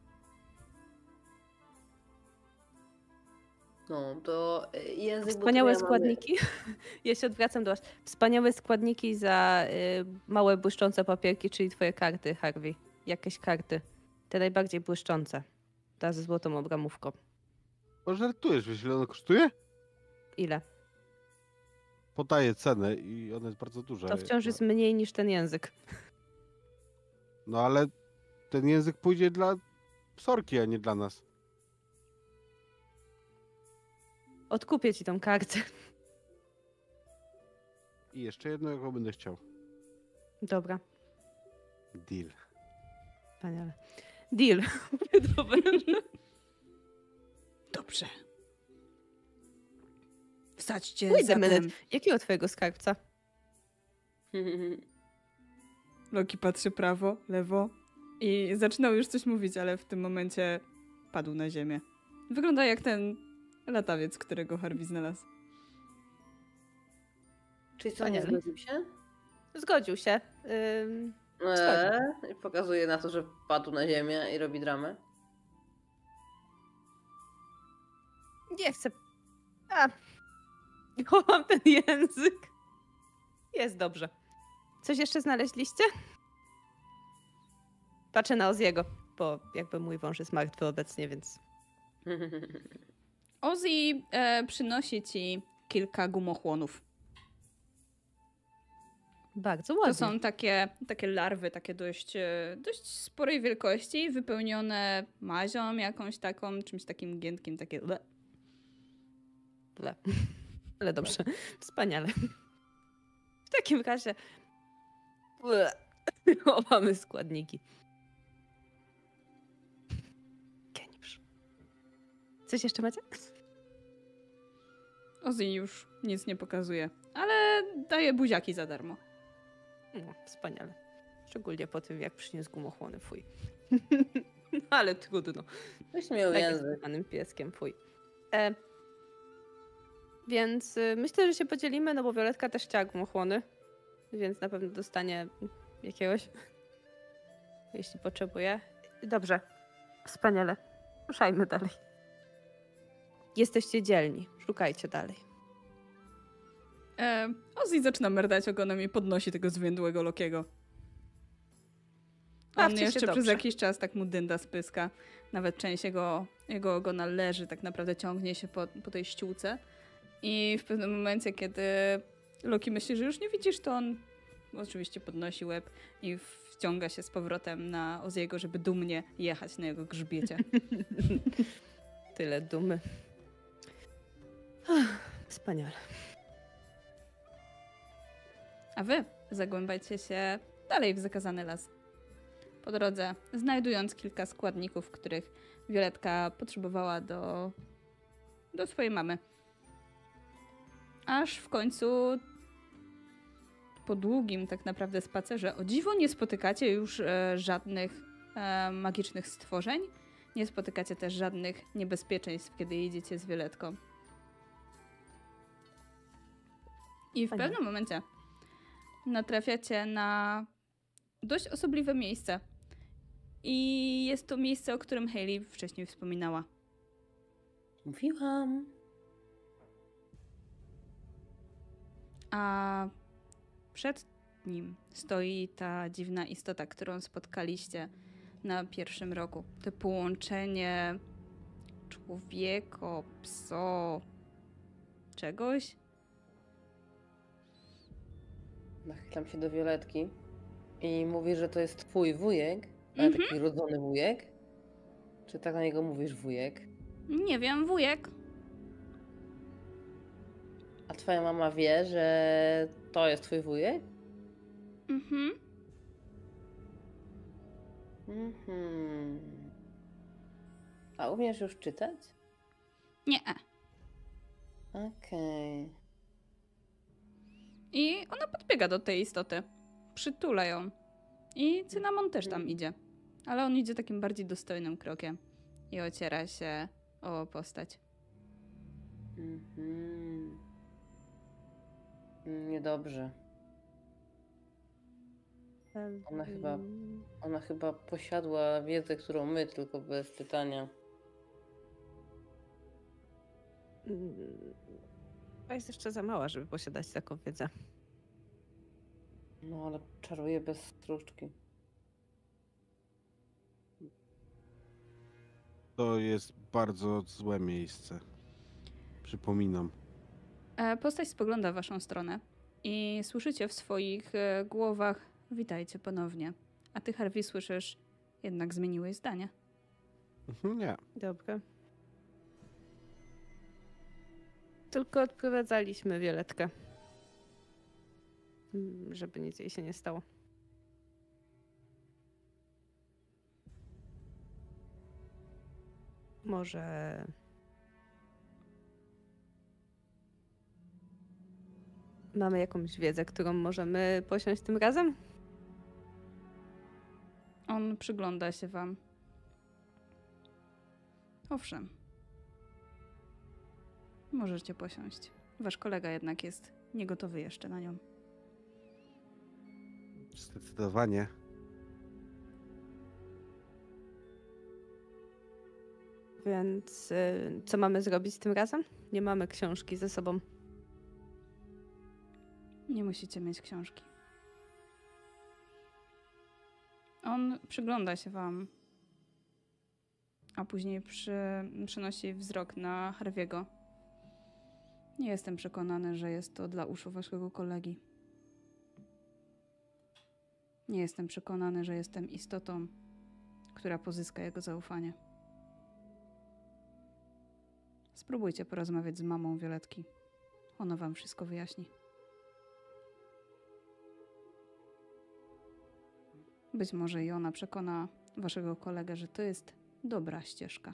No, to y, język Wspaniałe Botoryja mamy- składniki. Ja się odwracam do was. Wspaniałe składniki za y, małe błyszczące papierki, czyli twoje karty, Harvey. Jakieś karty. Te najbardziej błyszczące. Ta ze złotą obramówką. Bo żartujesz, wiesz ile ono kosztuje? Ile? Podaję cenę i ona jest bardzo duża. To wciąż jest mniej niż ten język. No ale ten język pójdzie dla psorki, a nie dla nas. Odkupię ci tą kartę. I jeszcze jedno, jaką będę chciał. Dobra, Deal. wspaniale. Deal. Mówię do węża. Dobrze. Wsadźcie Mój zatem... demenet. Jakiego twojego skarbca? Loki patrzy prawo, lewo i zaczynał już coś mówić, ale w tym momencie padł na ziemię. Wygląda jak ten latawiec, którego Harvey znalazł. Czyli co, nie Wspaniale. zgodził się? Zgodził się. Ym, Eee, i pokazuje na to, że padł na ziemię i robi dramę. nie chcę. A. Kocham ten język. Jest dobrze. Coś jeszcze znaleźliście? Patrzę na Oziego, bo jakby mój wąż jest martwy obecnie, więc... Ozzy e, przynosi ci kilka gumochłonów. Bardzo ładnie. To są takie, takie larwy, takie dość, e, dość sporej wielkości, wypełnione mazią jakąś taką, czymś takim giętkim, takie... le. Ble. Ale dobrze. Wspaniale. W takim razie... Ble. O, mamy składniki. Geniusz. Coś jeszcze macie? Ozzy już nic nie pokazuje, ale daje buziaki za darmo. No, wspaniale. Szczególnie po tym, jak przyniósł gumochłony, fuj. Ale trudno. Ktoś miał Tak jest język. z panem pieskiem, fuj. E, więc y, myślę, że się podzielimy, no bo Violetka też chciała gumochłony, więc na pewno dostanie jakiegoś, jeśli potrzebuje. Dobrze. Wspaniale. Ruszajmy dalej. Jesteście dzielni. Szukajcie dalej. E, Ozzy zaczyna merdać ogonem i podnosi tego zwiędłego Lokiego. On Bawcie się jeszcze przez dobrze. jakiś czas tak mu dynda spyska. Nawet część jego, jego ogona leży, tak naprawdę ciągnie się po, po tej ściółce. I w pewnym momencie, kiedy Loki myśli, że już nie widzisz, to on oczywiście podnosi łeb i wciąga się z powrotem na Oziego, żeby dumnie jechać na jego grzbiecie. Tyle dumy. Ach, wspaniale. A wy zagłębiajcie się dalej w zakazany las. Po drodze, znajdując kilka składników, których Violetka potrzebowała do, do swojej mamy. Aż w końcu po długim tak naprawdę spacerze, o dziwo nie spotykacie już e, żadnych e, magicznych stworzeń. Nie spotykacie też żadnych niebezpieczeństw, kiedy jedziecie z Violetką. I w Fajnie. pewnym momencie natrafiacie na dość osobliwe miejsce. I jest to miejsce, o którym Hayley wcześniej wspominała. Mówiłam. A przed nim stoi ta dziwna istota, którą spotkaliście na pierwszym roku. To połączenie człowieko, pso, czegoś. Nachylam się do Violetki i mówi, że to jest twój wujek, ale Mhm. taki rodzony wujek. Czy tak na niego mówisz wujek? Nie wiem, wujek. A twoja mama wie, że to jest twój wujek? Mhm. Mhm. A umiesz już czytać? Nie. Okej. I ona podbiega do tej istoty. Przytula ją. I Cynamon też tam idzie. Ale on idzie takim bardziej dostojnym krokiem. I ociera się o postać. Mhm. Niedobrze. Ona chyba- Ona chyba posiadła wiedzę, którą my, tylko bez pytania. Mm, A jest jeszcze za mała, żeby posiadać taką wiedzę. No ale czaruje bez stróżki. To jest bardzo złe miejsce. Przypominam. E, Postać spogląda w waszą stronę i słyszycie w swoich e, głowach witajcie ponownie. A ty, Harvey, słyszysz jednak zmieniłeś zdanie. Mhm, nie. Dobra. Tylko odprowadzaliśmy Violetkę. Mm, Żeby nic jej się nie stało. Może... Mamy jakąś wiedzę, którą możemy posiąść tym razem? On przygląda się wam. Owszem. Możecie posiąść. Wasz kolega jednak jest niegotowy jeszcze na nią. Zdecydowanie. Więc y, co mamy zrobić tym razem? Nie mamy książki ze sobą. Nie musicie mieć książki. On przygląda się wam, a później przy, przenosi wzrok na Harvey'ego. Nie jestem przekonany, że jest to dla uszu waszego kolegi. Nie jestem przekonany, że jestem istotą, która pozyska jego zaufanie. Spróbujcie porozmawiać z mamą Violetki. Ona wam wszystko wyjaśni. Być może i ona przekona waszego kolegę, że to jest dobra ścieżka.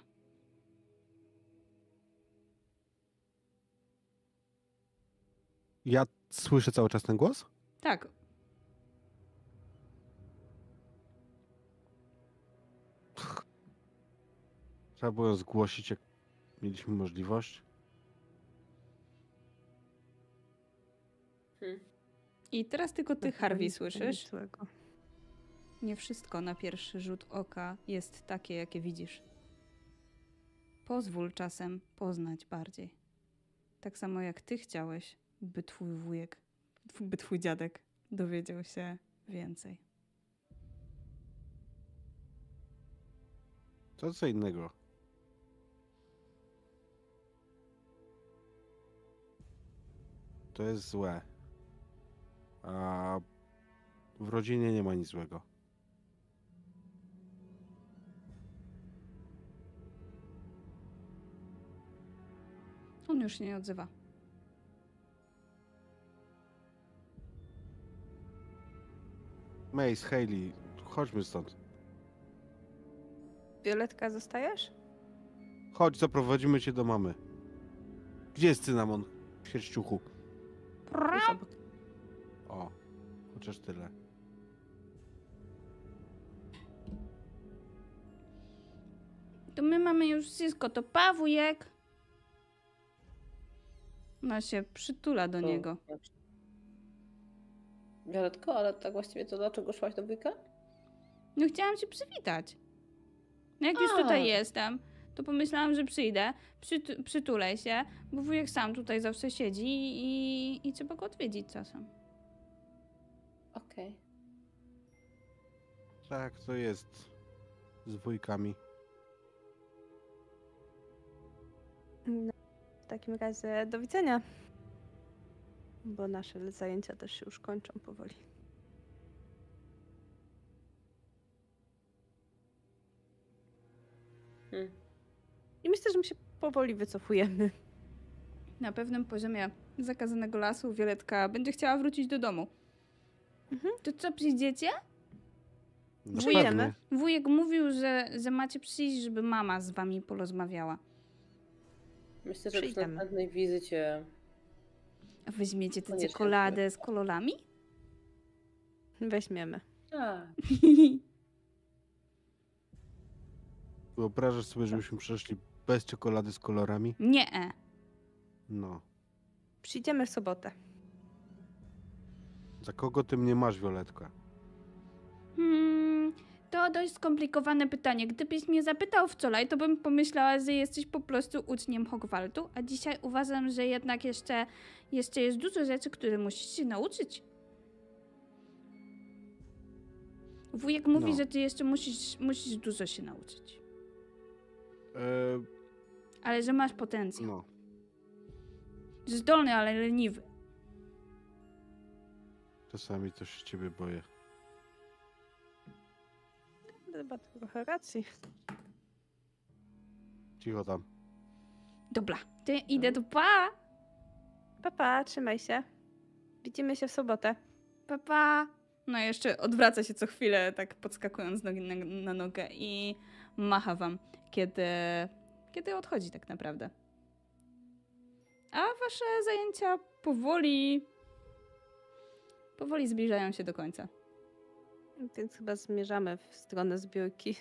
Ja słyszę cały czas ten głos? Tak, Trzeba było ją zgłosić, jak mieliśmy możliwość. Hmm. i teraz tylko ty, Chyba Harvey, nic słyszysz? złego. Nie wszystko na pierwszy rzut oka jest takie, jakie widzisz. Pozwól czasem poznać bardziej. Tak samo jak ty chciałeś, by twój wujek, by twój dziadek dowiedział się więcej. To co innego. To jest złe. A w rodzinie nie ma nic złego. On już się nie odzywa. Mace, Hayley, chodźmy stąd. Violetka, zostajesz? Chodź, zaprowadzimy cię do mamy. Gdzie jest cynamon? W sierściuchu. Jest obok. O, chociaż tyle. To my mamy już wszystko, to pa, wujek. Ona się przytula do To- niego. Violetko, ale tak właściwie to dlaczego szłaś do wujka? No chciałam się przywitać. No jak już A. tutaj jestem, to pomyślałam, że przyjdę, przytu- przytulę się, bo wujek sam tutaj zawsze siedzi i, i trzeba go odwiedzić czasem. Okej. Tak, to jest z wujkami. No, w takim razie do widzenia. Bo nasze zajęcia też się już kończą powoli. Hmm. I myślę, że my się powoli wycofujemy. Na pewnym poziomie zakazanego lasu Violetka będzie chciała wrócić do domu. Mhm. To co, przyjdziecie? Na Żyjemy. pewno. Wujek mówił, że, że macie przyjść, żeby mama z wami porozmawiała. Myślę, że przy Przyjdziemy. następnej wizycie A weźmiecie tę Koniecznie. czekoladę z kolorami? Weźmiemy. tak. Wyobrażasz sobie, żebyśmy przeszli bez czekolady z kolorami? Nie. e. No. Przyjdziemy w sobotę. Za kogo ty mnie masz, Violetka? Hmm, to dość skomplikowane pytanie. Gdybyś mnie zapytał wczoraj, to bym pomyślała, że jesteś po prostu uczniem Hogwartu, a dzisiaj uważam, że jednak jeszcze, jeszcze jest dużo rzeczy, które musisz się nauczyć. Wujek mówi, No. że ty jeszcze musisz, musisz dużo się nauczyć. Eee, Ale że masz potencjał. no. Zdolny, ale leniwy. Czasami coś z ciebie boję. Chyba trochę racji. Cicho tam. Dobra, ty idę do pa! Papa, trzymaj się. Widzimy się w sobotę. Pa, pa. No i jeszcze odwraca się co chwilę, tak podskakując z nogi na, na nogę i macha wam, kiedy, kiedy odchodzi tak naprawdę. A wasze zajęcia powoli, powoli zbliżają się do końca. Więc chyba zmierzamy w stronę zbiórki.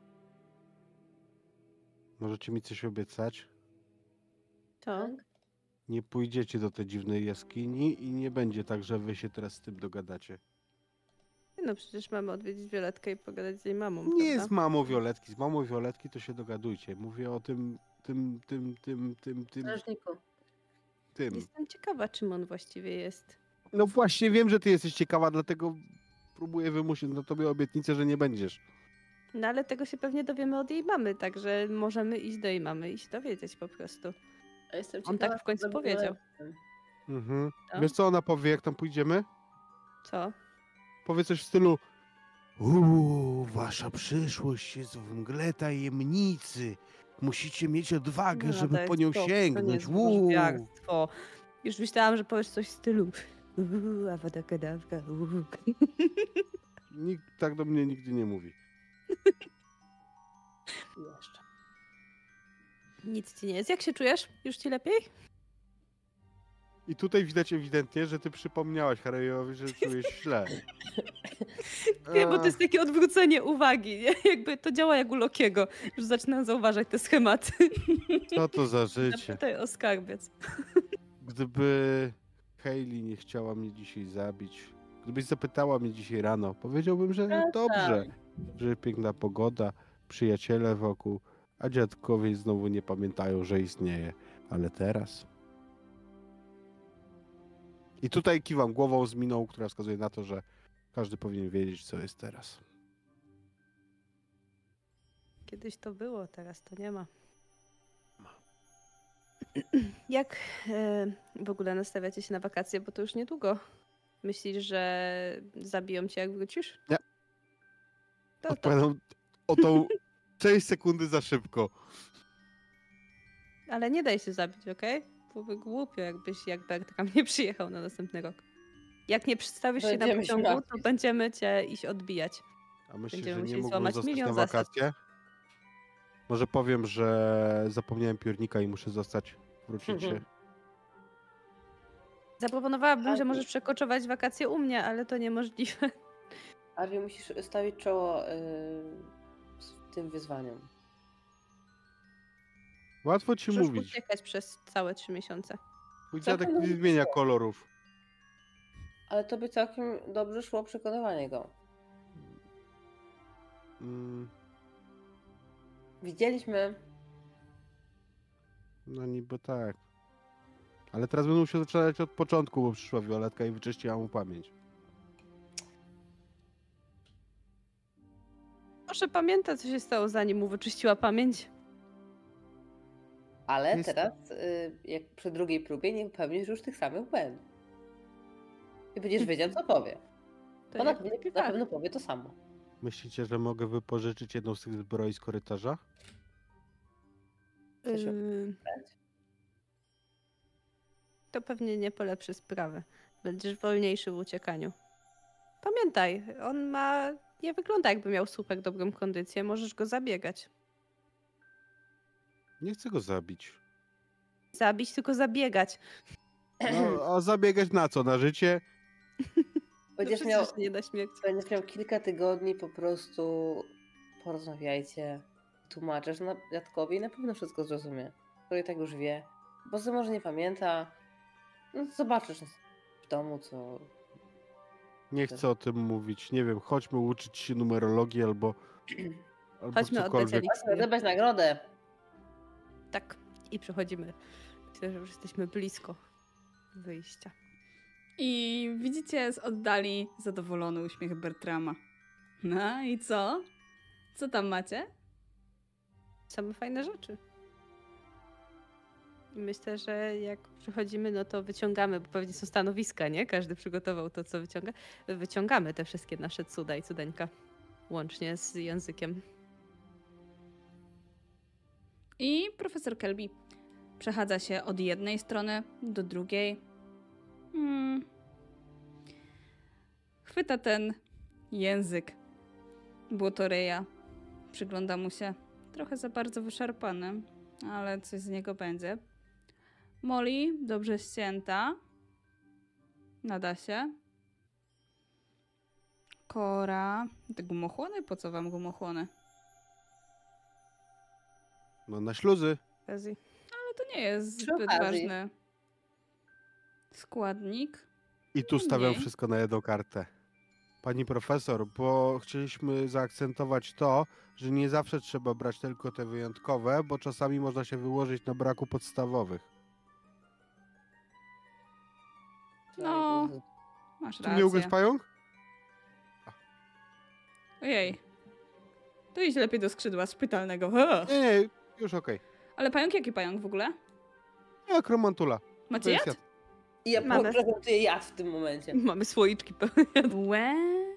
Możecie mi coś obiecać? To? Tak? Nie pójdziecie do tej dziwnej jaskini i nie będzie tak, że wy się teraz z tym dogadacie. No przecież mamy odwiedzić Violetkę i pogadać z jej mamą, Nie prawda? z mamą Violetki. Z mamą Violetki to się dogadujcie. Mówię o tym, tym, tym, tym, tym, tym, Strażniku. tym. Jestem ciekawa, czym on właściwie jest. No właśnie wiem, że ty jesteś ciekawa, dlatego próbuję wymusić na tobie obietnicę, że nie będziesz. No ale tego się pewnie dowiemy od jej mamy, także możemy iść do jej mamy i się dowiedzieć po prostu. A jestem On ciekawa, tak w końcu co zrobi powiedział. Violetkę. Mhm. Co? Wiesz co ona powie, jak tam pójdziemy? Co? Powie coś w stylu: Uuu, wasza przyszłość jest w mgle tajemnicy. Musicie mieć odwagę, No, żeby to po jest nią to, to sięgnąć. nie jest Uuu. wróżbiarstwo. Już myślałam, że powiesz coś w stylu uuu, awadakadawka, uuu. Nikt tak do mnie nigdy nie mówi. Jeszcze. Nic ci nie jest. Jak się czujesz? Już ci lepiej? I tutaj widać ewidentnie, że ty przypomniałaś Harryowi, że czujesz źle. Nie, bo to A, jest takie odwrócenie uwagi, nie? Jakby to działa jak u Lokiego. Już zaczynam zauważać te schematy. Co to za życie? Zapytaj o skarbiec. Gdyby Hayley nie chciała mnie dzisiaj zabić, gdybyś zapytała mnie dzisiaj rano, powiedziałbym, że No dobrze, że piękna pogoda, przyjaciele wokół, a dziadkowie znowu nie pamiętają, że istnieje. Ale teraz... I tutaj kiwam głową z miną, która wskazuje na to, że każdy powinien wiedzieć, co jest teraz. Kiedyś to było, teraz to nie ma. Jak e, w ogóle nastawiacie się na wakacje, bo to już niedługo. Myślisz, że zabiją cię, jak wrócisz? Nie. To, to, Odpowiadam o tą sześć sekundy za szybko. ale nie daj się zabić, okej? Byłoby głupio, jakbyś jak Bertram nie przyjechał na następny rok. Jak nie przedstawisz się na Będziemy się pociągu, martwić. to będziemy cię iść odbijać. A myślisz, Będziemy że nie musieli mógłbym złamać zostać milion na zasad. wakacje? Może powiem, że zapomniałem piórnika i muszę zostać, wrócić się. Zaproponowałabym, że Ale- możesz przekoczować wakacje u mnie, ale to niemożliwe. Arwie, musisz stawić czoło y, z tym wyzwaniom. Łatwo ci Możesz mówić. uciekać przez całe trzy miesiące. Mój dziadek Całkiem nie dobrze zmienia szło. kolorów. Ale to by całkiem dobrze szło przekonywanie go. Mm, Widzieliśmy. no niby tak. Ale teraz będę musiał zaczynać od początku, bo przyszła Violetka i wyczyściła mu pamięć. Może pamięta, co się stało, zanim mu wyczyściła pamięć. Ale Jest- teraz, y, jak przy drugiej próbie, nie popełnisz już tych samych błędów. I będziesz wiedział, co powie. To Bo na, jak pewno- taki na fakt. pewno powie to samo. Myślicie, że mogę wypożyczyć jedną z tych zbroi z korytarza? Chcesz ją Yy, wybrać? To pewnie nie polepszy sprawy. Będziesz wolniejszy w uciekaniu. Pamiętaj, on ma... Nie wygląda, jakby miał super dobrą kondycję. Możesz go zabiegać. Nie chcę go zabić. Zabić, tylko zabiegać. No, a zabiegać na co? Na życie? Będziesz no miał, przecież nie da śmierci. będziesz miał kilka tygodni, po prostu porozmawiajcie, tłumaczysz na dziadkowi i na pewno wszystko zrozumie. Który i tak już wie. Bo co może nie pamięta, no to zobaczysz w domu, co... Nie chcę o tym mówić. Nie wiem, chodźmy uczyć się numerologii albo, albo Chodźmy oddać cokolwiek. eliksir. Odebrać nagrodę. Tak. I przechodzimy. Myślę, że już jesteśmy blisko wyjścia. I widzicie z oddali zadowolony uśmiech Bertrama. No i co? Co tam macie? Same fajne rzeczy. I myślę, że jak przychodzimy, no to wyciągamy, bo pewnie są stanowiska, nie? Każdy przygotował to, co wyciąga. Wyciągamy te wszystkie nasze cuda i cudeńka. Łącznie z językiem. I profesor Kelby przechadza się od jednej strony do drugiej. Hmm. Chwyta ten język Błotoryja. Przygląda mu się. Trochę za bardzo wyszarpany, ale coś z niego będzie. Molly, dobrze ścięta. Nada się. Kora. Te gumochłony? Po co wam gumochłony? No na śluzy. Okazji. Ale to nie jest Przy zbyt okazji. ważny składnik. I tu stawiam Niemniej. wszystko na jedną kartę. Pani profesor, bo chcieliśmy zaakcentować to, że nie zawsze trzeba brać tylko te wyjątkowe, bo czasami można się wyłożyć na braku podstawowych. No. Masz Czy mnie ugryź rację. pająk? Ojej. To idź lepiej do skrzydła szpitalnego. Ha! Nie, nie, już okej. Ale pająk, jaki pająk w ogóle? Jak romantula. To Macie jest jad? I ja Mamy. prezentuję jad w tym momencie. Mamy słoiczki pełne. Łe?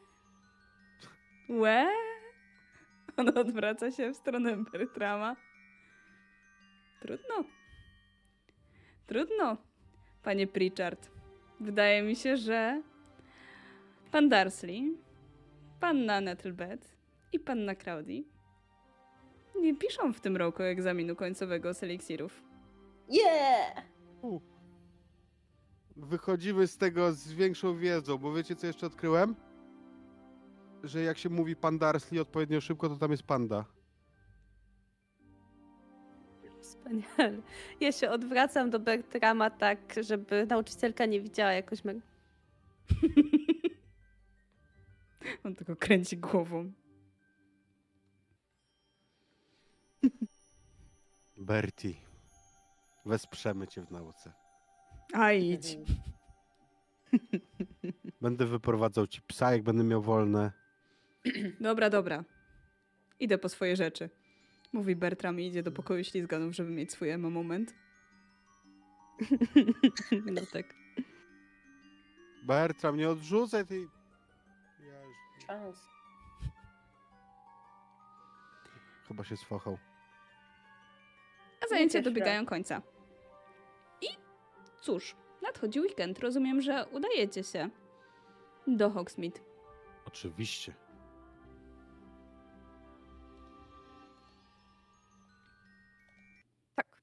Łe? On odwraca się w stronę Bertrama. Trudno. Trudno, panie Pritchard. Wydaje mi się, że pan Dursley, panna Nettlebed i panna Crowdy nie piszą w tym roku egzaminu końcowego z eliksirów. Yeah! Wychodzimy z tego z większą wiedzą, bo wiecie co jeszcze odkryłem? Że jak się mówi pan Dursley odpowiednio szybko, to tam jest panda. Wspaniale. Ja się odwracam do Bertrama tak, żeby nauczycielka nie widziała jakoś me... On tylko kręci głową. Bertie, wesprzemy cię w nauce. A idź. Będę wyprowadzał ci psa, jak będę miał wolne. Dobra, dobra. Idę po swoje rzeczy. Mówi Bertram i idzie do pokoju ślizganów, żeby mieć swój emo moment. No tak. Bertram, nie odrzucaj tej... Ja już... Czas. Chyba się sfochał. A zajęcia Nie, dobiegają końca. I cóż, nadchodzi weekend. Rozumiem, że udajecie się do Hogsmeade. Oczywiście. Tak.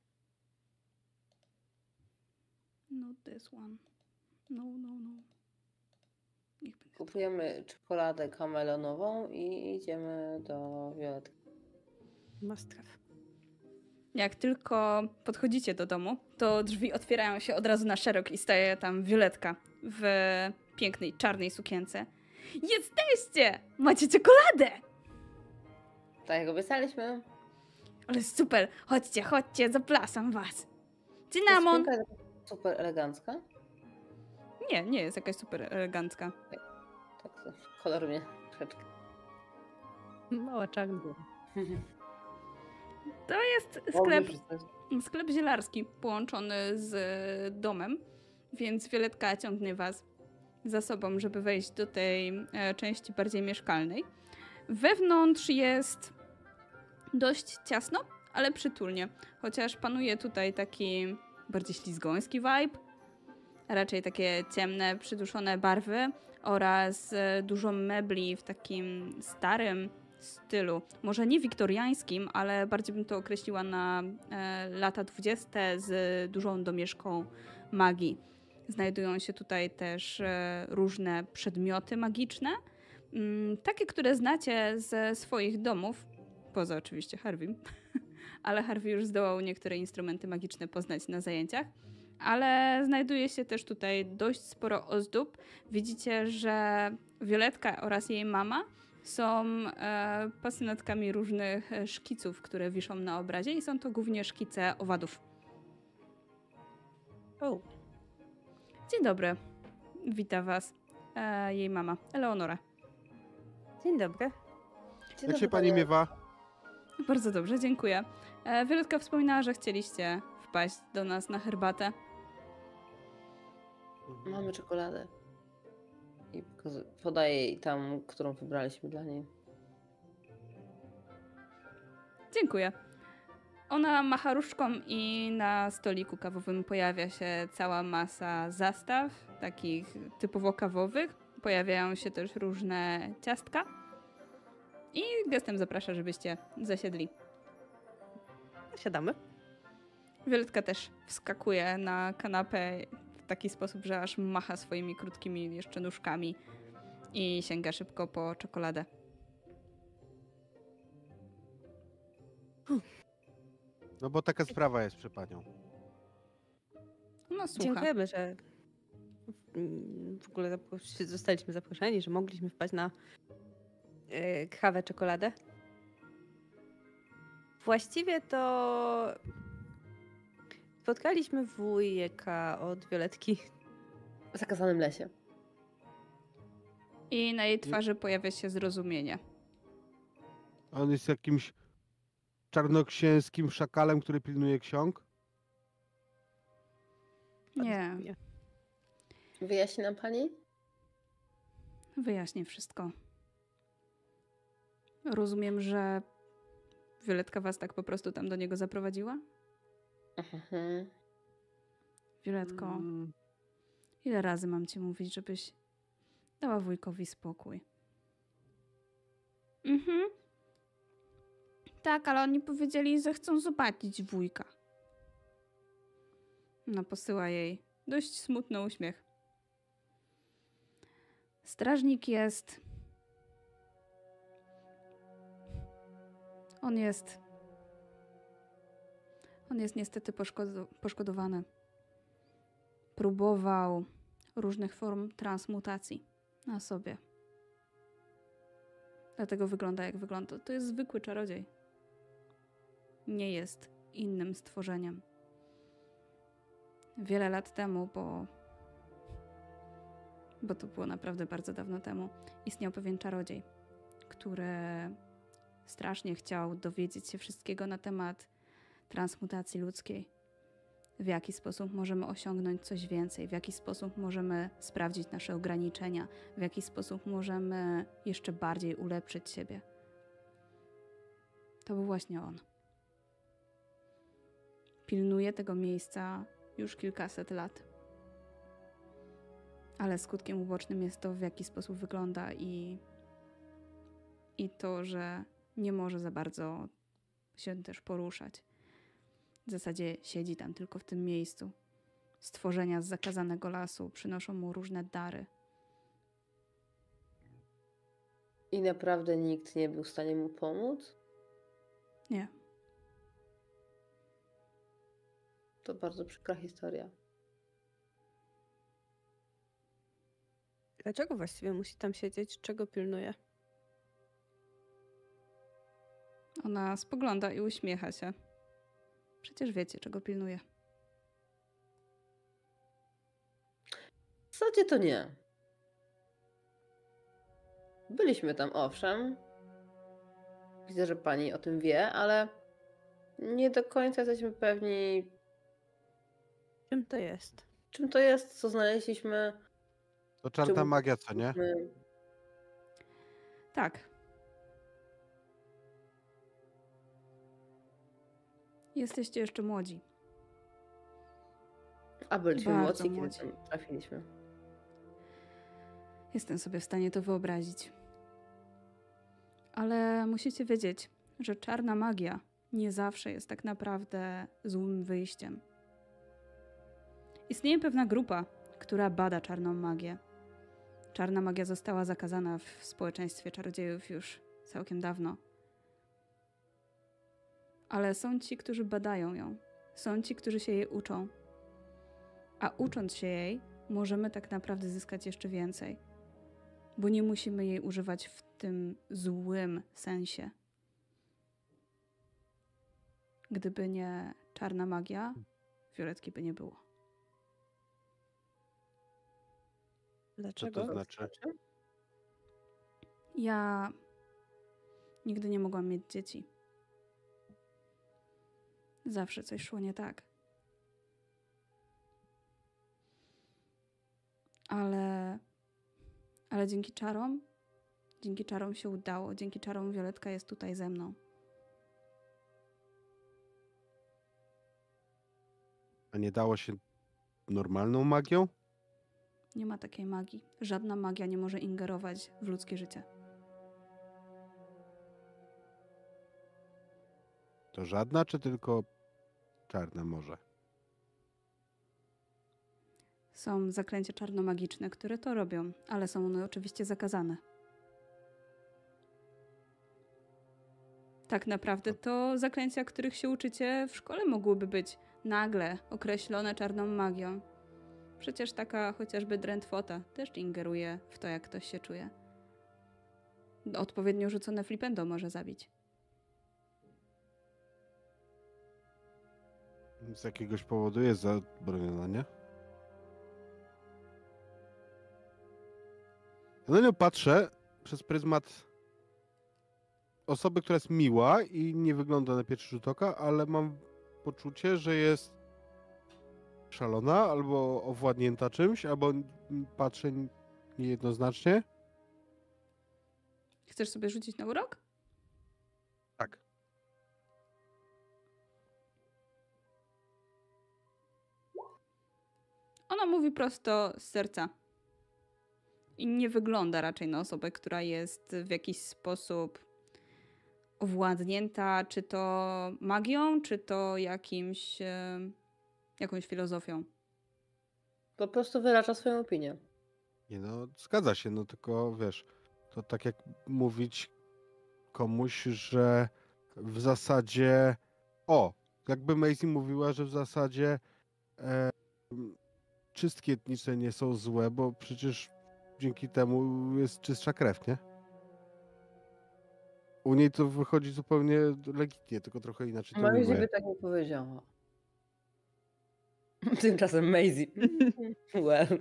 Not this one. No, no, no. Niech będzie. Kupujemy czekoladę kamelonową i idziemy do Violetki. Mastraw. Jak tylko podchodzicie do domu, to drzwi otwierają się od razu na szerok i staje tam Violetka w pięknej, czarnej sukience. Jesteście! Macie czekoladę! Tak jak obiecaliśmy. Ale super! Chodźcie, chodźcie, zapraszam was. Ta Cynamon! sukienka jest super elegancka. Nie, nie jest jakaś super elegancka. Tak, kolor mnie troszeczkę. Mała czarna. To jest sklep, sklep zielarski połączony z domem, więc Violetka ciągnie was za sobą, żeby wejść do tej e, części bardziej mieszkalnej. Wewnątrz jest dość ciasno, ale przytulnie, chociaż panuje tutaj taki bardziej ślizgoński vibe, raczej takie ciemne, przyduszone barwy oraz e, dużo mebli w takim starym stylu. Może nie wiktoriańskim, ale bardziej bym to określiła na e, lata dwudzieste z dużą domieszką magii. Znajdują się tutaj też e, różne przedmioty magiczne, mm, takie, które znacie ze swoich domów, poza oczywiście Harvey, ale Harvey już zdołał niektóre instrumenty magiczne poznać na zajęciach. Ale znajduje się też tutaj dość sporo ozdób. Widzicie, że Violetka oraz jej mama są e, pasjonatkami różnych e, szkiców, które wiszą na obrazie i są to głównie szkice owadów. O, Dzień dobry. Wita was e, jej mama, Eleonora. dzień dobry. Dzień Jak się dobry, pani panie. miewa? Bardzo dobrze, dziękuję. E, Violetka wspominała, że chcieliście wpaść do nas na herbatę. Mamy czekoladę. I pokazu- podaję jej tam, którą wybraliśmy dla niej. Dziękuję. Ona macha różdżką i na stoliku kawowym pojawia się cała masa zastaw, takich typowo kawowych. Pojawiają się też różne ciastka. I gestem zaprasza, żebyście zasiedli. Siadamy. Violetka też wskakuje na kanapę w taki sposób, że aż macha swoimi krótkimi jeszcze nóżkami i sięga szybko po czekoladę. No bo taka sprawa jest przy panią. No słucha. Dziękujemy, że mm, w ogóle zapro- zostaliśmy zaproszeni, że mogliśmy wpaść na e, kawę, czekoladę. Właściwie to spotkaliśmy wujka od Violetki. W zakazanym lesie. I na jej twarzy pojawia się zrozumienie. On jest jakimś czarnoksięskim szakalem, który pilnuje ksiąg? Nie, Nie. Wyjaśni nam pani? wyjaśnię wszystko. Rozumiem, że Violetka was tak po prostu tam do niego zaprowadziła? Mhm. Violetko, Mm, ile razy mam ci mówić, żebyś dała wujkowi spokój? Mhm. Tak, ale oni powiedzieli, że chcą zobaczyć wujka. No, posyła jej dość smutny uśmiech. Strażnik jest... On jest... On jest niestety poszkodo- poszkodowany. Próbował różnych form transmutacji na sobie. Dlatego wygląda jak wygląda. To jest zwykły czarodziej. Nie jest innym stworzeniem. Wiele lat temu, bo... bo to było naprawdę bardzo dawno temu, istniał pewien czarodziej, który strasznie chciał dowiedzieć się wszystkiego na temat transmutacji ludzkiej. W jaki sposób możemy osiągnąć coś więcej, w jaki sposób możemy sprawdzić nasze ograniczenia, w jaki sposób możemy jeszcze bardziej ulepszyć siebie. To był właśnie on. Pilnuje tego miejsca już kilkaset lat. Ale skutkiem ubocznym jest to, w jaki sposób wygląda i, i to, że nie może za bardzo się też poruszać. W zasadzie siedzi tam tylko w tym miejscu. Stworzenia z zakazanego lasu przynoszą mu różne dary. I naprawdę nikt nie był w stanie mu pomóc? Nie. To bardzo przykra historia. Dlaczego właściwie musi tam siedzieć? Czego pilnuje? Ona spogląda i uśmiecha się. Przecież wiecie, czego pilnuje. W zasadzie to nie. Byliśmy tam, owszem. Widzę, że pani o tym wie, ale nie do końca jesteśmy pewni, Czym to jest? czym to jest, co znaleźliśmy. To czarna czemu- magia, co nie? My- Tak. Jesteście jeszcze młodzi. A byliśmy Bardzo młodzi, kiedy młodzi. tam trafiliśmy. Jestem sobie w stanie to wyobrazić. Ale musicie wiedzieć, że czarna magia nie zawsze jest tak naprawdę złym wyjściem. Istnieje pewna grupa, która bada czarną magię. Czarna magia została zakazana w społeczeństwie czarodziejów już całkiem dawno. Ale są ci, którzy badają ją. Są ci, którzy się jej uczą. A ucząc się jej, możemy tak naprawdę zyskać jeszcze więcej. Bo nie musimy jej używać w tym złym sensie. Gdyby nie czarna magia, Violetki by nie było. Co Dlaczego? to znaczy? Ja nigdy nie mogłam mieć dzieci. Zawsze coś szło nie tak. Ale, ale dzięki czarom, dzięki czarom się udało. Dzięki czarom Violetka jest tutaj ze mną. A nie dało się normalną magią? Nie ma takiej magii. Żadna magia nie może ingerować w ludzkie życie. To żadna, czy tylko czarna może? Są zaklęcia czarnomagiczne, które to robią, ale są one oczywiście zakazane. Tak naprawdę to zaklęcia, których się uczycie w szkole, mogłyby być nagle określone czarną magią. Przecież taka chociażby drętwota też ingeruje w to, jak ktoś się czuje. Odpowiednio rzucone flipendo może zabić. Z jakiegoś powodu jest zabroniona, nie? Ja na nią patrzę przez pryzmat osoby, która jest miła i nie wygląda na pierwszy rzut oka, ale mam poczucie, że jest szalona albo owładnięta czymś, albo patrzę niejednoznacznie. Chcesz sobie rzucić na urok? Tak. Ona mówi prosto z serca. I nie wygląda raczej na osobę, która jest w jakiś sposób owładnięta, czy to magią, czy to jakimś, e, jakąś filozofią. Po prostu wyraża swoją opinię. Nie no, zgadza się, no tylko wiesz, to tak jak mówić komuś, że w zasadzie, o, jakby Maisie mówiła, że w zasadzie e, czystki etniczne nie są złe, bo przecież dzięki temu jest czystsza krew, nie? U niej to wychodzi zupełnie legitnie, tylko trochę inaczej to Maisie ujmuje. by tak nie powiedziała. Tymczasem Maisie. Well.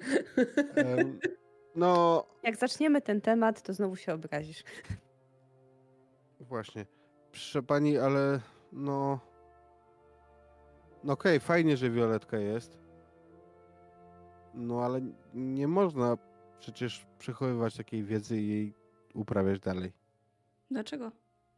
Em, no, Jak zaczniemy ten temat, to znowu się obrazisz. właśnie. Proszę pani, ale no... No okej, fajnie, że Violetka jest. No ale nie można przecież przechowywać takiej wiedzy i jej uprawiać dalej. Dlaczego?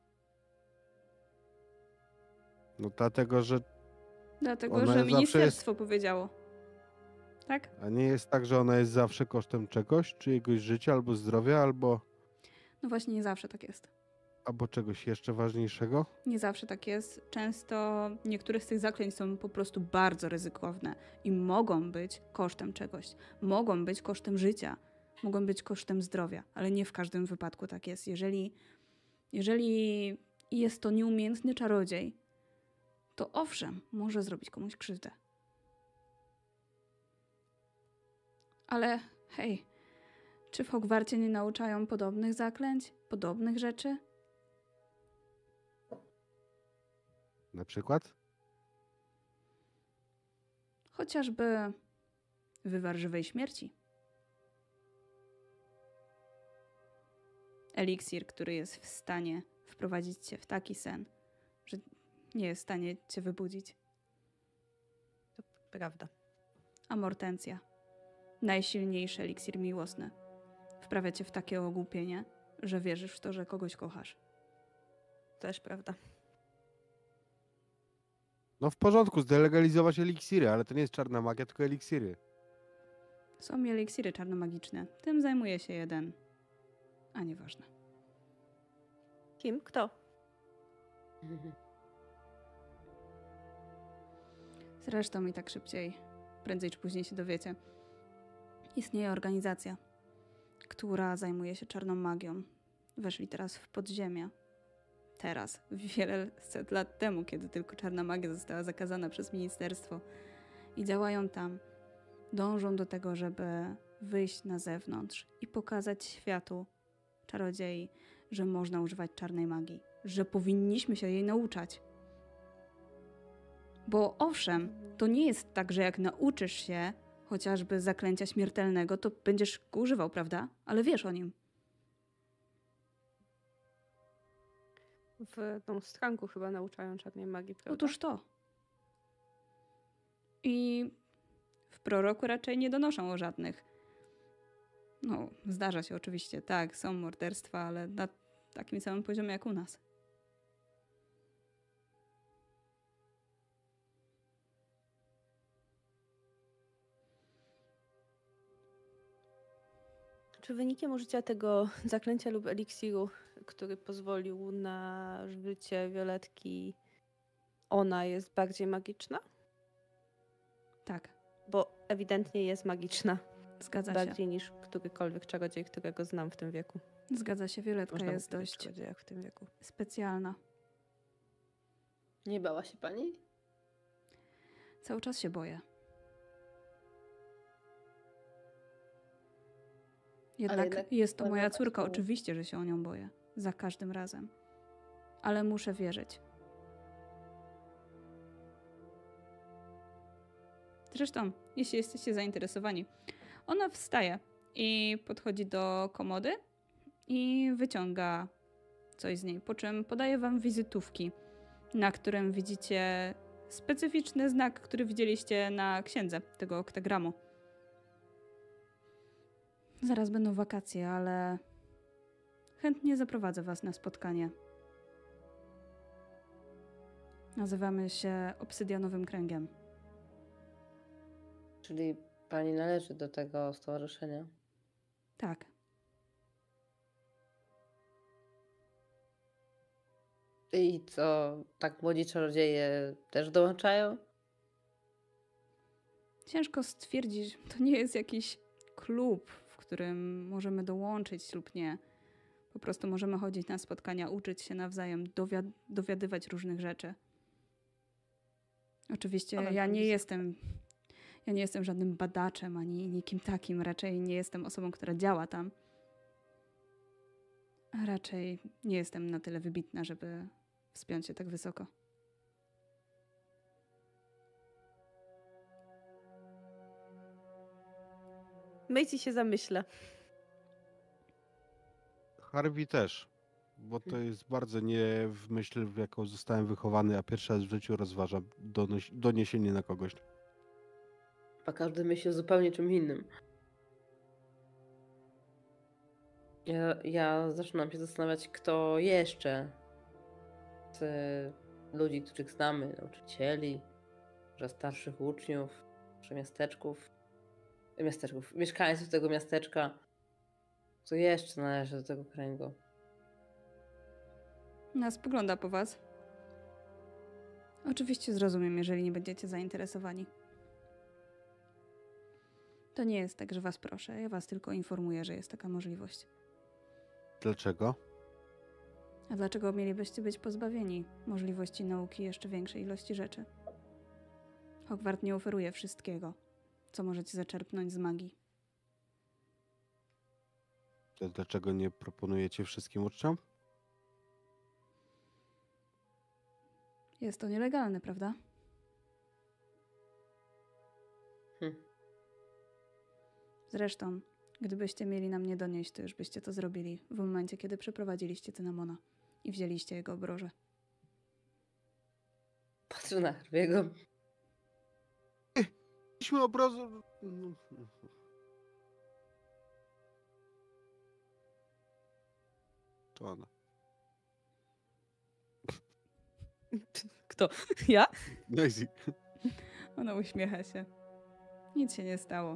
No dlatego, że... Dlatego, Ona że zawsze jest- ministerstwo powiedziało. Tak? A nie jest tak, że ona jest zawsze kosztem czegoś, czyjegoś życia albo zdrowia, albo, No właśnie, nie zawsze tak jest. albo czegoś jeszcze ważniejszego? Nie zawsze tak jest. Często niektóre z tych zaklęć są po prostu bardzo ryzykowne i mogą być kosztem czegoś. Mogą być kosztem życia, mogą być kosztem zdrowia, ale nie w każdym wypadku tak jest. Jeżeli, jeżeli jest to nieumiejętny czarodziej, to owszem, może zrobić komuś krzywdę. Ale hej, czy w Hogwarcie nie nauczają podobnych zaklęć, podobnych rzeczy? Na przykład? Chociażby wywar żywej śmierci. Eliksir, który jest w stanie wprowadzić cię w taki sen, że nie jest w stanie cię wybudzić. To prawda. A Mortencja, najsilniejszy eliksir miłosny, wprawia cię w takie ogłupienie, że wierzysz w to, że kogoś kochasz. Też prawda. No w porządku, zdelegalizować eliksiry, ale to nie jest czarna magia, tylko eliksiry. Są eliksiry czarnomagiczne. Tym zajmuje się jeden. A nieważne. Kim? Kto? Zresztą i tak szybciej, prędzej czy później się dowiecie. Istnieje organizacja, która zajmuje się czarną magią. Weszli teraz w podziemia. Teraz, wiele set lat temu, kiedy tylko czarna magia została zakazana przez ministerstwo. I działają tam. Dążą do tego, żeby wyjść na zewnątrz i pokazać światu, czarodziei, że można używać czarnej magii. Że powinniśmy się jej nauczać. Bo owszem, to nie jest tak, że jak nauczysz się chociażby zaklęcia śmiertelnego, to będziesz go używał, prawda? Ale wiesz o nim. W tą stranku chyba nauczają czarnej magii, prawda? Otóż to. I w proroku raczej nie donoszą o żadnych. No, zdarza się oczywiście, tak, są morderstwa, ale na takim samym poziomie jak u nas. Czy wynikiem użycia tego zaklęcia lub eliksiru, który pozwolił na życie Violetki, ona jest bardziej magiczna? Tak, Bo ewidentnie jest magiczna. zgadza Bardziej niż którykolwiek czarodziej, którego znam w tym wieku. się. Zgadza się, Violetka Można jest mówić o dość czarodziejach w tym wieku. specjalna. Nie bała się pani? Cały czas się boję. Jednak, jednak jest to była moja taka córka, szkoła. oczywiście, że się o nią boję. Za każdym razem. Ale muszę wierzyć. Zresztą, jeśli jesteście zainteresowani, ona wstaje i podchodzi do komody i wyciąga coś z niej, po czym podaje wam wizytówki, na którym widzicie specyficzny znak, który widzieliście na księdze tego oktagramu. Zaraz będą wakacje, ale chętnie zaprowadzę was na spotkanie. Nazywamy się Obsydianowym Kręgiem. Czyli pani należy do tego stowarzyszenia. Tak. I co, tak młodzi czarodzieje też dołączają? Ciężko stwierdzić, to nie jest jakiś klub, w którym możemy dołączyć lub nie. Po prostu możemy chodzić na spotkania, uczyć się nawzajem, dowiad- dowiadywać różnych rzeczy. Oczywiście Ale ja to nie jest- jestem, ja nie jestem żadnym badaczem ani nikim takim. Raczej nie jestem osobą, która działa tam. A raczej nie jestem na tyle wybitna, żeby wspiąć się tak wysoko. Myśli się zamyślę. Harvey też. bo to jest bardzo nie w myśl, w jaką zostałem wychowany, a pierwszy raz w życiu rozważam donoś- doniesienie na kogoś. Chyba każdy myśli o zupełnie czym innym. Ja, ja zaczynam się zastanawiać, kto jeszcze z ludzi, których znamy, nauczycieli, może starszych uczniów, może miasteczków, miasteczków, mieszkańców tego miasteczka, kto jeszcze należy do tego kręgu. Nas spogląda po was. Oczywiście zrozumiem, jeżeli nie będziecie zainteresowani. To nie jest tak, że was proszę. Ja was tylko informuję, że jest taka możliwość. Dlaczego? A dlaczego mielibyście być pozbawieni możliwości nauki jeszcze większej ilości rzeczy? Hogwart nie oferuje wszystkiego, co możecie zaczerpnąć z magii. To dlaczego nie proponujecie wszystkim uczniom? Jest to nielegalne, prawda? Hm. Zresztą, gdybyście mieli nam nie donieść, to już byście to zrobili w momencie, kiedy przeprowadziliście Cynamona i wzięliście jego obroże. Patrzę na Harvey'ego. Mieliśmy obrazu... To ona. Kto? Ja? Daisy. Ona uśmiecha się. Nic się nie stało.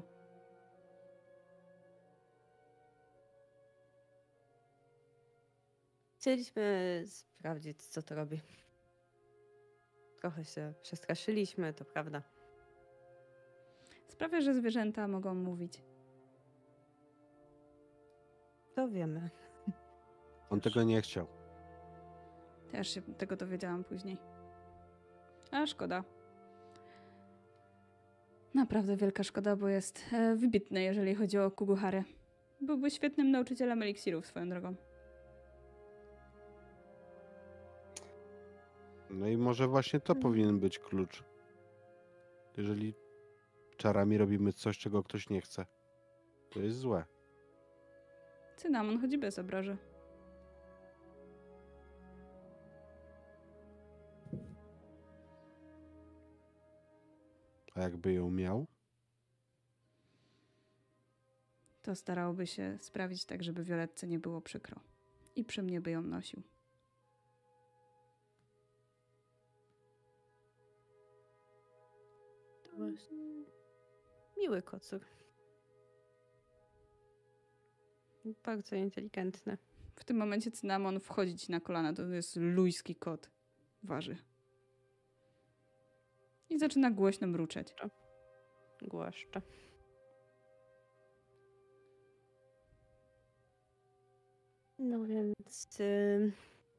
Chcieliśmy sprawdzić, co to robi. Trochę się przestraszyliśmy, to prawda. Sprawia, że zwierzęta mogą mówić. To wiemy. On tego nie chciał. Też się tego dowiedziałam później. A szkoda. Naprawdę wielka szkoda, bo jest e, wybitny, jeżeli chodzi o Kuguhary. Byłby świetnym nauczycielem eliksirów, swoją drogą. No i może właśnie to powinien być klucz. Jeżeli czarami robimy coś, czego ktoś nie chce, to jest złe. Cynamon chodzi bez obraży. A jakby ją miał? To starałby się sprawić tak, żeby Violetce nie było przykro. I przy mnie by ją nosił. To właśnie. Miły kocur. Bardzo inteligentny. W tym momencie Cynamon wchodzi ci na kolana. To jest lujski kot. Waży. I zaczyna głośno mruczeć. Głaszcze. No więc... Yy...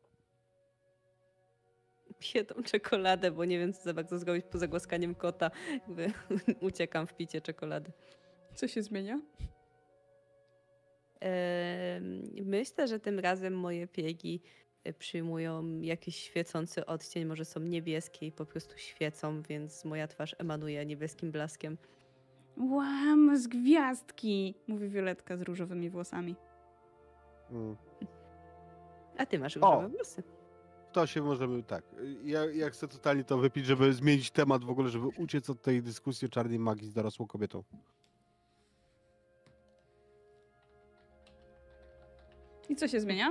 Piję tą czekoladę, bo nie wiem, co za bardzo zrobić poza głaskaniem kota. Jakby uciekam w picie czekolady. Co się zmienia? Yy, myślę, że tym razem moje piegi przyjmują jakiś świecący odcień, może są niebieskie i po prostu świecą, więc moja twarz emanuje niebieskim blaskiem. Łam z gwiazdki! Mówi Violetka z różowymi włosami. Mm. A ty masz różowe O! włosy. To się możemy, tak. Ja, ja chcę totalnie to wypić, żeby zmienić temat w ogóle, żeby uciec od tej dyskusji o czarnej magii z dorosłą kobietą. I co się zmienia?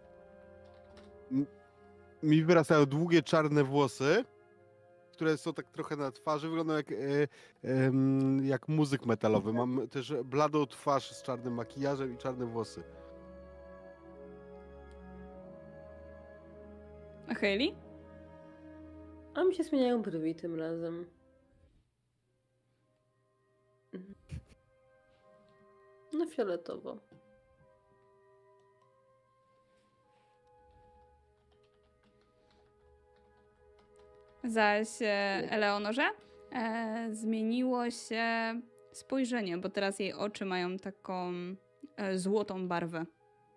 Mi wyrastają długie czarne włosy, które są tak trochę na twarzy, wyglądają jak, e, em, jak muzyk metalowy. Mam też bladą twarz z czarnym makijażem i czarne włosy. A Hayley? A mi się zmieniają brwi tym razem. Mhm. No fioletowo. Zaś e, Eleonorze e, zmieniło się spojrzenie, bo teraz jej oczy mają taką e, złotą barwę.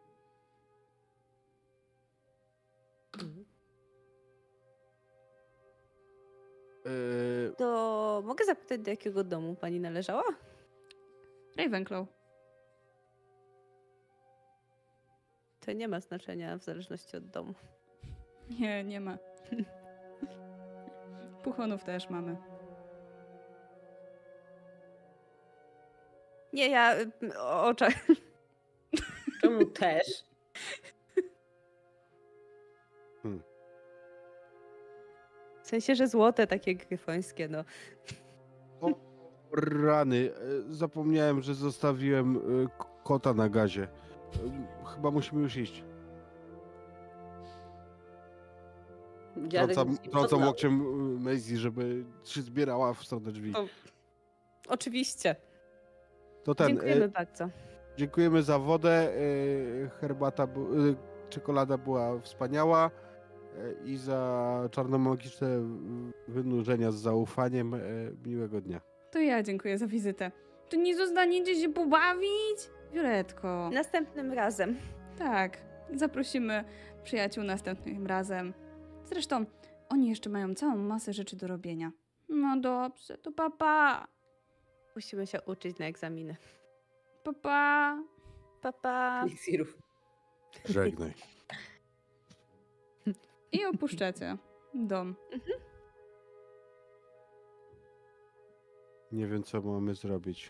E, To mogę zapytać, do jakiego domu pani należała? Ravenclaw. to nie ma znaczenia w zależności od domu. Nie, nie ma. Puchonów też mamy. Nie, ja y, o oczach. Czemu też? W sensie, że złote, takie gryfońskie, no. Rany, e, zapomniałem, że zostawiłem e, k- kota na gazie. E, Chyba musimy już iść. Dziadek Trącam, nic nie trącam poznał. łokciem e, Maisie, żeby się zbierała w stronę drzwi. O. Oczywiście. To ten. Dziękujemy E, bardzo. dziękujemy za wodę. E, herbata, bu- e, czekolada była wspaniała. E, I za czarnomagiczne wynurzenia z zaufaniem. E, miłego dnia. To ja dziękuję za wizytę. To nie zostaniecie się pobawić? Violetko. Następnym razem. Tak, zaprosimy przyjaciół następnym razem. Zresztą oni jeszcze mają całą masę rzeczy do robienia. No dobrze, to papa. Musimy się uczyć na egzaminy. Papa. Pa, pa. Eliksirów. Żegnaj. I opuszczacie dom. Nie wiem, co mamy zrobić.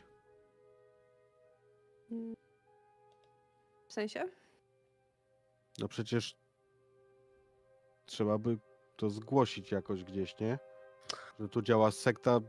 W sensie? No przecież trzeba by to zgłosić jakoś gdzieś, nie? Że tu działa sekta,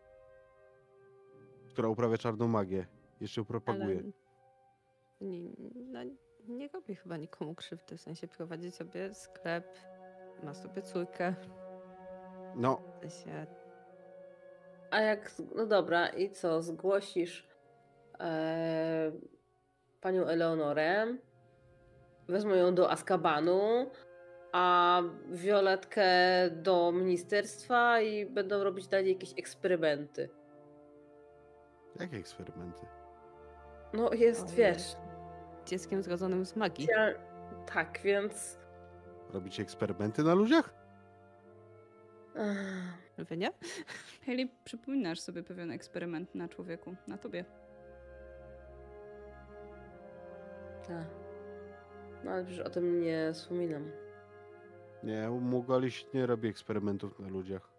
która uprawia czarną magię. Jeszcze ją propaguje. Ale nie, no, nie robi chyba nikomu krzywdy. W sensie prowadzi sobie sklep, ma sobie córkę. No, W sensie A jak, z- no dobra, i co, zgłosisz e, panią Eleonorę, wezmą ją do Azkabanu, a Violetkę do ministerstwa i będą robić dalej jakieś eksperymenty. jakie eksperymenty? No jest, Ojej. wiesz, dzieckiem zrodzonym z magii. ja, tak, więc... Robicie eksperymenty na ludziach? Ech, Wy nie? Hayley, przypominasz sobie pewien eksperyment na człowieku, na tobie. tak. No ale przecież o tym nie wspominam. Nie, u Mugoli się nie robi eksperymentów na ludziach.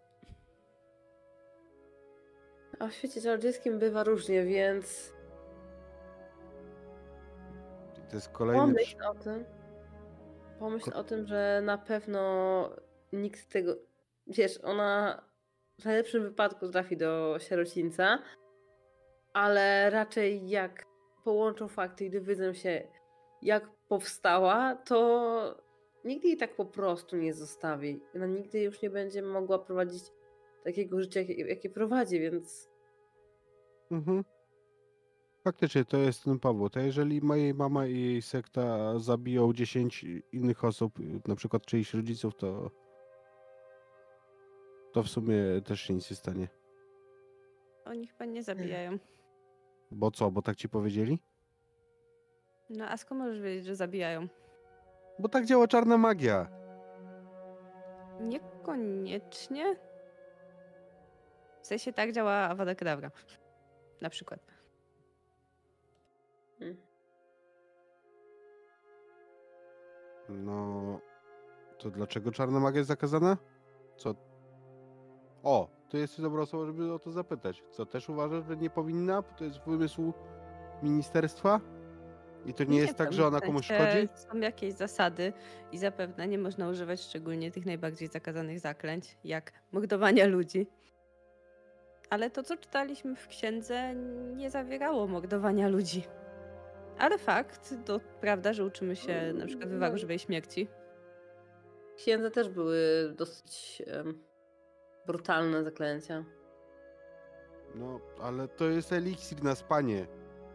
A w świecie czarodziejskim bywa różnie, więc I to jest kolejny... pomyśl o tym. Pomyśl Ko- o tym, że na pewno nikt tego... Wiesz, ona w najlepszym wypadku trafi do sierocińca, ale raczej jak połączą fakty i dowiedzą się, jak powstała, to nigdy jej tak po prostu nie zostawi. Ona nigdy już nie będzie mogła prowadzić takiego życia, jakie, jakie prowadzi, więc Mhm. Faktycznie, to jest ten powód. A jeżeli mojej mama i jej sekta zabiją dziesięć innych osób, na przykład czyichś rodziców, to... To w sumie też się nic nie stanie. Oni chyba nie zabijają. Bo co, bo tak ci powiedzieli? No a skąd możesz wiedzieć, że zabijają? Bo tak działa czarna magia. Niekoniecznie. W sensie tak działa Avada Kedavra. Na przykład. hmm. No, to dlaczego czarna magia jest zakazana? Co? O, to jest dobra osoba, żeby o to zapytać. Co, też uważasz, że nie powinna? Bo to jest wymysł ministerstwa? I to nie, jest tak, wiem, że ona w komuś sensie szkodzi? Są jakieś zasady i zapewne nie można używać szczególnie tych najbardziej zakazanych zaklęć, jak mordowania ludzi. Ale to, co czytaliśmy w księdze, nie zawierało mordowania ludzi. Ale fakt, to prawda, że uczymy się na przykład wywaru żywej śmierci. Księdze też były dosyć em, brutalne zaklęcia. No, ale to jest eliksir na spanie.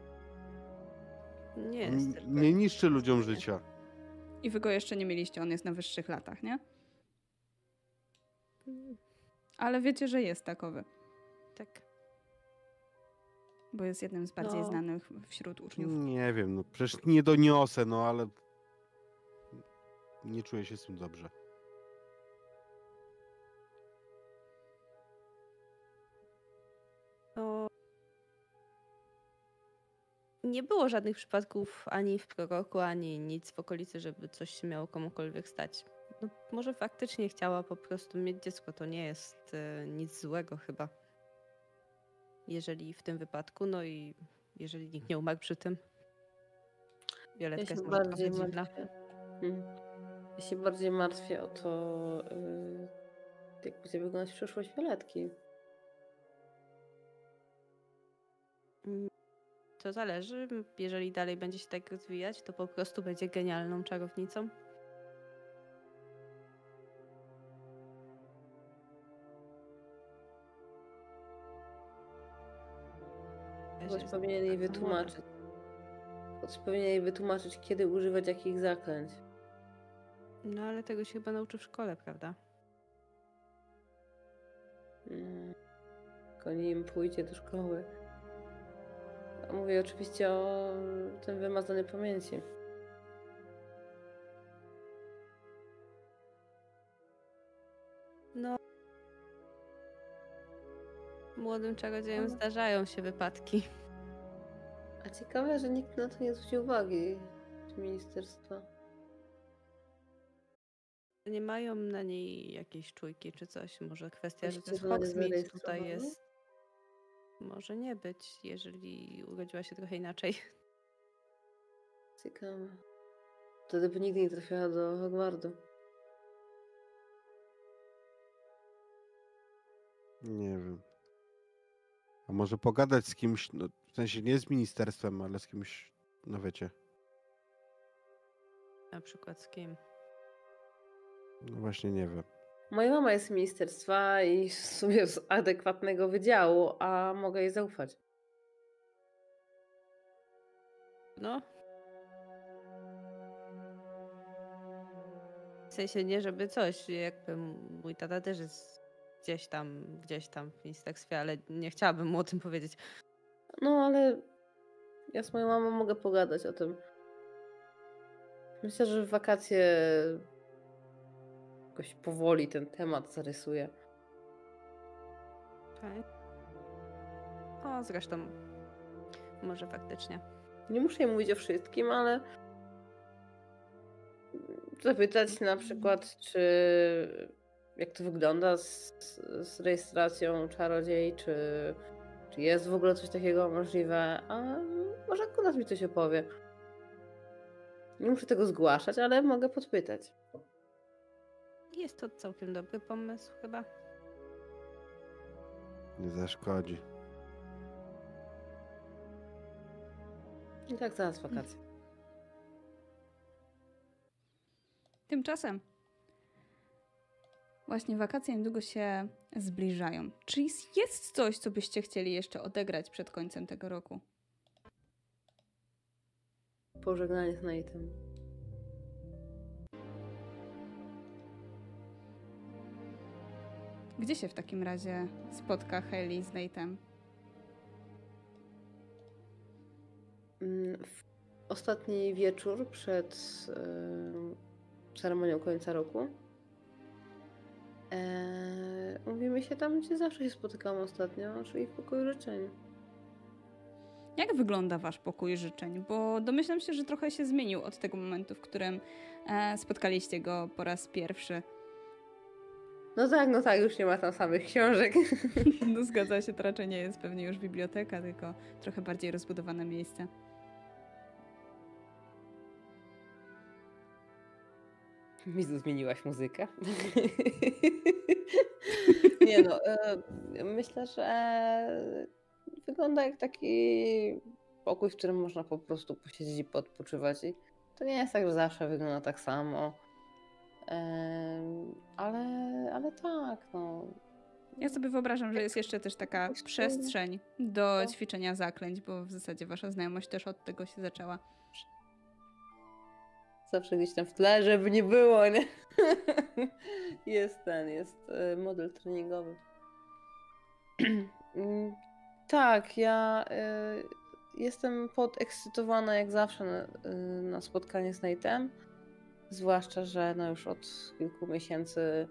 Nie N- jest tylko... nie niszczy ludziom życia. I wy go jeszcze nie mieliście, on jest na wyższych latach, nie? Ale wiecie, że jest takowy, Tak. bo jest jednym z bardziej No. znanych wśród uczniów. Nie wiem, no przecież nie doniosę, no ale... Nie czuję się z tym dobrze. To... nie było żadnych przypadków ani w proroku, ani nic w okolicy, żeby coś się miało komukolwiek stać. No, może faktycznie chciała po prostu mieć dziecko. To nie jest e, nic złego chyba. Jeżeli w tym wypadku, no i jeżeli nikt nie umarł przy tym. Ja Violetka się jest może trochę bardziej dziwna. martwię. Mm. Ja się bardziej martwię o to, yy, jak będzie wyglądać przyszłość Violetki. Mm, To zależy. Jeżeli dalej będzie się tak rozwijać, to po prostu będzie genialną czarownicą. Też Ktoś jest powinien jej taka młoda. wytłumaczyć. Ktoś powinien jej wytłumaczyć, kiedy używać jakich zaklęć. No ale tego się chyba nauczy w szkole, prawda? Mm. Tylko nim pójdzie do szkoły. A mówię oczywiście o tym wymazanej pamięci. No. Młodym czarodziejom Ale- zdarzają się wypadki. A ciekawe, że nikt na to nie zwrócił uwagi z ministerstwa. Nie mają na niej jakiejś czujki czy coś. Może kwestia, że to jest Myślicie, że ona jest Hogsmeade tutaj zarejestrowana? jest. Może nie być, jeżeli urodziła się trochę inaczej. Ciekawe. Wtedy by nigdy nie trafiła do Hogwartu. Nie wiem. A może pogadać z kimś, no, w sensie nie z ministerstwem, ale z kimś, no wiecie. Na przykład z kim? No właśnie nie wiem. Moja mama jest z ministerstwa i w sumie z adekwatnego wydziału, a mogę jej zaufać. No. W sensie nie, żeby coś. Jakby mój tata też jest gdzieś tam, gdzieś tam w ministerstwie, ale nie chciałabym mu o tym powiedzieć. No ale ja z moją mamą mogę pogadać o tym. Myślę, że w wakacje jakoś powoli ten temat zarysuje. Okej. O, zresztą może faktycznie. Nie muszę jej mówić o wszystkim, ale zapytać na przykład, czy jak to wygląda z, z rejestracją czarodziej, czy, czy jest w ogóle coś takiego możliwe, a może akurat mi coś opowie. Nie muszę tego zgłaszać, ale mogę podpytać. Jest to całkiem dobry pomysł chyba. Nie zaszkodzi. I tak zaraz wakacje. Tymczasem właśnie wakacje niedługo się zbliżają. Czy jest- jest coś, co byście chcieli jeszcze odegrać przed końcem tego roku? Pożegnanie z Nate'em. Gdzie się w takim razie spotka Hayley z Nate'em? Mm, w ostatni wieczór przed e, ceremonią końca roku e, umówimy się tam, gdzie zawsze się spotykamy ostatnio, czyli w pokoju życzeń. Jak wygląda wasz pokój życzeń? Bo domyślam się, że trochę się zmienił od tego momentu, w którym e, spotkaliście go po raz pierwszy. No tak, no tak, już nie ma tam samych książek. No zgadza się, to raczej nie jest pewnie już biblioteka, tylko trochę bardziej rozbudowane miejsce. Mizu, zmieniłaś muzykę? Nie no, e, myślę, że wygląda jak taki pokój, w którym można po prostu posiedzieć i podpoczywać. I to nie jest tak, że zawsze wygląda tak samo. E, ale, ale tak, no. Ja sobie wyobrażam, że jest jeszcze też taka Jakoś tu- przestrzeń do No. ćwiczenia zaklęć, bo w zasadzie wasza znajomość też od tego się zaczęła. Zawsze gdzieś tam w tle, żeby nie było, nie? Jest ten, jest e, model treningowy. Mm, Tak, ja e, jestem podekscytowana jak zawsze na, e, na spotkanie z Nate'em. Zwłaszcza, że no już od kilku miesięcy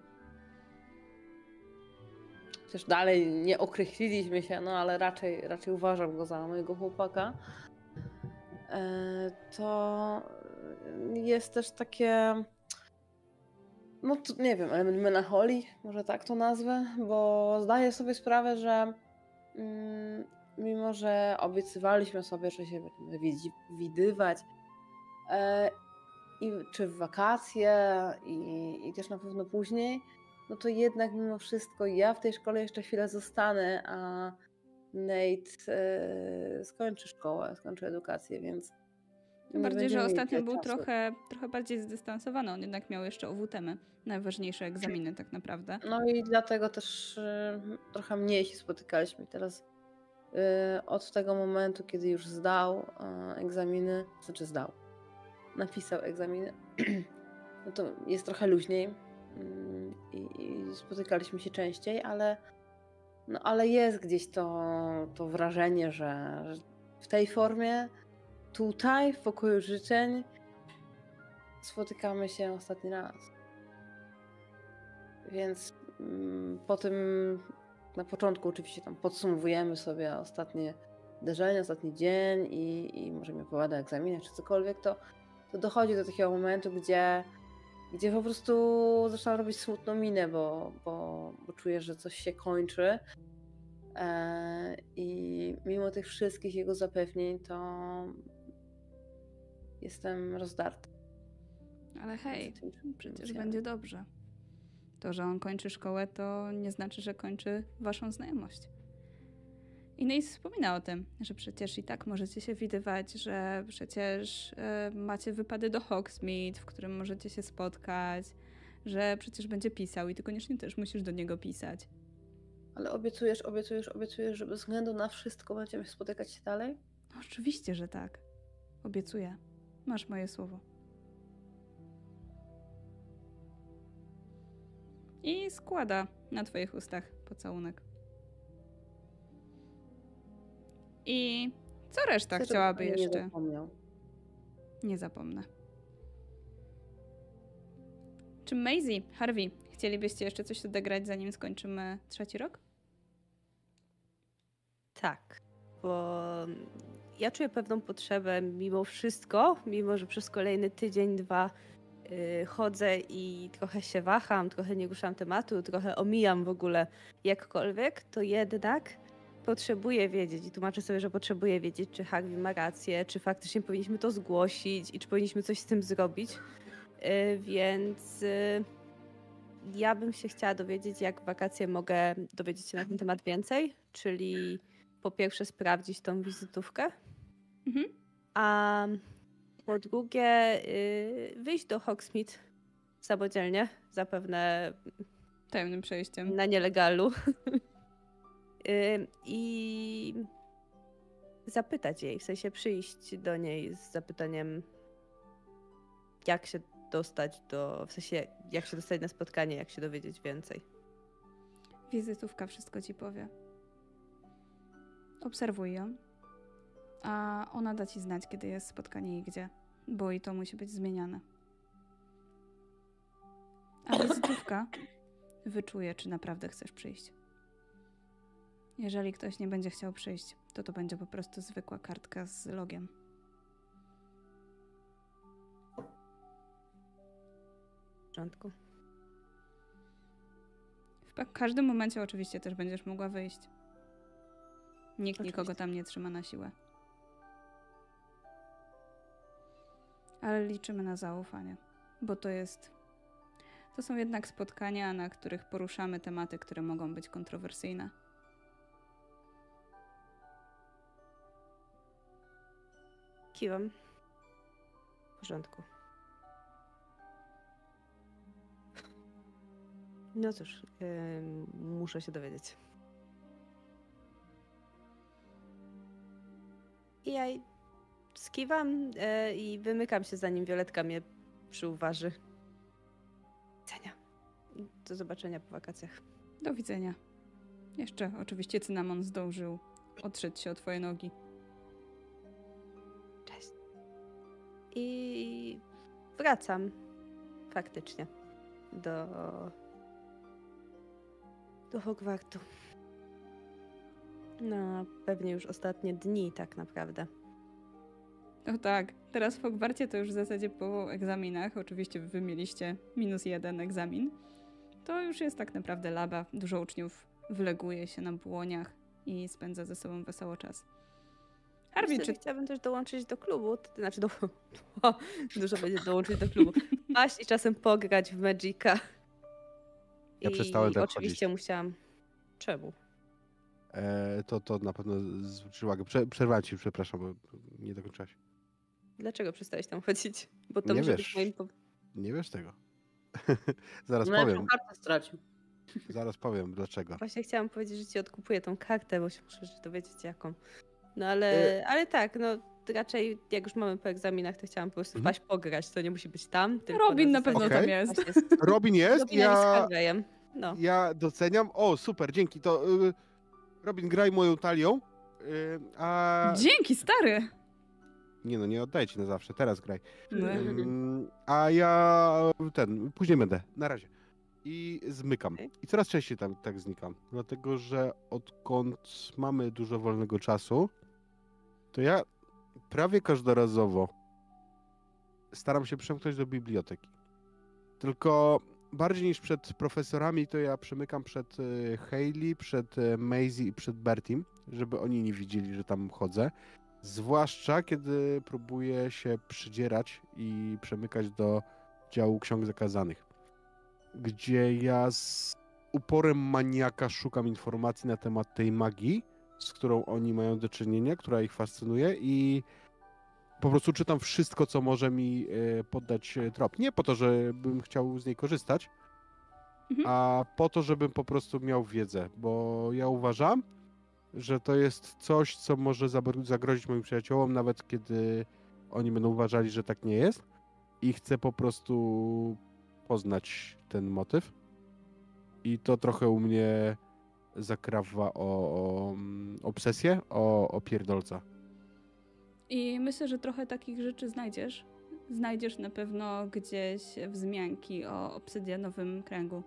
też dalej nie określiliśmy się, no ale raczej, raczej uważam go za mojego chłopaka. e, to jest też takie, no to, nie wiem, element melancholii, może tak to nazwę, bo zdaję sobie sprawę, że mm, mimo, że obiecywaliśmy sobie, że się będziemy widzi- widywać, e, i, czy w wakacje, i, i też na pewno później, no to jednak mimo wszystko ja w tej szkole jeszcze chwilę zostanę, a Nate e, skończy szkołę, skończy edukację, więc Tym nie bardziej, że będziemy mieli ostatnio tyle był czasu. trochę, trochę bardziej zdystansowany. On jednak miał jeszcze O W T-my, najważniejsze egzaminy tak naprawdę. No i dlatego też e, trochę mniej się spotykaliśmy. Teraz e, od tego momentu, kiedy już zdał e, egzaminy, znaczy zdał, napisał egzaminy, no to jest trochę luźniej mm, i, i spotykaliśmy się częściej, ale, no, ale jest gdzieś to, to wrażenie, że że w tej formie, tutaj, w pokoju życzeń, spotykamy się ostatni raz. Więc mm, po tym, na początku oczywiście tam podsumowujemy sobie ostatnie wydarzenia, ostatni dzień i, i może mi opowiada o egzaminach czy cokolwiek, to, to dochodzi do takiego momentu, gdzie, gdzie po prostu zaczynam robić smutną minę, bo, bo, bo czuję, że coś się kończy. E, I mimo tych wszystkich jego zapewnień, to jestem rozdarta. Ale hej, między tymi przecież emocjami. będzie dobrze. To, że on kończy szkołę, to nie znaczy, że kończy waszą znajomość. I Nate wspomina o tym, że przecież i tak możecie się widywać, że przecież e, macie wypady do Hogsmeade, w którym możecie się spotkać, że przecież będzie pisał i ty koniecznie też musisz do niego pisać. Ale obiecujesz, obiecujesz, obiecujesz, że bez względu na wszystko będziemy spotykać się dalej? No, oczywiście, że tak. Obiecuję. Masz moje słowo. I składa na twoich ustach pocałunek. I co reszta Chcę, żeby chciałaby pan mnie jeszcze? Nie zapomniał. Nie zapomnę. Czy Maisie, Harvey, chcielibyście jeszcze coś odegrać, zanim skończymy trzeci rok? Tak, bo ja czuję pewną potrzebę mimo wszystko, mimo że przez kolejny tydzień, dwa yy, chodzę i trochę się waham, trochę nie ruszam tematu, trochę omijam w ogóle jakkolwiek, to jednak potrzebuję wiedzieć i tłumaczę sobie, że potrzebuję wiedzieć, czy Harvey ma rację, czy faktycznie powinniśmy to zgłosić i czy powinniśmy coś z tym zrobić. Yy, więc yy, ja bym się chciała dowiedzieć, jak w wakacje mogę dowiedzieć się na ten temat więcej, czyli po pierwsze sprawdzić tą wizytówkę, Mhm. a po drugie yy, wyjść do Hogsmeade samodzielnie, zapewne Tajemnym przejściem. na nielegalu. yy, I zapytać jej, w sensie przyjść do niej z zapytaniem, jak się dostać do, w sensie jak się dostać na spotkanie, jak się dowiedzieć więcej. Wizytówka wszystko ci powie. Obserwuj ją, a ona da ci znać, kiedy jest spotkanie i gdzie, bo i to musi być zmieniane. A wizytówka wyczuje, czy naprawdę chcesz przyjść. Jeżeli ktoś nie będzie chciał przyjść, to to będzie po prostu zwykła kartka z logiem. W porządku. W pa- każdym momencie oczywiście też będziesz mogła wyjść. Nikt Oczywiście. nikogo tam nie trzyma na siłę. Ale liczymy na zaufanie, bo to jest... To są jednak spotkania, na których poruszamy tematy, które mogą być kontrowersyjne. Kiwam. W porządku. No cóż, ym, muszę się dowiedzieć. I ja skiwam yy, i wymykam się, zanim Violetka mnie przyuważy. Cenia. Do zobaczenia po wakacjach. Do widzenia. Jeszcze oczywiście Cynamon zdążył otrzeć się o twoje nogi. Cześć. I wracam faktycznie do do Hogwartu. No, pewnie już ostatnie dni tak naprawdę. No tak, teraz w Hogwarcie to już w zasadzie po egzaminach, oczywiście wy mieliście minus jeden egzamin, to już jest tak naprawdę laba. Dużo uczniów wyleguje się na błoniach i spędza ze sobą wesoło czas. Harvey, Myślę, czy... że chciałabym też dołączyć do klubu, to znaczy do... O, dużo będzie dołączyć do klubu. Paść i czasem pograć w Magica. Ja I przestałem tak oczywiście chodzić. musiałam... Czemu? E, to, to na pewno zwrócisz uwagę. Prze, przerwałem ci, przepraszam, bo nie dokończyłaś. Dlaczego przestałeś tam chodzić? Bo to Nie może wiesz. być moim... po- Nie wiesz tego. Zaraz Najlepszą powiem. kartę stracił. Zaraz powiem dlaczego. Właśnie chciałam powiedzieć, że ci odkupuję tą kartę, bo się muszę jeszcze dowiedzieć jaką. No ale, E- ale tak, no raczej jak już mamy po egzaminach, to chciałam po prostu Mhm. wpaść pograć. To nie musi być tam, tylko Robin na zasadzie pewno Okej. tam jest. właśnie z Robin jest, Robinem i z ja, Harveyem. No. ja doceniam. O, super, dzięki. To y, Robin, graj moją talią. Y, a... Dzięki, stary! Nie no, nie oddaję ci na zawsze, teraz graj. No. Ym, a ja ten, później będę, na razie. I zmykam. Okej. I coraz częściej tam tak znikam. Dlatego, że odkąd mamy dużo wolnego czasu, to ja prawie każdorazowo staram się przemknąć do biblioteki. Tylko bardziej niż przed profesorami, to ja przemykam przed y, Hayley, przed y, Maisie i przed Bertim, żeby oni nie widzieli, że tam chodzę. Zwłaszcza kiedy próbuję się przydzierać i przemykać do działu ksiąg zakazanych, gdzie ja z uporem maniaka szukam informacji na temat tej magii, z którą oni mają do czynienia, która ich fascynuje i po prostu czytam wszystko, co może mi e, poddać e, trop. Nie po to, żebym chciał z niej korzystać, Mhm. a po to, żebym po prostu miał wiedzę, bo ja uważam, że to jest coś, co może zabro- zagrozić moim przyjaciołom, nawet kiedy oni będą uważali, że tak nie jest. I chcę po prostu poznać ten motyw. I to trochę u mnie zakrawa o, o mm, obsesję, o, o pierdolca. I myślę, że trochę takich rzeczy znajdziesz. Znajdziesz na pewno gdzieś wzmianki o obsydianowym kręgu.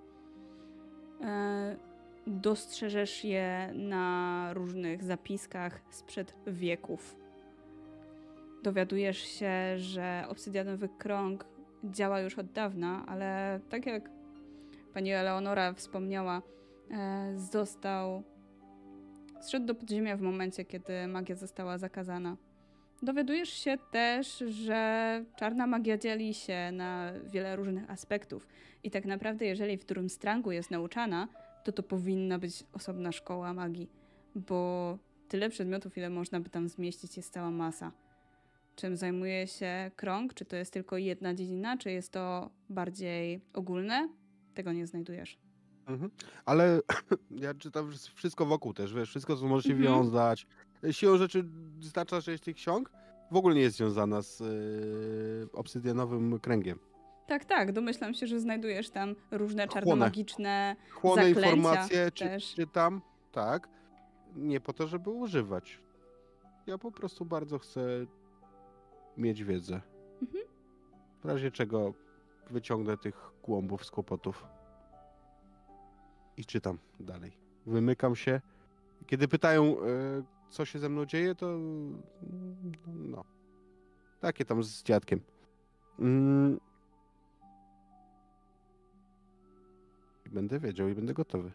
E, dostrzeżesz je na różnych zapiskach sprzed wieków. Dowiadujesz się, że obsydianowy krąg działa już od dawna, ale tak jak pani Eleonora wspomniała, e, został... zszedł do podziemia w momencie, kiedy magia została zakazana. Dowiadujesz się też, że czarna magia dzieli się na wiele różnych aspektów i tak naprawdę jeżeli w Durmstrangu jest nauczana, to to powinna być osobna szkoła magii, bo tyle przedmiotów, ile można by tam zmieścić, jest cała masa. Czym zajmuje się krąg? Czy to jest tylko jedna dziedzina, czy jest to bardziej ogólne? Tego nie znajdujesz. Mhm. Ale ja czytam wszystko wokół też, wiesz, wszystko, co może się Mhm. wiązać. Siłą rzeczy znaczna część tych ksiąg w ogóle nie jest związana z yy, obsydianowym kręgiem. Tak, tak, domyślam się, że znajdujesz tam różne Chłonę. czarnomagiczne Chłonę zaklęcia informacje, czy, też. czytam, tak, nie po to, żeby używać. Ja po prostu bardzo chcę mieć wiedzę. Mhm. W razie czego wyciągnę tych głąbów z kłopotów. I czytam dalej. Wymykam się. Kiedy pytają, e, co się ze mną dzieje, to mm, no. Takie tam z dziadkiem. Mm. I będę wiedział i będę gotowy.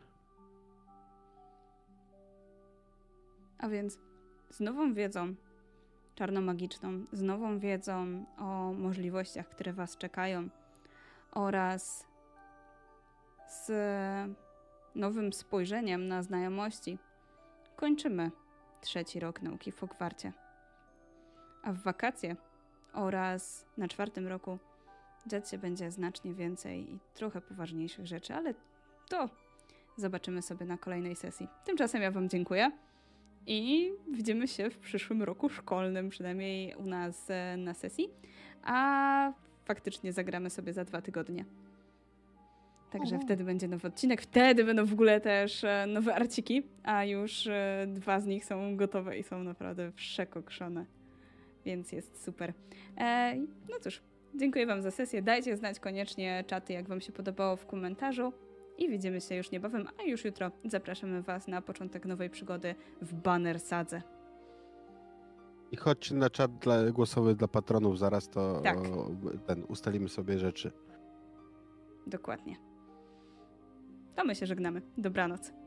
A więc z nową wiedzą czarnomagiczną, z nową wiedzą o możliwościach, które was czekają oraz z nowym spojrzeniem na znajomości kończymy trzeci rok nauki w Hogwarcie. A w wakacje oraz na czwartym roku dziać się będzie znacznie więcej i trochę poważniejszych rzeczy, ale to zobaczymy sobie na kolejnej sesji. Tymczasem ja wam dziękuję i widzimy się w przyszłym roku szkolnym, przynajmniej u nas e, na sesji, a faktycznie zagramy sobie za dwa tygodnie. Także O. wtedy będzie nowy odcinek, wtedy będą w ogóle też e, nowe arciki, a już e, dwa z nich są gotowe i są naprawdę przekokszone, więc jest super. E, no cóż, dziękuję wam za sesję, dajcie znać koniecznie czaty, jak wam się podobało w komentarzu i widzimy się już niebawem, a już jutro zapraszamy was na początek nowej przygody w Bannersadze. I chodźcie na czat dla, głosowy dla patronów, zaraz to Tak. o, ten, ustalimy sobie rzeczy. Dokładnie. To my się żegnamy. Dobranoc.